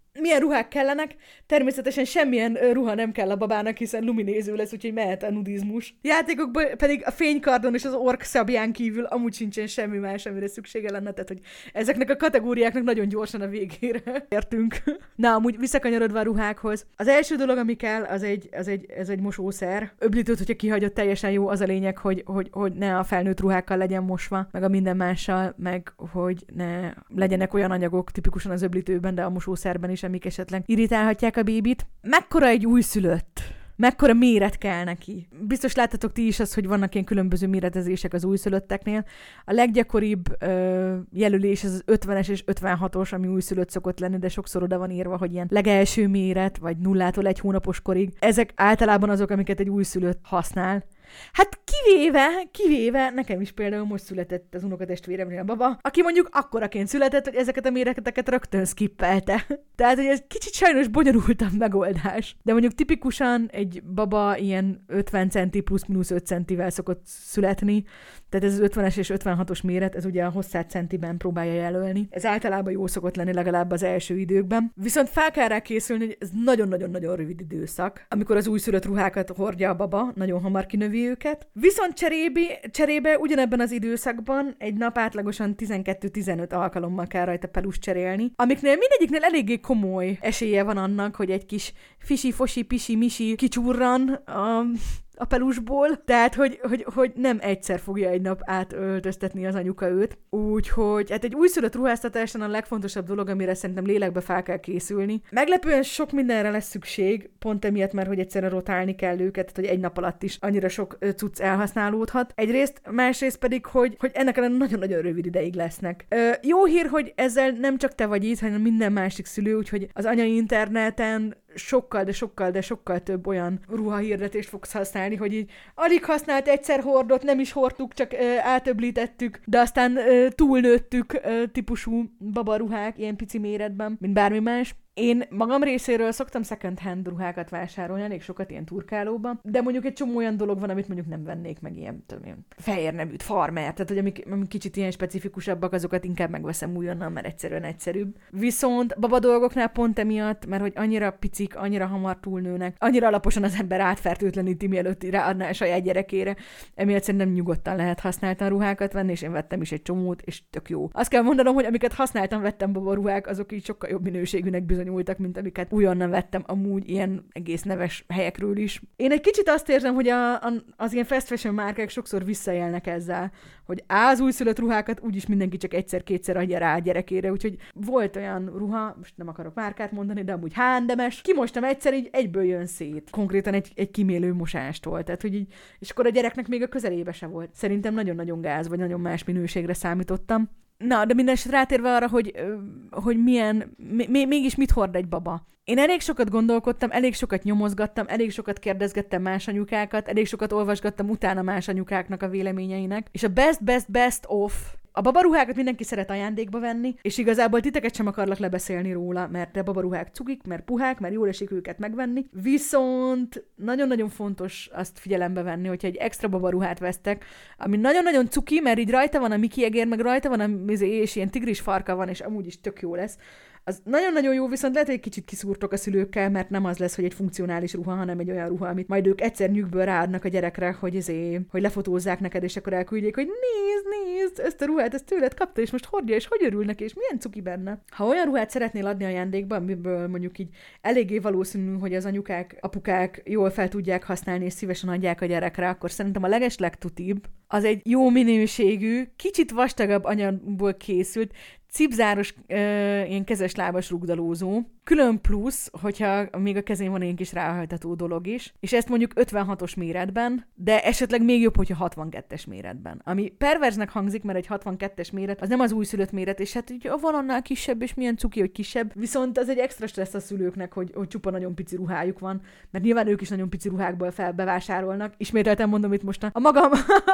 Milyen ruhák kellenek? Természetesen semmilyen ruha nem kell a babának, hiszen luminéző lesz, úgyhogy mehet a nudizmus. Játékokban pedig a fénykardon és az ork szabján kívül amúgy sincsen semmi más, amire szüksége lenne, tehát hogy ezeknek a kategóriáknak nagyon gyorsan a végére értünk. Na, amúgy visszakanyarodva a ruhákhoz. Az első dolog, ami kell, az egy, az egy, ez egy mosószer. Öblítőt, hogyha kihagyott, teljesen jó, az a lényeg, hogy, hogy, hogy ne a felnőtt ruhákkal legyen mosva, meg a minden mással, meg hogy ne legyenek olyan anyagok tipikusan az öblítőben, de a mosószerben is, amik esetleg irritálhatják a bébit. Mekkora egy újszülött? Mekkora méret kell neki? Biztos láttatok ti is azt, hogy vannak ilyen különböző méretezések az újszülötteknél. A leggyakoribb ö, jelölés az ötvenes és ötvenhatos, ami újszülött szokott lenni, de sokszor oda van írva, hogy ilyen legelső méret, vagy nullától egy hónapos korig. Ezek általában azok, amiket egy újszülött használ. Hát kivéve, kivéve, nekem is például most született az unokatestvéremnél a baba, aki mondjuk akkoraként született, hogy ezeket a méreteket rögtön skippelte. Tehát, hogy ez kicsit sajnos bonyolultabb megoldás. De mondjuk tipikusan egy baba ilyen ötven centi plusz-minusz öt centivel szokott születni, tehát ez az ötvenes és ötvenhatos méret, ez ugye a hosszát centiben próbálja jelölni. Ez általában jó szokott lenni legalább az első időkben. Viszont fel kell rá készülni, hogy ez nagyon-nagyon-nagyon rövid időszak, amikor az újszülött ruhákat hordja a baba, nagyon hamar kinövi őket. Viszont cserébe, cserébe ugyanebben az időszakban egy nap átlagosan tizenkettő-tizenöt alkalommal kell rajta pelust cserélni, amiknél mindegyiknél eléggé komoly esélye van annak, hogy egy kis fisi, fosi, pisi, misi kicsurran a... a pelusból, tehát, hogy, hogy, hogy nem egyszer fogja egy nap átöltöztetni az anyuka őt. Úgyhogy hát egy újszülött ruháztatáson a legfontosabb dolog, amire szerintem lélekbe fel kell készülni. Meglepően sok mindenre lesz szükség, pont emiatt, mert hogy egyszerűen rotálni kell őket, tehát hogy egy nap alatt is annyira sok cucc elhasználódhat. Egyrészt, másrészt pedig, hogy, hogy ennek ellen nagyon-nagyon rövid ideig lesznek. Ö, jó hír, hogy ezzel nem csak te vagy itt, hanem minden másik szülő, úgyhogy az anyai interneten sokkal, de sokkal, de sokkal több olyan ruhahirdetést fogsz használni, hogy így alig használt, egyszer hordott, nem is hordtuk, csak ö, átöblítettük, de aztán ö, túlnőttük ö, típusú babaruhák ilyen pici méretben, mint bármi más. Én magam részéről szoktam second hand ruhákat vásárolni, elég sokat ilyen turkálóban, de mondjuk egy csomó olyan dolog van, amit mondjuk nem vennék meg, ilyen, tudom én, fehér nevűt, farmer, tehát hogy amik, amik kicsit ilyen specifikusabbak, azokat inkább megveszem újonnan, mert egyszerűen egyszerűbb. Viszont baba dolgoknál pont emiatt, mert hogy annyira picik, annyira hamar túlnőnek, annyira alaposan az ember átfertőtleníti, mielőtt ráadná a saját gyerekére, emiatt szerintem nyugodtan lehet használtan ruhákat venni, és én vettem is egy csomót, és tök jó. Azt kell mondanom, hogy amiket használtam, vettem baba ruhák, azok így sokkal jobb minőségűnek bizonyultak, mint amiket újonnan vettem amúgy ilyen egész neves helyekről is. Én egy kicsit azt érzem, hogy a, a, az ilyen fast fashion márkák sokszor visszaélnek ezzel, hogy á, az újszülött ruhákat úgyis mindenki csak egyszer-kétszer adja rá a gyerekére, úgyhogy volt olyan ruha, most nem akarok márkát mondani, de amúgy hándemes, kimostam egyszer, így egyből jön szét. Konkrétan egy, egy kimélő mosástól, tehát hogy így, és akkor a gyereknek még a közelébe se volt. Szerintem nagyon-nagyon gáz, vagy nagyon más minőségre számítottam. Na, de mindenesetre rátérve arra, hogy, hogy milyen, m- mégis mit hord egy baba. Én elég sokat gondolkodtam, elég sokat nyomozgattam, elég sokat kérdezgettem más anyukákat, elég sokat olvasgattam utána más anyukáknak a véleményeinek, és a best, best, best of. A babaruhákat mindenki szeret ajándékba venni, és igazából titeket sem akarlak lebeszélni róla, mert a babaruhák cugik, mert puhák, mert jól esik őket megvenni. Viszont nagyon-nagyon fontos azt figyelembe venni, hogyha egy extra babaruhát vesztek, ami nagyon-nagyon cuki, mert így rajta van a Mickey egér, meg rajta van a és ilyen tigris farka van, és amúgy is tök jó lesz. Az nagyon-nagyon jó, viszont lehet, hogy egy kicsit kiszúrtok a szülőkkel, mert nem az lesz, hogy egy funkcionális ruha, hanem egy olyan ruha, amit majd ők egyszer nyükből ráadnak a gyerekre, hogy, ezé, hogy lefotózzák neked, és akkor elküldjék, hogy nézd, nézd, ezt a ruhát, ezt tőled kapta, és most hordja, és hogy örül neki, és milyen cuki benne. Ha olyan ruhát szeretnél adni ajándékba, amiből mondjuk így eléggé valószínű, hogy az anyukák, apukák jól fel tudják használni, és szívesen adják a gyerekre, akkor szerintem a legeslegtutibb az egy jó minőségű, kicsit vastagabb anyagból készült, cipzáros, uh, ilyen kezes-lábas rugdalózó. Külön plusz, hogyha még a kezén van egy kis ráhajtató dolog is, és ezt mondjuk ötvenhatos méretben, de esetleg még jobb, hogyha hatvankettes méretben. Ami perverznek hangzik, mert egy hatvankettes méret, az nem az újszülött méret, és hát ugye van annál kisebb, és milyen cuki, hogy kisebb, viszont az egy extra stressz a szülőknek, hogy, hogy csupa nagyon pici ruhájuk van, mert nyilván ők is nagyon pici ruhákból felbevásárolnak. Ismételten mondom itt most a magam,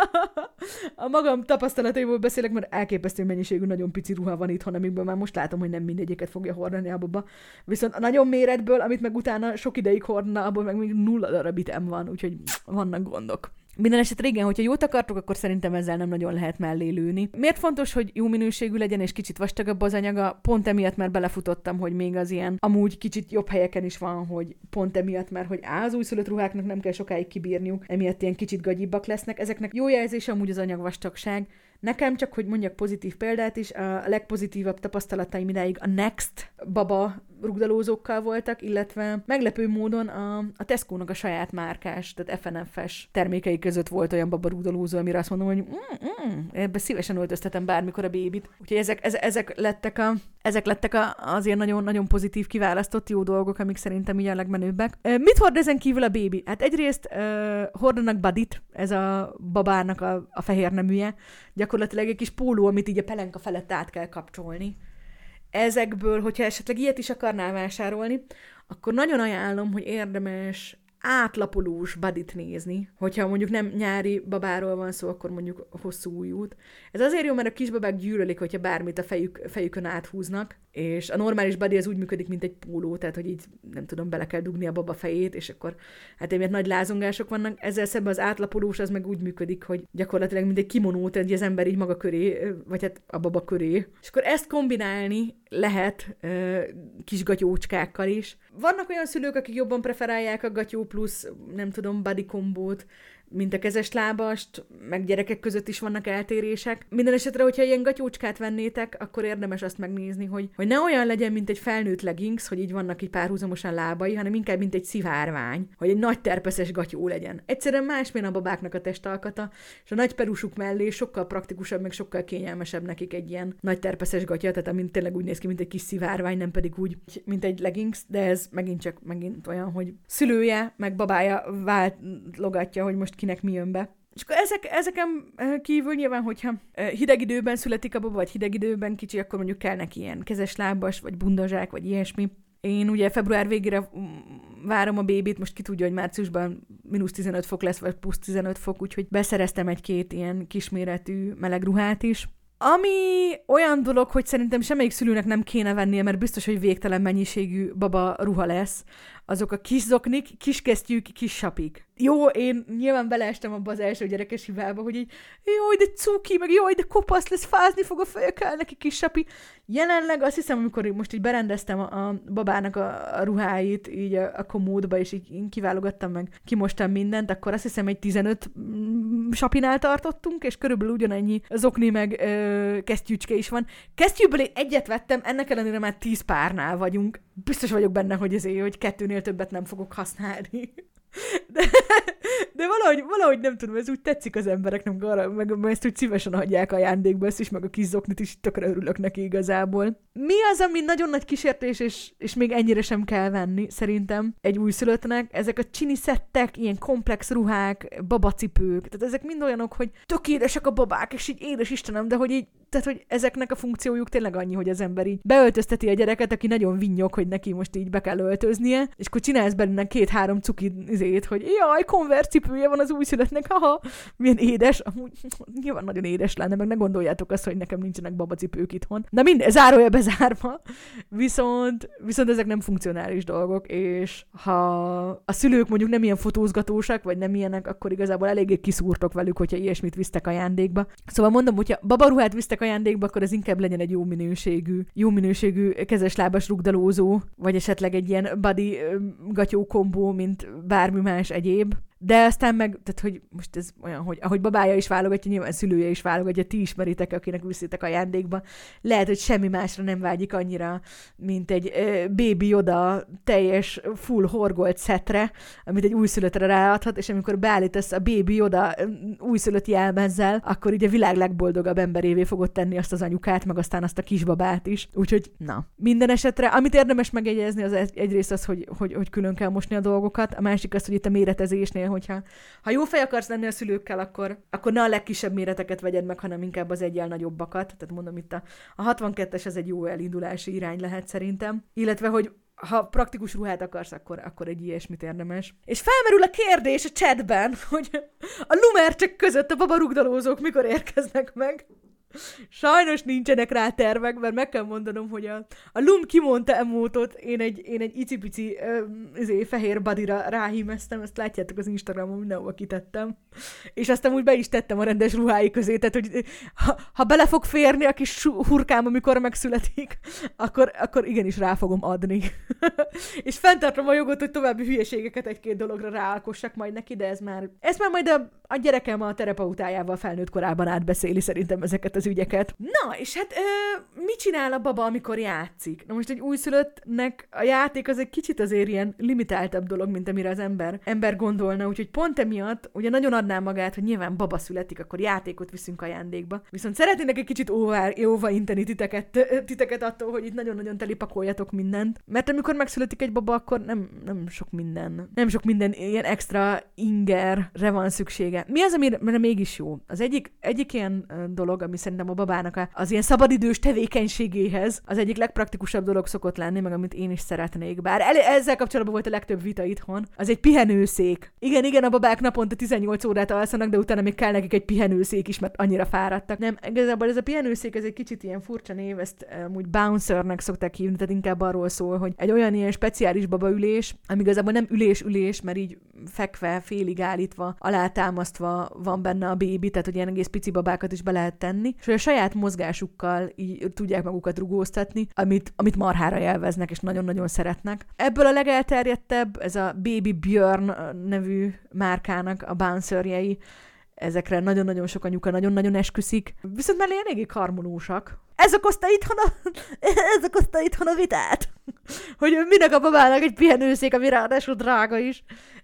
a magam tapasztalataiból beszélek, mert elképesztő mennyiségű nagyon pici ruha van itthon, amikből már most látom, hogy nem mindegyiket fogja hordani a baba. Viszont a nagyon méretből, amit meg utána sok ideig hordna, abból meg még nulla darab item van, úgyhogy vannak gondok. Minden esetre igen, hogyha jót akartok, akkor szerintem ezzel nem nagyon lehet mellé lőni. Miért fontos, hogy jó minőségű legyen és kicsit vastagabb az anyaga? Pont emiatt már belefutottam, hogy még az ilyen amúgy kicsit jobb helyeken is van, hogy pont emiatt már, hogy á, az újszülött ruháknak nem kell sokáig kibírniuk, emiatt ilyen kicsit gagyibbak lesznek. Ezeknek jó jelzés amúgy az anyagvastagság. Nekem csak, hogy mondjak pozitív példát is, a legpozitívabb tapasztalataim idáig a Next baba rugdalózókkal voltak, illetve meglepő módon a, a Tesco-nak a saját márkás, tehát ef en ef-es termékei között volt olyan baba rugdalózó, amire azt mondom, hogy mm, mm, ebbe szívesen öltöztetem bármikor a bébit. Úgyhogy ezek, ezek, ezek lettek, a, ezek lettek a, azért nagyon-nagyon pozitív kiválasztott jó dolgok, amik szerintem így a legmenőbbek. Mit hord ezen kívül a bébi? Hát egyrészt uh, hordanak badit, ez a babának a, a fehér neműje, gyakorlatilag egy kis póló, amit így a pelenka felett át kell kapcsolni. Ezekből, hogyha esetleg ilyet is akarnál vásárolni, akkor nagyon ajánlom, hogy érdemes átlapolós badit nézni. Hogyha mondjuk nem nyári babáról van szó, akkor mondjuk hosszú ujjút. Ez azért jó, mert a kisbabák gyűlölik, hogyha bármit a fejük, fejükön áthúznak, és a normális body az úgy működik, mint egy póló, tehát hogy így nem tudom, bele kell dugni a baba fejét, és akkor hát emiatt nagy lázongások vannak. Ezzel szemben az átlapolós az meg úgy működik, hogy gyakorlatilag mint egy kimonó, tehát az ember így maga köré, vagy hát a baba köré. És akkor ezt kombinálni lehet ö, kis gatyócskákkal is. Vannak olyan szülők, akik jobban preferálják a gatyó plusz, nem tudom, body kombót, mint a kezes lábast, meg gyerekek között is vannak eltérések. Minden esetre, hogyha ilyen gatyócskát vennétek, akkor érdemes azt megnézni, hogy, hogy ne olyan legyen, mint egy felnőtt leggings, hogy így vannak így párhuzamosan lábai, hanem inkább, mint egy szivárvány, hogy egy nagy terpeszes gatyó legyen. Egyszerűen másmilyen a babáknak a testalkata, és a nagy perusuk mellé sokkal praktikusabb, meg sokkal kényelmesebb nekik egy ilyen nagy terpeszes gatya, tehát amint tényleg úgy néz ki, mint egy kis szivárvány, nem pedig úgy, mint egy leggings, de ez megint csak megint olyan, hogy szülője, meg babája váltogatja, hogy most kinek mi jön be. És akkor ezek, ezeken kívül nyilván, hogyha hideg időben születik a baba, vagy hideg időben kicsi, akkor mondjuk kell neki ilyen kezes lábas, vagy bundazsák, vagy ilyesmi. Én ugye február végére várom a bébit, most ki tudja, hogy márciusban mínusz tizenöt fok lesz, vagy plusz tizenöt fok, úgyhogy beszereztem egy-két ilyen kisméretű meleg ruhát is. Ami olyan dolog, hogy szerintem semmelyik szülőnek nem kéne vennie, mert biztos, hogy végtelen mennyiségű baba ruha lesz, azok a kis zoknik, kis kesztyűk, kis sapik. Jó, én nyilván beleestem abba az első gyerekes hibába, hogy így jaj, de cuki, meg jaj, de kopasz lesz, fázni fog a feje, kell neki kis sapi. Jelenleg azt hiszem, amikor most így berendeztem a, a babának a, a ruháit így a, a komódba, és így kiválogattam meg, kimostam mindent, akkor azt hiszem egy tizenöt sapinál tartottunk, és körülbelül ugyanennyi zokni meg ö, kesztyűcske is van. Kesztyűből én egyet vettem, ennek ellenére már tíz párnál vagyunk. Biztos vagyok benne, hogy ezért, hogy kettőnél többet nem fogok használni. De, de valahogy, valahogy nem tudom, ez úgy tetszik az embereknek, arra, meg, meg ezt úgy szívesen adják ajándékba, ezt is, meg a kis zoknit is, tökre örülök neki igazából. Mi az, ami nagyon nagy kísértés, és, és még ennyire sem kell venni, szerintem, egy újszülöttnek? Ezek a csiniszettek, ilyen komplex ruhák, babacipők, tehát ezek mind olyanok, hogy tök édesek a babák, és így édes Istenem, de hogy így, tehát, hogy ezeknek a funkciójuk tényleg annyi, hogy az ember így beöltözteti a gyereket, aki nagyon vinnyog, hogy neki most így be kell öltöznie, és akkor csinálsz benne két-három cuki izét, hogy jaj, Converse cipője van az újszülöttnek, haha, milyen édes, amúgy nyilván nagyon édes lenne, meg ne gondoljátok azt, hogy nekem nincsenek babacipők itthon. Na minden, zárója bezárva, viszont, viszont ezek nem funkcionális dolgok, és ha a szülők mondjuk nem ilyen fotózgatósak, vagy nem ilyenek, akkor igazából eléggé kiszúrtok velük, hogyha ilyesmit visztek ajándékba. Szóval mondom, hogyha babaruhát visztek ajándékba, akkor az inkább legyen egy jó minőségű, jó minőségű kezeslábas rugdalózó, vagy esetleg egy ilyen body gatyó kombó, mint bármi más egyéb. De aztán meg, tehát hogy most ez olyan, hogy ahogy babája is válogatja, nyilván szülője is válogatja, ti ismeritek, akinek viszitek ajándékba. Lehet, hogy semmi másra nem vágyik annyira, mint egy uh, Baby Yoda teljes full horgolt szetre, amit egy újszülöttre ráadhat, és amikor beállítasz a Baby Yoda újszülött jelmezzel, akkor így a világ legboldogabb emberévé fogod tenni azt az anyukát, meg aztán azt a kisbabát is. Úgyhogy, na, minden esetre, amit érdemes megjegyezni, az egyrészt az, hogy, hogy, hogy külön kell mosni a dolgokat, a másik az, hogy itt a méretezésnél, hogyha ha jó fej akarsz lenni a szülőkkel, akkor, akkor ne a legkisebb méreteket vegyed meg, hanem inkább az egyel nagyobbakat. Tehát mondom, itt a, a hatvankettes az egy jó elindulási irány lehet szerintem. Illetve, hogy ha praktikus ruhát akarsz, akkor, akkor egy ilyesmit érdemes. És felmerül a kérdés a chatben, hogy a lumercsek között a babarugdalózók mikor érkeznek meg. Sajnos nincsenek rá tervek, mert meg kell mondanom, hogy a, a Lum kimondta emótot én egy, én egy icipici ö, fehér badira ráhímeztem, ezt látjátok az Instagramon, mindenhol kitettem. És aztán úgy be is tettem a rendes ruhái közé, tehát hogy ha, ha bele fog férni a kis hurkám, amikor megszületik, akkor, akkor igenis rá fogom adni. És fenntartom a jogot, hogy további hülyeségeket egy-két dologra ráalkossak majd neki, de ez már, ez már majd a, a gyerekem a terapeutájával felnőtt korában átbeszéli szerintem ezeket az ügyeket. Na, és hát ö, mit csinál a baba, amikor játszik? Na most egy újszülöttnek a játék az egy kicsit azért ilyen limitáltabb dolog, mint amire az ember, ember gondolna, úgyhogy pont emiatt ugye nagyon adná magát, hogy nyilván baba születik, akkor játékot viszünk ajándékba. Viszont szeretnének egy kicsit óvá, óva inteni titeket, titeket attól, hogy itt nagyon-nagyon telipakoljatok mindent. Mert amikor megszületik egy baba, akkor nem, nem sok minden, nem sok minden ilyen extra ingerre van szüksége. Mi az, amire mégis jó? Az egyik, egyik ilyen dolog, ami szerintem a babának az ilyen szabadidős tevékenységéhez az egyik legpraktikusabb dolog szokott lenni, meg amit én is szeretnék. Bár el, ezzel kapcsolatban volt a legtöbb vita itthon. Az egy pihenőszék. Igen, igen, a babák naponta tizennyolc órát alszanak, de utána még kell nekik egy pihenőszék is, mert annyira fáradtak. Nem, igazából ez a pihenőszék, ez egy kicsit ilyen furcsa név, ezt amúgy bouncernek szokták hívni, tehát inkább arról szól, hogy egy olyan ilyen speciális babaülés, ami igazából nem ülés-ülés, mert így fekve, félig állítva, alátámasztva van benne a bébi, tehát hogy ilyen egész pici babákat is be lehet tenni, és hogy a saját mozgásukkal így tudják magukat rugóztatni, amit, amit marhára élveznek, és nagyon-nagyon szeretnek. Ebből a legelterjedtebb, ez a Baby Björn nevű márkának a bouncerjei, ezekre nagyon-nagyon sok anyuka nagyon-nagyon esküszik, viszont mellé eléggé karmonósak. Ez okozta itthon a, ez okozta itthon a vitát, hogy minek a babának egy pihenőszék, ami ráadásul drága is.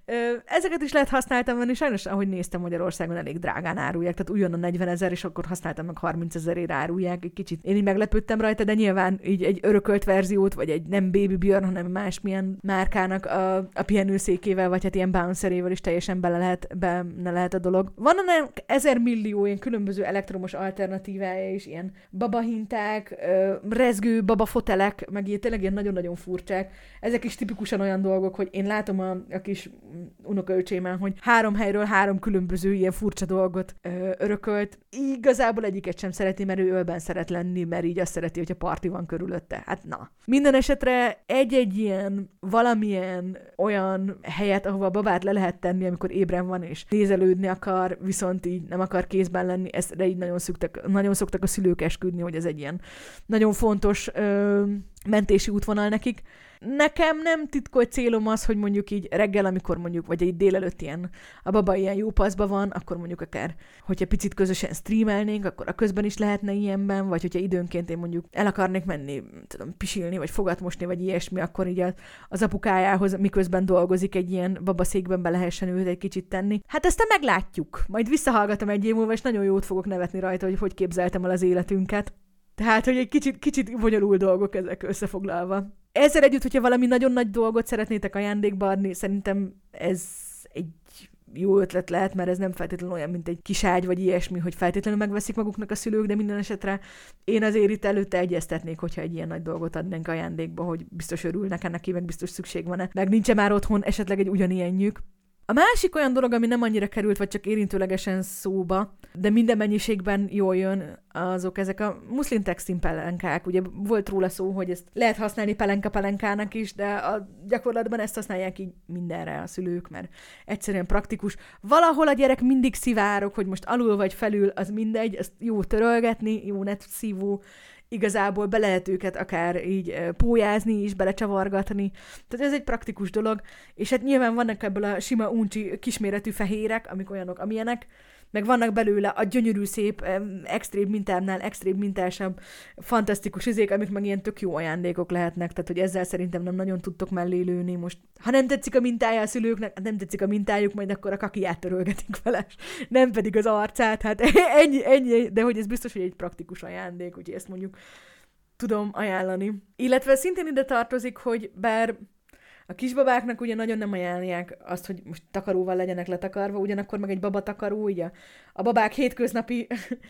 Ezeket is lehet használtam venni, sajnos, ahogy néztem, Magyarországon elég drágán árulják, tehát újonnan negyven ezer, és akkor használtam meg harminc ezerért árulják, egy kicsit. Én így meglepődtem rajta, de nyilván így egy örökölt verziót, vagy egy nem Baby Björn, hanem másmilyen márkának a, a pihenőszékével, vagy hát ilyen bouncerével is teljesen bele lehet, benne lehet a dolog. Van olyan ezer millió ilyen különböző elektromos alternatívája is, ilyen babahinták, rezgő babafotelek, meg ilyen tényleg ilyen nagyon-nagyon furcsák. Ezek is tipikusan olyan dolgok, hogy én látom a, a kis unokaöcsémen, hogy három helyről három különböző ilyen furcsa dolgot ö, örökölt. Igazából egyiket sem szereti, mert ő ölben szeret lenni, mert így azt szereti, hogyha parti van körülötte. Hát na. Minden esetre egy-egy ilyen valamilyen olyan helyet, ahova a babát le lehet tenni, amikor ébren van, és nézelődni akar, viszont így nem akar kézben lenni, ezt így nagyon szoktak, nagyon szoktak a szülők esküdni, hogy ez egy ilyen nagyon fontos ö, mentési útvonal nekik. Nekem nem titkolt célom az, hogy mondjuk így reggel, amikor mondjuk, vagy egy délelőtt ilyen, a baba ilyen jó paszba van, akkor mondjuk akár, hogyha picit közösen streamelnénk, akkor a közben is lehetne ilyenben, vagy hogyha időnként én mondjuk el akarnék menni, tudom, pisilni, vagy fogatmosni, vagy ilyesmi, akkor így az apukájához, miközben dolgozik, egy ilyen babaszékben be lehessen őt egy kicsit tenni. Hát ezt meglátjuk. Majd visszahallgatom egy év múlva, és nagyon jót fogok nevetni rajta, hogy hogy képzeltem el az életünket. Tehát, hogy egy kicsit, kicsit bonyolult dolgok ezek összefoglalva. Ezzel együtt, hogyha valami nagyon nagy dolgot szeretnétek ajándékba adni, szerintem ez egy jó ötlet lehet, mert ez nem feltétlenül olyan, mint egy kis ágy, vagy ilyesmi, hogy feltétlenül megveszik maguknak a szülők, de minden esetre én azért itt előtte egyeztetnék, hogyha egy ilyen nagy dolgot adnánk ajándékba, hogy biztos örülnek ennek, meg biztos szükség van-e, meg nincs már otthon esetleg egy ugyanilyenjük. A másik olyan dolog, ami nem annyira került, vagy csak érintőlegesen szóba, de minden mennyiségben jól jön, azok ezek a muszlim textil pelenkák. Ugye volt róla szó, hogy ezt lehet használni pelenka-pelenkának is, de a gyakorlatban ezt használják így mindenre a szülők, mert egyszerűen praktikus. Valahol a gyerek mindig szivárog, hogy most alul vagy felül, az mindegy, ezt jó törölgetni, jó netszívó, igazából be lehet őket akár így pólyázni is, belecsavargatni. Tehát ez egy praktikus dolog, és hát nyilván vannak ebből a sima uncsi kisméretű fehérek, amik olyanok, amilyenek, meg vannak belőle a gyönyörű szép, extrém mintámnál extrém mintásabb, fantasztikus izék, amik meg ilyen tök jó ajándékok lehetnek, tehát hogy ezzel szerintem nem nagyon tudtok mellé lőni most. Ha nem tetszik a mintája a szülőknek, nem tetszik a mintájuk, majd akkor a kakiját törölgetik vele, nem pedig az arcát, hát ennyi, ennyi, de hogy ez biztos, hogy egy praktikus ajándék, úgyhogy ezt mondjuk tudom ajánlani. Illetve szintén ide tartozik, hogy bár a kisbabáknak ugye nagyon nem ajánlják azt, hogy most takaróval legyenek letakarva, ugyanakkor meg egy babatakaró, ugye a babák hétköznapi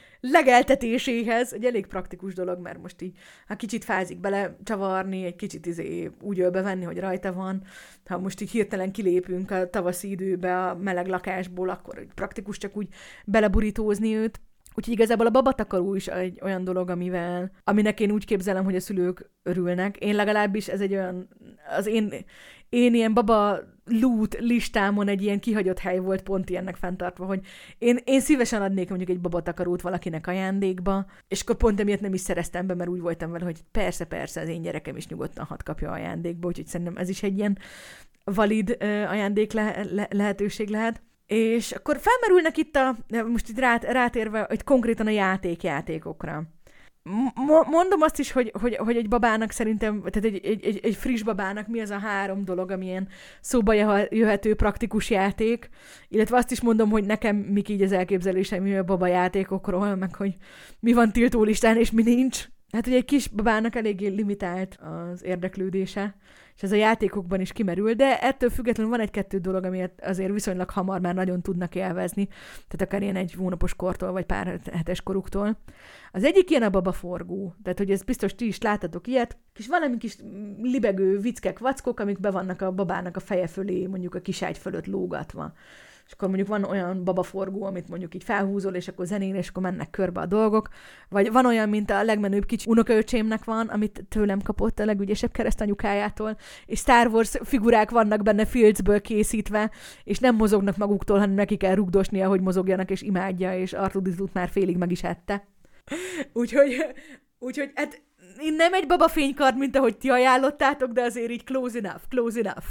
legeltetéséhez egy elég praktikus dolog, mert most így, ha kicsit fázik bele csavarni, egy kicsit izé úgy ölbevenni, hogy rajta van, ha most így hirtelen kilépünk a tavaszi időbe a meleg lakásból, akkor praktikus csak úgy beleburítózni őt. Úgyhogy igazából a babatakaró is egy olyan dolog, amivel, aminek én úgy képzelem, hogy a szülők örülnek. Én legalábbis ez egy olyan, az én, én ilyen baba loot listámon egy ilyen kihagyott hely volt pont ilyennek fenntartva, hogy én, én szívesen adnék mondjuk egy babatakarót valakinek ajándékba, és akkor pont emiatt nem is szereztem be, mert úgy voltam vele, hogy persze, persze, az én gyerekem is nyugodtan hadd kapja ajándékba, úgyhogy szerintem ez is egy ilyen valid uh, ajándék le- le- lehetőség lehet. És akkor felmerülnek itt a, most itt rát, rátérve, hogy konkrétan a játékjátékokra. M- mondom azt is, hogy, hogy, hogy egy babának szerintem, tehát egy, egy, egy, egy friss babának mi az a három dolog, amilyen szóba jöhető praktikus játék, illetve azt is mondom, hogy nekem mik így az elképzeléseim a baba játékokról, meg hogy mi van tiltólistán és mi nincs. Hát ugye egy kis babának eléggé limitált az érdeklődése, és ez a játékokban is kimerül, de ettől függetlenül van egy-kettő dolog, amit azért viszonylag hamar már nagyon tudnak élvezni, tehát akár ilyen egy hónapos kortól, vagy pár hetes koruktól. Az egyik ilyen a babaforgó, tehát hogy ez biztos ti is láttatok ilyet, kis valami kis libegő vickek, vackok, amik be vannak a babának a feje fölé, mondjuk a kiságy fölött lógatva. És akkor mondjuk van olyan babaforgó, amit mondjuk így felhúzol, és akkor zenén, és akkor mennek körbe a dolgok. Vagy van olyan, mint a legmenőbb kicsi unokaöcsémnek van, amit tőlem kapott a legügyesebb keresztanyukájától, és Star Wars figurák vannak benne filcből készítve, és nem mozognak maguktól, hanem neki kell rugdosnia, hogy mozogjanak, és imádja, és Artuditut már félig meg is ette. úgyhogy, úgyhogy hát nem egy babafénykard, mint ahogy ti ajánlottátok, de azért így close enough, close enough.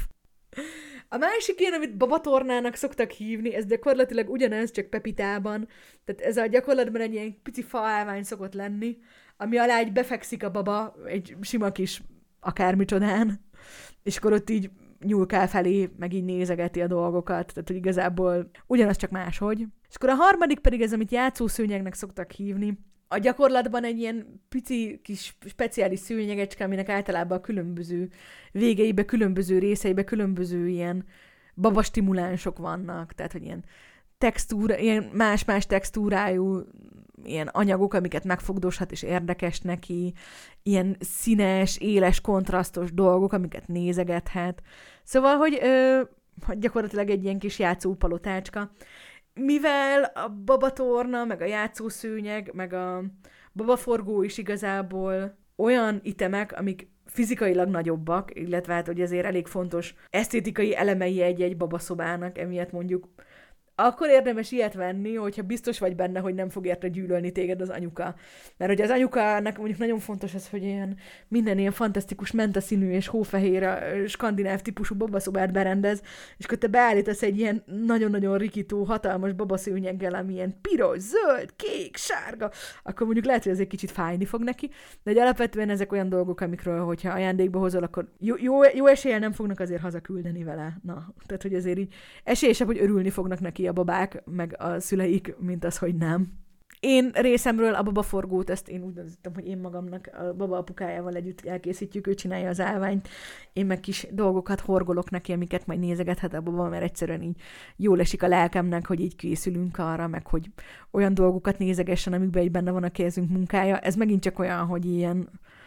A másik ilyen, amit babatornának szoktak hívni, ez gyakorlatilag ugyanez, csak pepitában. Tehát ez a gyakorlatban egy ilyen pici faállvány szokott lenni, ami alá egy befekszik a baba egy sima kis akármicsodán, és akkor ott így nyúlkál felé, meg így nézegeti a dolgokat, tehát hogy igazából ugyanaz, csak máshogy. És akkor a harmadik pedig ez, amit játszószőnyegnek szoktak hívni. A gyakorlatban egy ilyen pici kis speciális szőnyegecske, aminek általában a különböző végeibe, különböző részeibe, különböző ilyen babastimulánsok vannak, tehát hogy ilyen textúra, ilyen más-más textúrájú ilyen anyagok, amiket megfogdoshat és érdekes neki, ilyen színes, éles, kontrasztos dolgok, amiket nézegethet. Szóval, hogy ö, gyakorlatilag egy ilyen kis játszópalotácska. Mivel a babatorna, meg a játszószőnyeg, meg a babaforgó is igazából olyan itemek, amik fizikailag nagyobbak, illetve hát, hogy ezért elég fontos esztétikai elemei egy-egy babaszobának, emiatt mondjuk akkor érdemes ilyet venni, hogyha biztos vagy benne, hogy nem fog érte gyűlölni téged az anyuka. Mert hogy az anyukának mondjuk nagyon fontos az, hogy ilyen, minden ilyen fantasztikus mentaszínű és hófehér skandináv típusú babaszobát berendez, és akkor te beállítasz egy ilyen nagyon-nagyon rikító, hatalmas babaszőnyeggel, ami ilyen piros, zöld, kék, sárga, akkor mondjuk lehet, hogy ez egy kicsit fájni fog neki, de hogy alapvetően ezek olyan dolgok, amikről, hogyha ajándékba hozol, akkor jó, jó, jó eséllyel nem fognak azért hazaküldeni vele. Na, tehát, hogy azért így esélyesebb, hogy örülni fognak neki a babák, meg a szüleik, mint az, hogy nem. Én részemről a babaforgót, ezt én úgy döntöttem, hogy én magamnak a baba apukájával együtt elkészítjük, ő csinálja az állványt, én meg kis dolgokat horgolok neki, amiket majd nézegethet a baba, mert egyszerűen így jól esik a lelkemnek, hogy így készülünk arra, meg hogy olyan dolgokat nézegessen, amikben így benne van a kezünk munkája. Ez megint csak olyan, hogy ilyen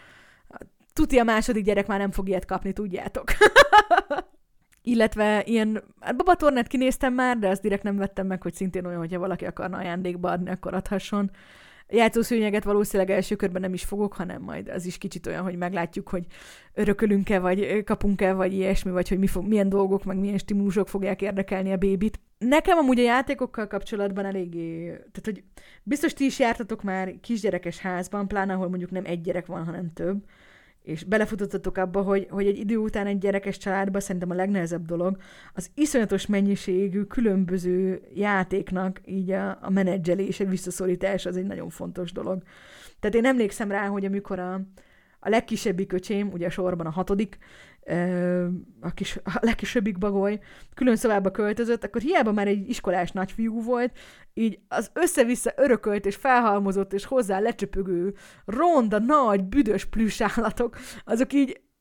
tuti a második gyerek már nem fog ilyet kapni, tudjátok. Illetve ilyen, hát babatornát kinéztem már, de azt direkt nem vettem meg, hogy szintén olyan, hogyha valaki akarna ajándékba adni, akkor adhasson. Játszószőnyeget valószínűleg első körben nem is fogok, hanem majd az is kicsit olyan, hogy meglátjuk, hogy örökölünk-e, vagy kapunk-e, vagy ilyesmi, vagy hogy mi fog, milyen dolgok, meg milyen stimulusok fogják érdekelni a bébit. Nekem amúgy a játékokkal kapcsolatban eléggé, tehát hogy biztos ti is jártatok már kisgyerekes házban, pláne ahol mondjuk nem egy gyerek van, hanem több, és belefutottatok abba, hogy, hogy egy idő után egy gyerekes családban szerintem a legnehezebb dolog az iszonyatos mennyiségű különböző játéknak így a, a menedzselése, visszaszorítás, az egy nagyon fontos dolog. Tehát én emlékszem rá, hogy amikor a, a legkisebbik öcsém, ugye sorban a hatodik, a, kis, a legkisebbik bagoly külön szobába költözött, akkor hiába már egy iskolás nagyfiú volt, így az össze-vissza örökölt és felhalmozott és hozzá lecsöpögő, ronda, nagy, büdös plüss állatok, azok így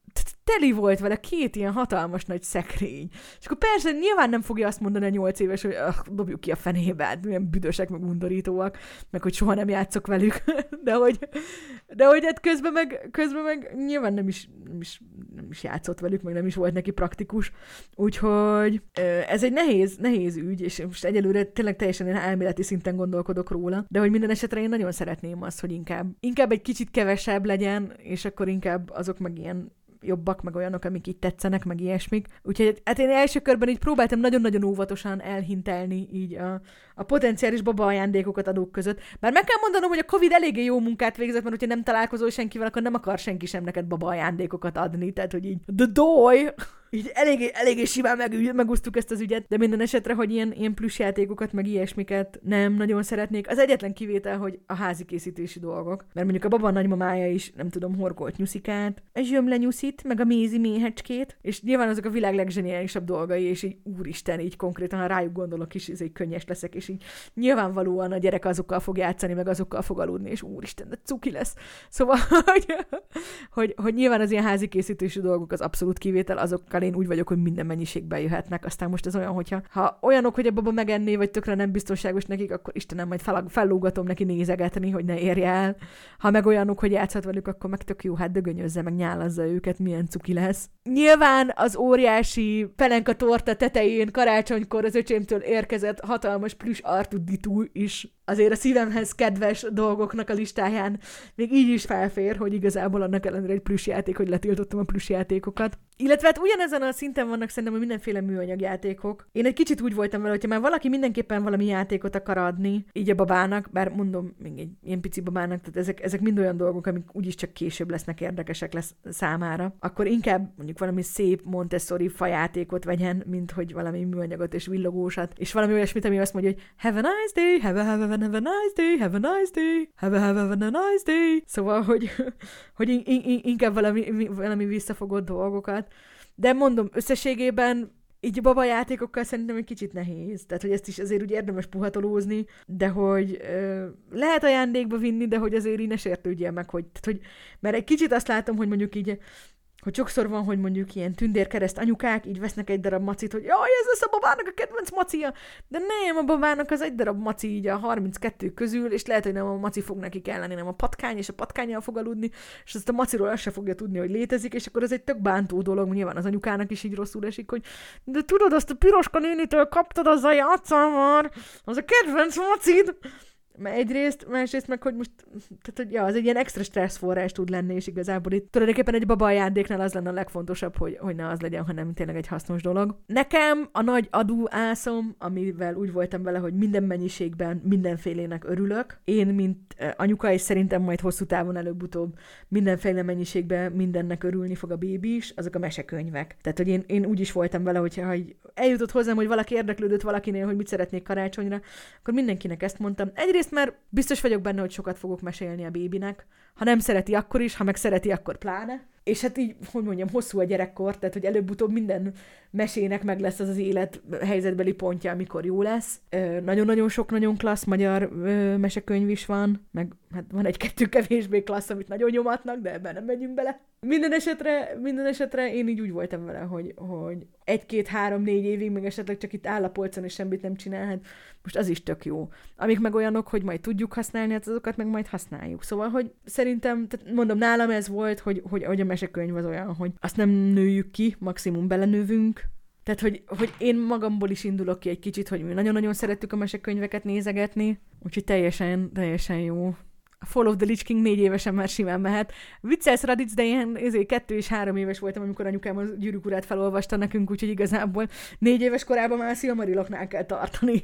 teli volt vele két ilyen hatalmas nagy szekrény. És akkor persze nyilván nem fogja azt mondani a nyolc éves, hogy ah, dobjuk ki a fenébe, hát milyen büdösek, meg undorítóak, meg hogy soha nem játszok velük, de hogy, de hogy hát közben meg, közben meg nyilván nem is, nem, is, nem is játszott velük, meg nem is volt neki praktikus. Úgyhogy ez egy nehéz, nehéz ügy, és most egyelőre tényleg teljesen ilyen elméleti szinten gondolkodok róla, de hogy minden esetre én nagyon szeretném azt, hogy inkább, inkább egy kicsit kevesebb legyen, és akkor inkább azok meg ilyen jobbak, meg olyanok, amik így tetszenek, meg ilyesmik. Úgyhogy hát én első körben így próbáltam nagyon-nagyon óvatosan elhintelni így a, a potenciális baba ajándékokat adók között. Bár meg kell mondanom, hogy a Covid eléggé jó munkát végzett, mert hogyha nem találkozol senkivel, akkor nem akar senki sem neked baba ajándékokat adni. Tehát, hogy így the doy! Így eléggé, eléggé simán meg, megúsztuk ezt az ügyet, de minden esetre, hogy ilyen, ilyen plusz játékokat, meg ilyesmiket nem nagyon szeretnék. Az egyetlen kivétel, hogy a házi készítési dolgok. Mert mondjuk a baba nagymamája is, nem tudom, horgolt nyuszikát, a zsömlenyuszit, meg a mézi méhecskét, és nyilván azok a világ legzseniálisabb dolgai, és így úristen, így konkrétan, ha rájuk gondolok is, ez egy könnyes leszek, és így nyilvánvalóan a gyerek azokkal fog játszani, meg azokkal fog aludni, és úristen, de cuki lesz. Szóval, hogy, hogy, hogy nyilván az ilyen házi készítési dolgok az abszolút kivétel, azokkal én úgy vagyok, hogy minden mennyiségben jöhetnek. Aztán most ez olyan, hogyha ha olyanok, hogy a baba megenné, vagy tökre nem biztonságos nekik, akkor Istenem, majd fel, fellógatom neki nézegetni, hogy ne érje el. Ha meg olyanok, hogy játszhat velük, akkor meg tök jó, hát dögönyözze, meg nyálazza őket, milyen cuki lesz. Nyilván az óriási pelenka torta tetején karácsonykor az öcsémtől érkezett hatalmas plüss Artuditú is azért a szívemhez kedves dolgoknak a listáján még így is felfér, hogy igazából annak ellenére egy plüss játék, hogy letiltottam a plüss játékokat. Illetve hát ugyanezen a szinten vannak szerintem mindenféle műanyag játékok. Én egy kicsit úgy voltam vele, hogyha már valaki mindenképpen valami játékot akar adni, így a babának, bár mondom, még egy ilyen pici babának, tehát ezek, ezek mind olyan dolgok, amik úgyis csak később lesznek érdekesek lesz számára, akkor inkább mondjuk valami szép Montessori fajátékot vegyen, mint hogy valami műanyagot és villogósat, és valami olyasmit, ami azt mondja, hogy have a nice day, have a, have a, have a nice day, have a nice day, have a, have a, have a nice day. Szóval, hogy, hogy in, in, inkább valami, valami visszafogott dolgokat. De mondom, összességében így babajátékokkal szerintem egy kicsit nehéz. Tehát, hogy ezt is azért úgy érdemes puhatolózni, de hogy ö, lehet ajándékba vinni, de hogy azért így ne sértődjél meg, hogy, tehát, hogy mert egy kicsit azt látom, hogy mondjuk így hogy sokszor van, hogy mondjuk ilyen tündérkereszt anyukák így vesznek egy darab macit, hogy jaj, ez lesz a babának a kedvenc macia, de nem, a babának az egy darab maci így a harminckettő közül, és lehet, hogy nem a maci fog neki kelleni, nem a patkány, és a patkánnyal fog aludni, és azt a maciról azt se fogja tudni, hogy létezik, és akkor ez egy tök bántó dolog, nyilván az anyukának is így rosszul esik, hogy de tudod, azt a piroska nénitől kaptad, azzal játszol már, az a kedvenc macid. Mert egyrészt, másrészt meg, hogy most, tehát, hogy ja, az egy ilyen extra stressz forrás tud lenni, és igazából itt tulajdonképpen egy baba ajándéknál az lenne a legfontosabb, hogy, hogy ne az legyen, hanem tényleg egy hasznos dolog. Nekem a nagy adó ászom, amivel úgy voltam vele, hogy minden mennyiségben mindenfélének örülök. Én, mint anyuka, és szerintem majd hosszú távon előbb-utóbb mindenféle mennyiségben mindennek örülni fog a bébi is, azok a mesekönyvek. Tehát, hogy én, én úgy is voltam vele, hogyha eljutott hozzám, hogy valaki érdeklődött valakinél, hogy mit szeretnék karácsonyra, akkor mindenkinek ezt mondtam. Egyrészt, mert biztos vagyok benne, hogy sokat fogok mesélni a bébinek. Ha nem szereti, akkor is, ha meg szereti, akkor pláne. És hát így, hogy mondjam, hosszú a gyerekkor, tehát hogy előbb-utóbb minden mesének meg lesz az az élet helyzetbeli pontja, amikor jó lesz. Ö, nagyon-nagyon sok, nagyon klassz magyar ö, mesekönyv is van, meg hát van egy-kettő kevésbé klassz, amit nagyon nyomatnak, de ebben nem megyünk bele. Minden esetre, minden esetre én így úgy voltam vele, hogy, hogy egy-két-három-négy évig még esetleg csak itt áll a polcon, és semmit nem csinál, hát most az is tök jó. Amik meg olyanok, hogy majd tudjuk használni, hát azokat meg majd használjuk. Szóval, hogy szerintem, tehát mondom, nálam ez volt, hogy, hogy, hogy a mesekönyv az olyan, hogy azt nem nőjük ki, maximum belenövünk. Tehát, hogy, hogy én magamból is indulok ki egy kicsit, hogy mi nagyon-nagyon szerettük a mesekönyveket nézegetni, úgyhogy teljesen, teljesen jó. A Fall of the Lich King négy évesen már simán mehet. Viccelsz, Radic, de ilyen ezért kettő és három éves voltam, amikor anyukám a Gyűrűk urát felolvasta nekünk, úgyhogy igazából négy éves korában már a Silmariloknál kell tartani.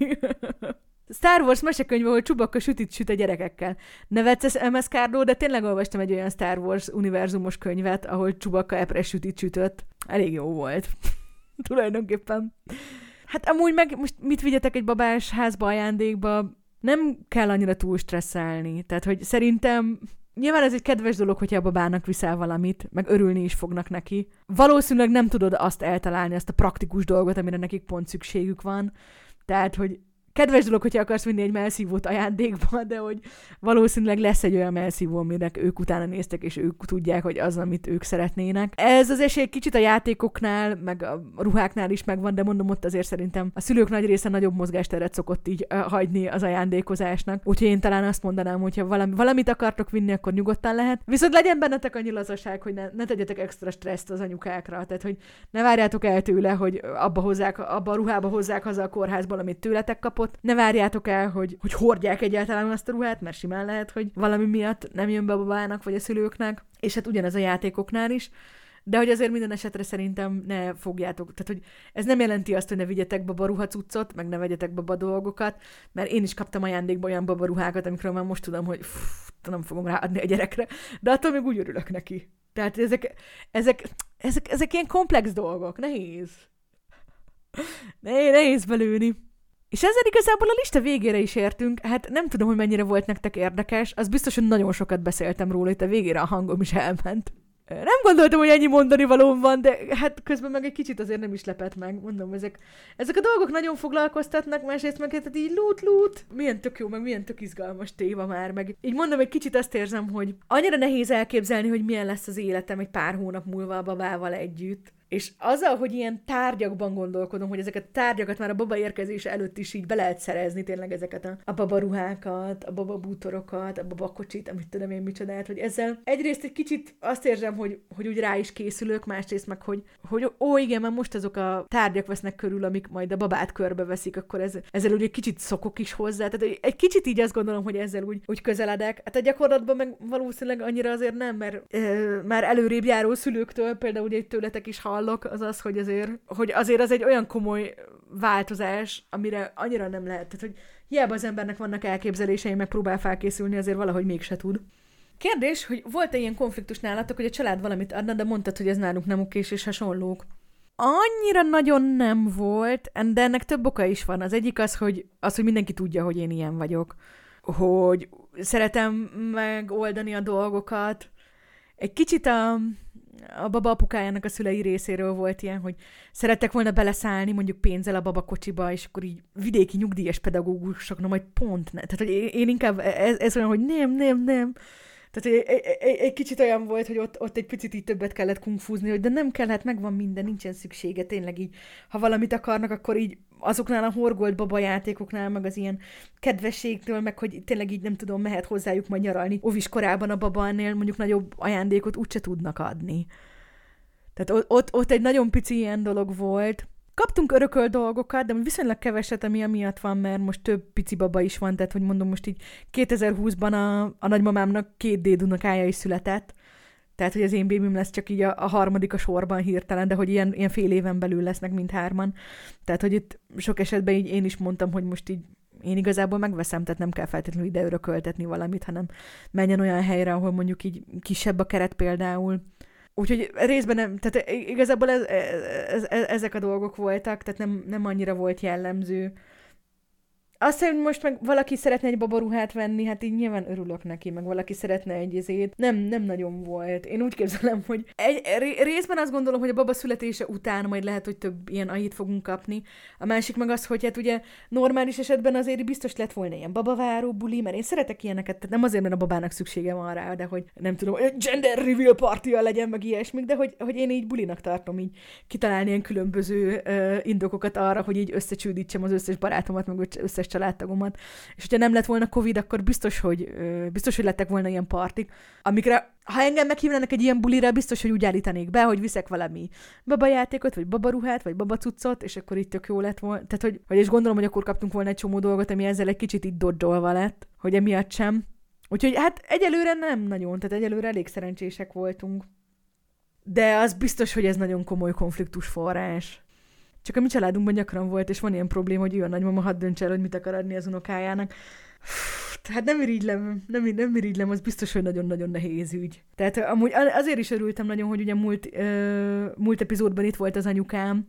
Star Wars mesekönyv, ahol Chewbacca sütit süt a gyerekekkel. Nevetsz em es Cardo, de tényleg olvastam egy olyan Star Wars univerzumos könyvet, ahol Chewbacca epres sütit sütött. Elég jó volt. Tulajdonképpen. Hát amúgy meg most mit vigyetek egy babás házba ajándékba? Nem kell annyira túl stresszelni. Tehát, hogy szerintem nyilván ez egy kedves dolog, hogyha a babának viszel valamit, meg örülni is fognak neki. Valószínűleg nem tudod azt eltalálni, azt a praktikus dolgot, amire nekik pont szükségük van. Tehát, hogy kedves dolog, hogyha akarsz vinni egy melszívót ajándékba, de hogy valószínűleg lesz egy olyan melszívó, aminek ők utána néztek, és ők tudják, hogy az, amit ők szeretnének. Ez az esély kicsit a játékoknál, meg a ruháknál is megvan, de mondom, ott azért szerintem a szülők nagy része nagyobb mozgásteret szokott így uh, hagyni az ajándékozásnak. Úgyhogy én talán azt mondanám, hogyha valami, valamit akartok vinni, akkor nyugodtan lehet. Viszont legyen bennetek annyi lazaság, hogy ne, ne tegyetek extra stresszt az anyukákra. Tehát, hogy ne várjátok el tőle, hogy abba, hozzák, abba a ruhába hozzák haza a kórházból, amit tőletek kapott. Ne várjátok el, hogy, hogy hordják egyáltalán azt a ruhát, mert simán lehet, hogy valami miatt nem jön be a babának vagy a szülőknek. És hát ugyanez a játékoknál is. De hogy azért minden esetre szerintem ne fogjátok, tehát hogy ez nem jelenti azt, hogy ne vigyetek babaruha cuccot, meg ne vegyetek baba dolgokat, mert én is kaptam ajándékba olyan babaruhákat, amikről már most tudom, hogy pff, nem fogom ráadni a gyerekre, de attól még úgy örülök neki. Tehát ezek, ezek, ezek, ezek ilyen komplex dolgok, nehéz. Nehéz belőni. És ezzel igazából a lista végére is értünk, hát nem tudom, hogy mennyire volt nektek érdekes, az biztos, hogy nagyon sokat beszéltem róla, itt a végére a hangom is elment. Nem gondoltam, hogy ennyi mondani valóm van, de hát közben meg egy kicsit azért nem is lepett meg. Mondom, ezek, ezek a dolgok nagyon foglalkoztatnak, másrészt meg hát így lút-lút. Milyen tök jó, meg milyen tök izgalmas téma már, meg így mondom, egy kicsit azt érzem, hogy annyira nehéz elképzelni, hogy milyen lesz az életem egy pár hónap múlva a babával együtt. És azzal, hogy ilyen tárgyakban gondolkodom, hogy ezeket a tárgyakat már a baba érkezése előtt is így be lehet szerezni, tényleg ezeket a, a babaruhákat, a bababútorokat, a babakocsit, amit tudom én micsodát, hogy ezzel egyrészt egy kicsit azt érzem, hogy, hogy úgy rá is készülök, másrészt meg, hogy, hogy ó, igen, már most azok a tárgyak vesznek körül, amik majd a babát körbeveszik, akkor ez, ezzel úgy egy kicsit szokok is hozzá. Tehát egy kicsit így azt gondolom, hogy ezzel úgy, úgy közeledek. Hát a gyakorlatban meg valószínűleg annyira azért nem, mert e, már előrébb járó szülőktől, például ugye tőletek is hallok, az az, hogy azért, hogy azért az egy olyan komoly változás, amire annyira nem lehet. Tehát, hogy hiába az embernek vannak elképzelései, meg próbál felkészülni, azért valahogy mégse tud. Kérdés, hogy volt-e ilyen konfliktus nálatok, hogy a család valamit adna, de mondtad, hogy ez nálunk nem okés és hasonlók. Annyira nagyon nem volt, de ennek több oka is van. Az egyik az, hogy, az, hogy mindenki tudja, hogy én ilyen vagyok. Hogy szeretem megoldani a dolgokat. Egy kicsit a, a baba apukájának a szülei részéről volt ilyen, hogy szerettek volna beleszállni mondjuk pénzzel a babakocsiba, és akkor így vidéki nyugdíjas pedagógusok, na majd pont ne. Tehát, hogy én inkább, ez, ez olyan, hogy nem, nem, nem. Tehát egy, egy, egy kicsit olyan volt, hogy ott, ott egy picit így többet kellett kungfúzni, hogy de nem kell, hát megvan minden, nincsen szüksége, tényleg így, ha valamit akarnak, akkor így azoknál a horgolt babajátékoknál, meg az ilyen kedvességtől, meg hogy tényleg így nem tudom, mehet hozzájuk majd nyaralni. Óvis korában a baba ennél mondjuk nagyobb ajándékot úgyse tudnak adni. Tehát ott, ott egy nagyon pici ilyen dolog volt. Kaptunk örökölt dolgokat, de viszonylag keveset, ami amiatt van, mert most több pici baba is van, tehát hogy mondom, most így kétezer-húszban a, a nagymamámnak két dédunokája is született, tehát hogy az én bébim lesz csak így a, a harmadik a sorban hirtelen, de hogy ilyen, ilyen fél éven belül lesznek mindhárman. Tehát, hogy itt sok esetben így én is mondtam, hogy most így én igazából megveszem, tehát nem kell feltétlenül ide örököltetni valamit, hanem menjen olyan helyre, ahol mondjuk így kisebb a keret például. Úgyhogy részben nem, tehát igazából ez, ez, ez, ezek a dolgok voltak, tehát nem, nem annyira volt jellemző. Azt, hogy most meg valaki szeretne egy babaruhát venni, hát így nyilván örülök neki, meg valaki szeretne egy izét. Nem, nem nagyon volt. Én úgy képzelem, hogy egy, részben azt gondolom, hogy a baba születése után majd lehet, hogy több ilyen ahit fogunk kapni. A másik meg az, hogy hát ugye normális esetben azért biztos lett volna ilyen babaváró buli, mert én szeretek ilyeneket, tehát nem azért, mert a babának szüksége van rá, de hogy nem tudom, gender reveal party-ja legyen, meg ilyesmik, de hogy, hogy én így bulinak tartom így kitalálni ilyen különböző uh, indokokat arra, hogy így összecsődítsem az összes barátomat, meg összes családtagomat. És hogyha nem lett volna Covid, akkor biztos, hogy biztos, hogy lettek volna ilyen partik, amikre, ha engem meghívnának egy ilyen bulira, biztos, hogy úgy állítanék be, hogy viszek valami babajátékot, vagy babaruhát, vagy babacuccot, és akkor itt tök jó lett volna. Tehát, hogy, hogy és gondolom, hogy akkor kaptunk volna egy csomó dolgot, ami ezzel egy kicsit így dodzsolva lett, hogy emiatt sem. Úgyhogy hát egyelőre nem nagyon, tehát egyelőre elég szerencsések voltunk. De az biztos, hogy ez nagyon komoly konfliktus forrás. Csak a mi családunkban gyakran volt, és van ilyen probléma, hogy ő a nagymama hadd döntse el, hogy mit akar adni az unokájának. Hát nem irigylem, nem, nem irigylem, az biztos, hogy nagyon-nagyon nehéz ügy. Tehát amúgy azért is örültem nagyon, hogy ugye múlt, uh, múlt epizódban itt volt az anyukám,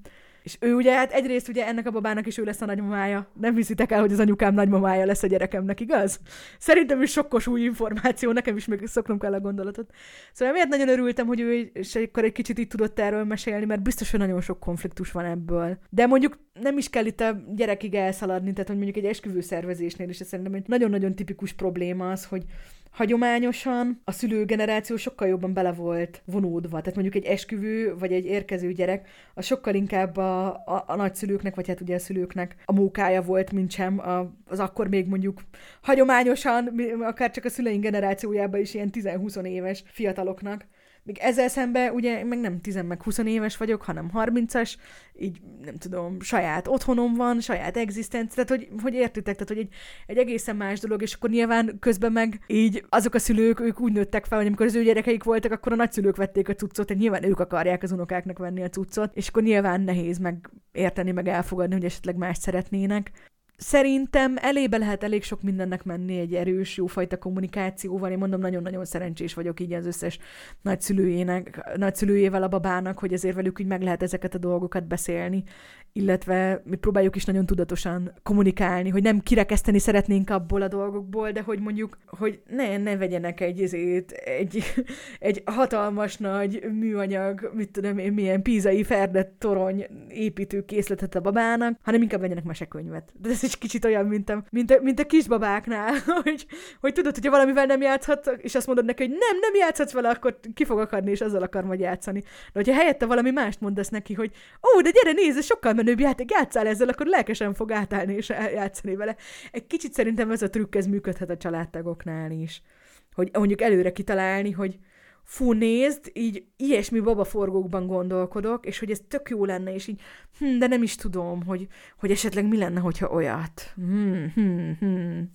És ő ugye, hát egyrészt ugye ennek a babának is ő lesz a nagymamája. Nem hiszitek el, hogy az anyukám nagymamája lesz a gyerekemnek, igaz? Szerintem is sokkos új információ, nekem is még szoknom kell a gondolatot. Szóval miért nagyon örültem, hogy ő és akkor egy kicsit itt tudott erről mesélni, mert biztos, hogy nagyon sok konfliktus van ebből. De mondjuk nem is kell itt a gyerekig elszaladni, tehát hogy mondjuk egy esküvőszervezésnél is szerintem egy nagyon-nagyon tipikus probléma az, hogy hagyományosan a szülőgeneráció sokkal jobban bele volt vonódva. Tehát mondjuk egy esküvő, vagy egy érkező gyerek, az sokkal inkább a, a, a nagyszülőknek, vagy hát ugye a szülőknek a mókája volt, mint sem a, az akkor még mondjuk hagyományosan, akár csak a szüleink generációjában is ilyen tíz-húsz éves fiataloknak. Még ezzel szemben ugye meg nem tíz meg húsz éves vagyok, hanem harmincas, így nem tudom, saját otthonom van, saját egzisztenc, tehát hogy, hogy értitek, tehát hogy egy, egy egészen más dolog, és akkor nyilván közben meg így azok a szülők, ők úgy nőttek fel, hogy amikor az ő gyerekeik voltak, akkor a nagyszülők vették a cuccot, tehát nyilván ők akarják az unokáknak venni a cuccot, és akkor nyilván nehéz meg érteni, meg elfogadni, hogy esetleg más szeretnének. Szerintem elébe lehet elég sok mindennek menni egy erős, jófajta kommunikációval. Én mondom, nagyon-nagyon szerencsés vagyok így az összes nagyszülőjének, nagyszülőjével a babának, hogy azért velük így meg lehet ezeket a dolgokat beszélni, illetve mi próbáljuk is nagyon tudatosan kommunikálni, hogy nem kirekeszteni szeretnénk abból a dolgokból, de hogy mondjuk, hogy ne, ne vegyenek egy, ezért, egy, egy hatalmas nagy műanyag, mit tudom én, milyen pízai Ferdet torony építőkészletet a babának, hanem inkább vegyenek mesekönyvet. De ez is kicsit olyan, mint a, mint a, mint a kisbabáknál, hogy, hogy tudod, hogyha valamivel nem játszhat, és azt mondod neki, hogy nem, nem játszhatsz vele, akkor ki fog akarni, és azzal akar majd játszani. De hogyha helyette valami mást mondasz neki, hogy ó, de gyere, nézd, ez sokkal menőbb játék, játsszál ezzel, akkor lelkesen fog átállni és játszani vele. Egy kicsit szerintem ez a trükk, ez működhet a családtagoknál is. Hogy mondjuk előre kitalálni, hogy fú, nézd, így ilyesmi babaforgókban gondolkodok, és hogy ez tök jó lenne, és így, hm, de nem is tudom, hogy, hogy esetleg mi lenne, hogyha olyat. Hmm, hmm, hmm.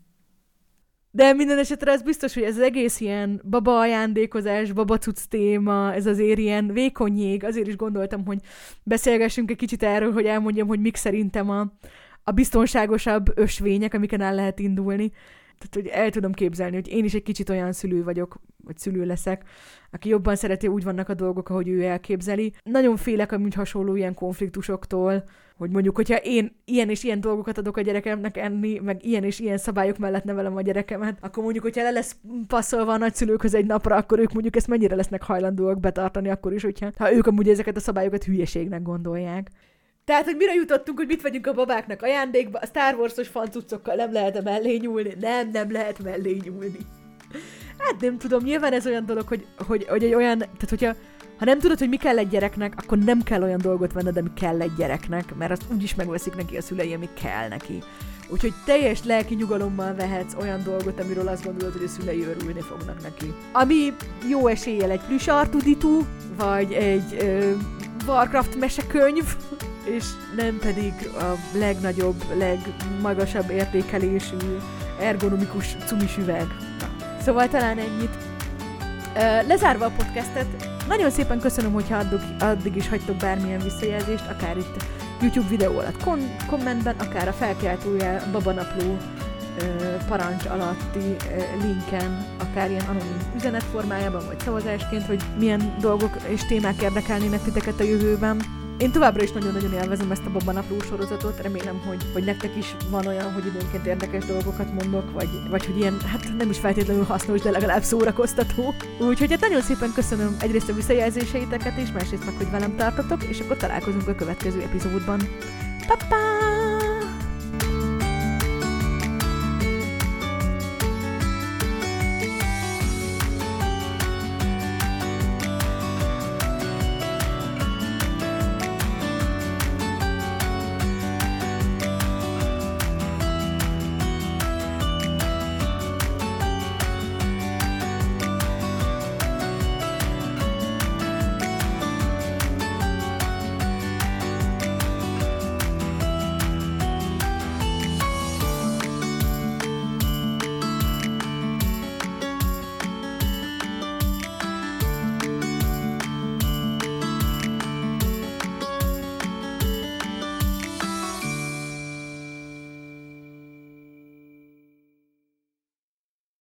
De minden esetre az biztos, hogy ez az egész ilyen baba ajándékozás, babacuc téma, ez azért ilyen vékony jég, azért is gondoltam, hogy beszélgessünk egy kicsit erről, hogy elmondjam, hogy mik szerintem a, a biztonságosabb ösvények, amiken el lehet indulni. Tehát, hogy el tudom képzelni, hogy én is egy kicsit olyan szülő vagyok, vagy szülő leszek, aki jobban szereti, úgy vannak a dolgok, ahogy ő elképzeli. Nagyon félek amúgy hasonló ilyen konfliktusoktól, hogy mondjuk, hogyha én ilyen és ilyen dolgokat adok a gyerekemnek enni, meg ilyen és ilyen szabályok mellett nevelem a gyerekemet, akkor mondjuk, hogyha le lesz passzolva a nagyszülőkhöz egy napra, akkor ők mondjuk ezt mennyire lesznek hajlandóak betartani akkor is, hogyha ha ők amúgy ezeket a szabályokat hülyeségnek gondolják. Tehát, hogy mire jutottunk, hogy mit vegyünk a babáknak ajándékba, a Star Wars-os fancuccokkal nem lehet mellé nyúlni. Nem, nem lehet mellé nyúlni. Hát nem tudom, nyilván ez olyan dolog, hogy, hogy, hogy egy olyan, tehát hogyha ha nem tudod, hogy mi kell egy gyereknek, akkor nem kell olyan dolgot venned, ami kell egy gyereknek, mert azt úgyis megveszik neki a szülei, ami kell neki. Úgyhogy teljes lelki nyugalommal vehetsz olyan dolgot, amiről azt gondolod, hogy a szülei örülni fognak neki. Ami jó eséllyel egy plüss Artuditú, vagy egy ö, Warcraft mesekönyv, és nem pedig a legnagyobb, legmagasabb értékelésű, ergonomikus cumis üveg. Szóval talán ennyit. Lezárva a podcastet, nagyon szépen köszönöm, hogyha addig, addig is hagytok bármilyen visszajelzést, akár itt YouTube videó alatt kon- kommentben, akár a felkiáltójel babanapló parancs alatti linken, akár ilyen anonim üzenet formájában, vagy szavazásként, hogy milyen dolgok és témák érdekelnének titeket a jövőben. Én továbbra is nagyon-nagyon élvezem ezt a babanapló sorozatot, remélem, hogy, hogy nektek is van olyan, hogy időnként érdekes dolgokat mondok, vagy, vagy hogy ilyen, hát nem is feltétlenül hasznos, de legalább szórakoztató. Úgyhogy hát nagyon szépen köszönöm egyrészt a visszajelzéseiteket, és másrészt meg, hogy velem tartotok, és akkor találkozunk a következő epizódban. Pa-pa!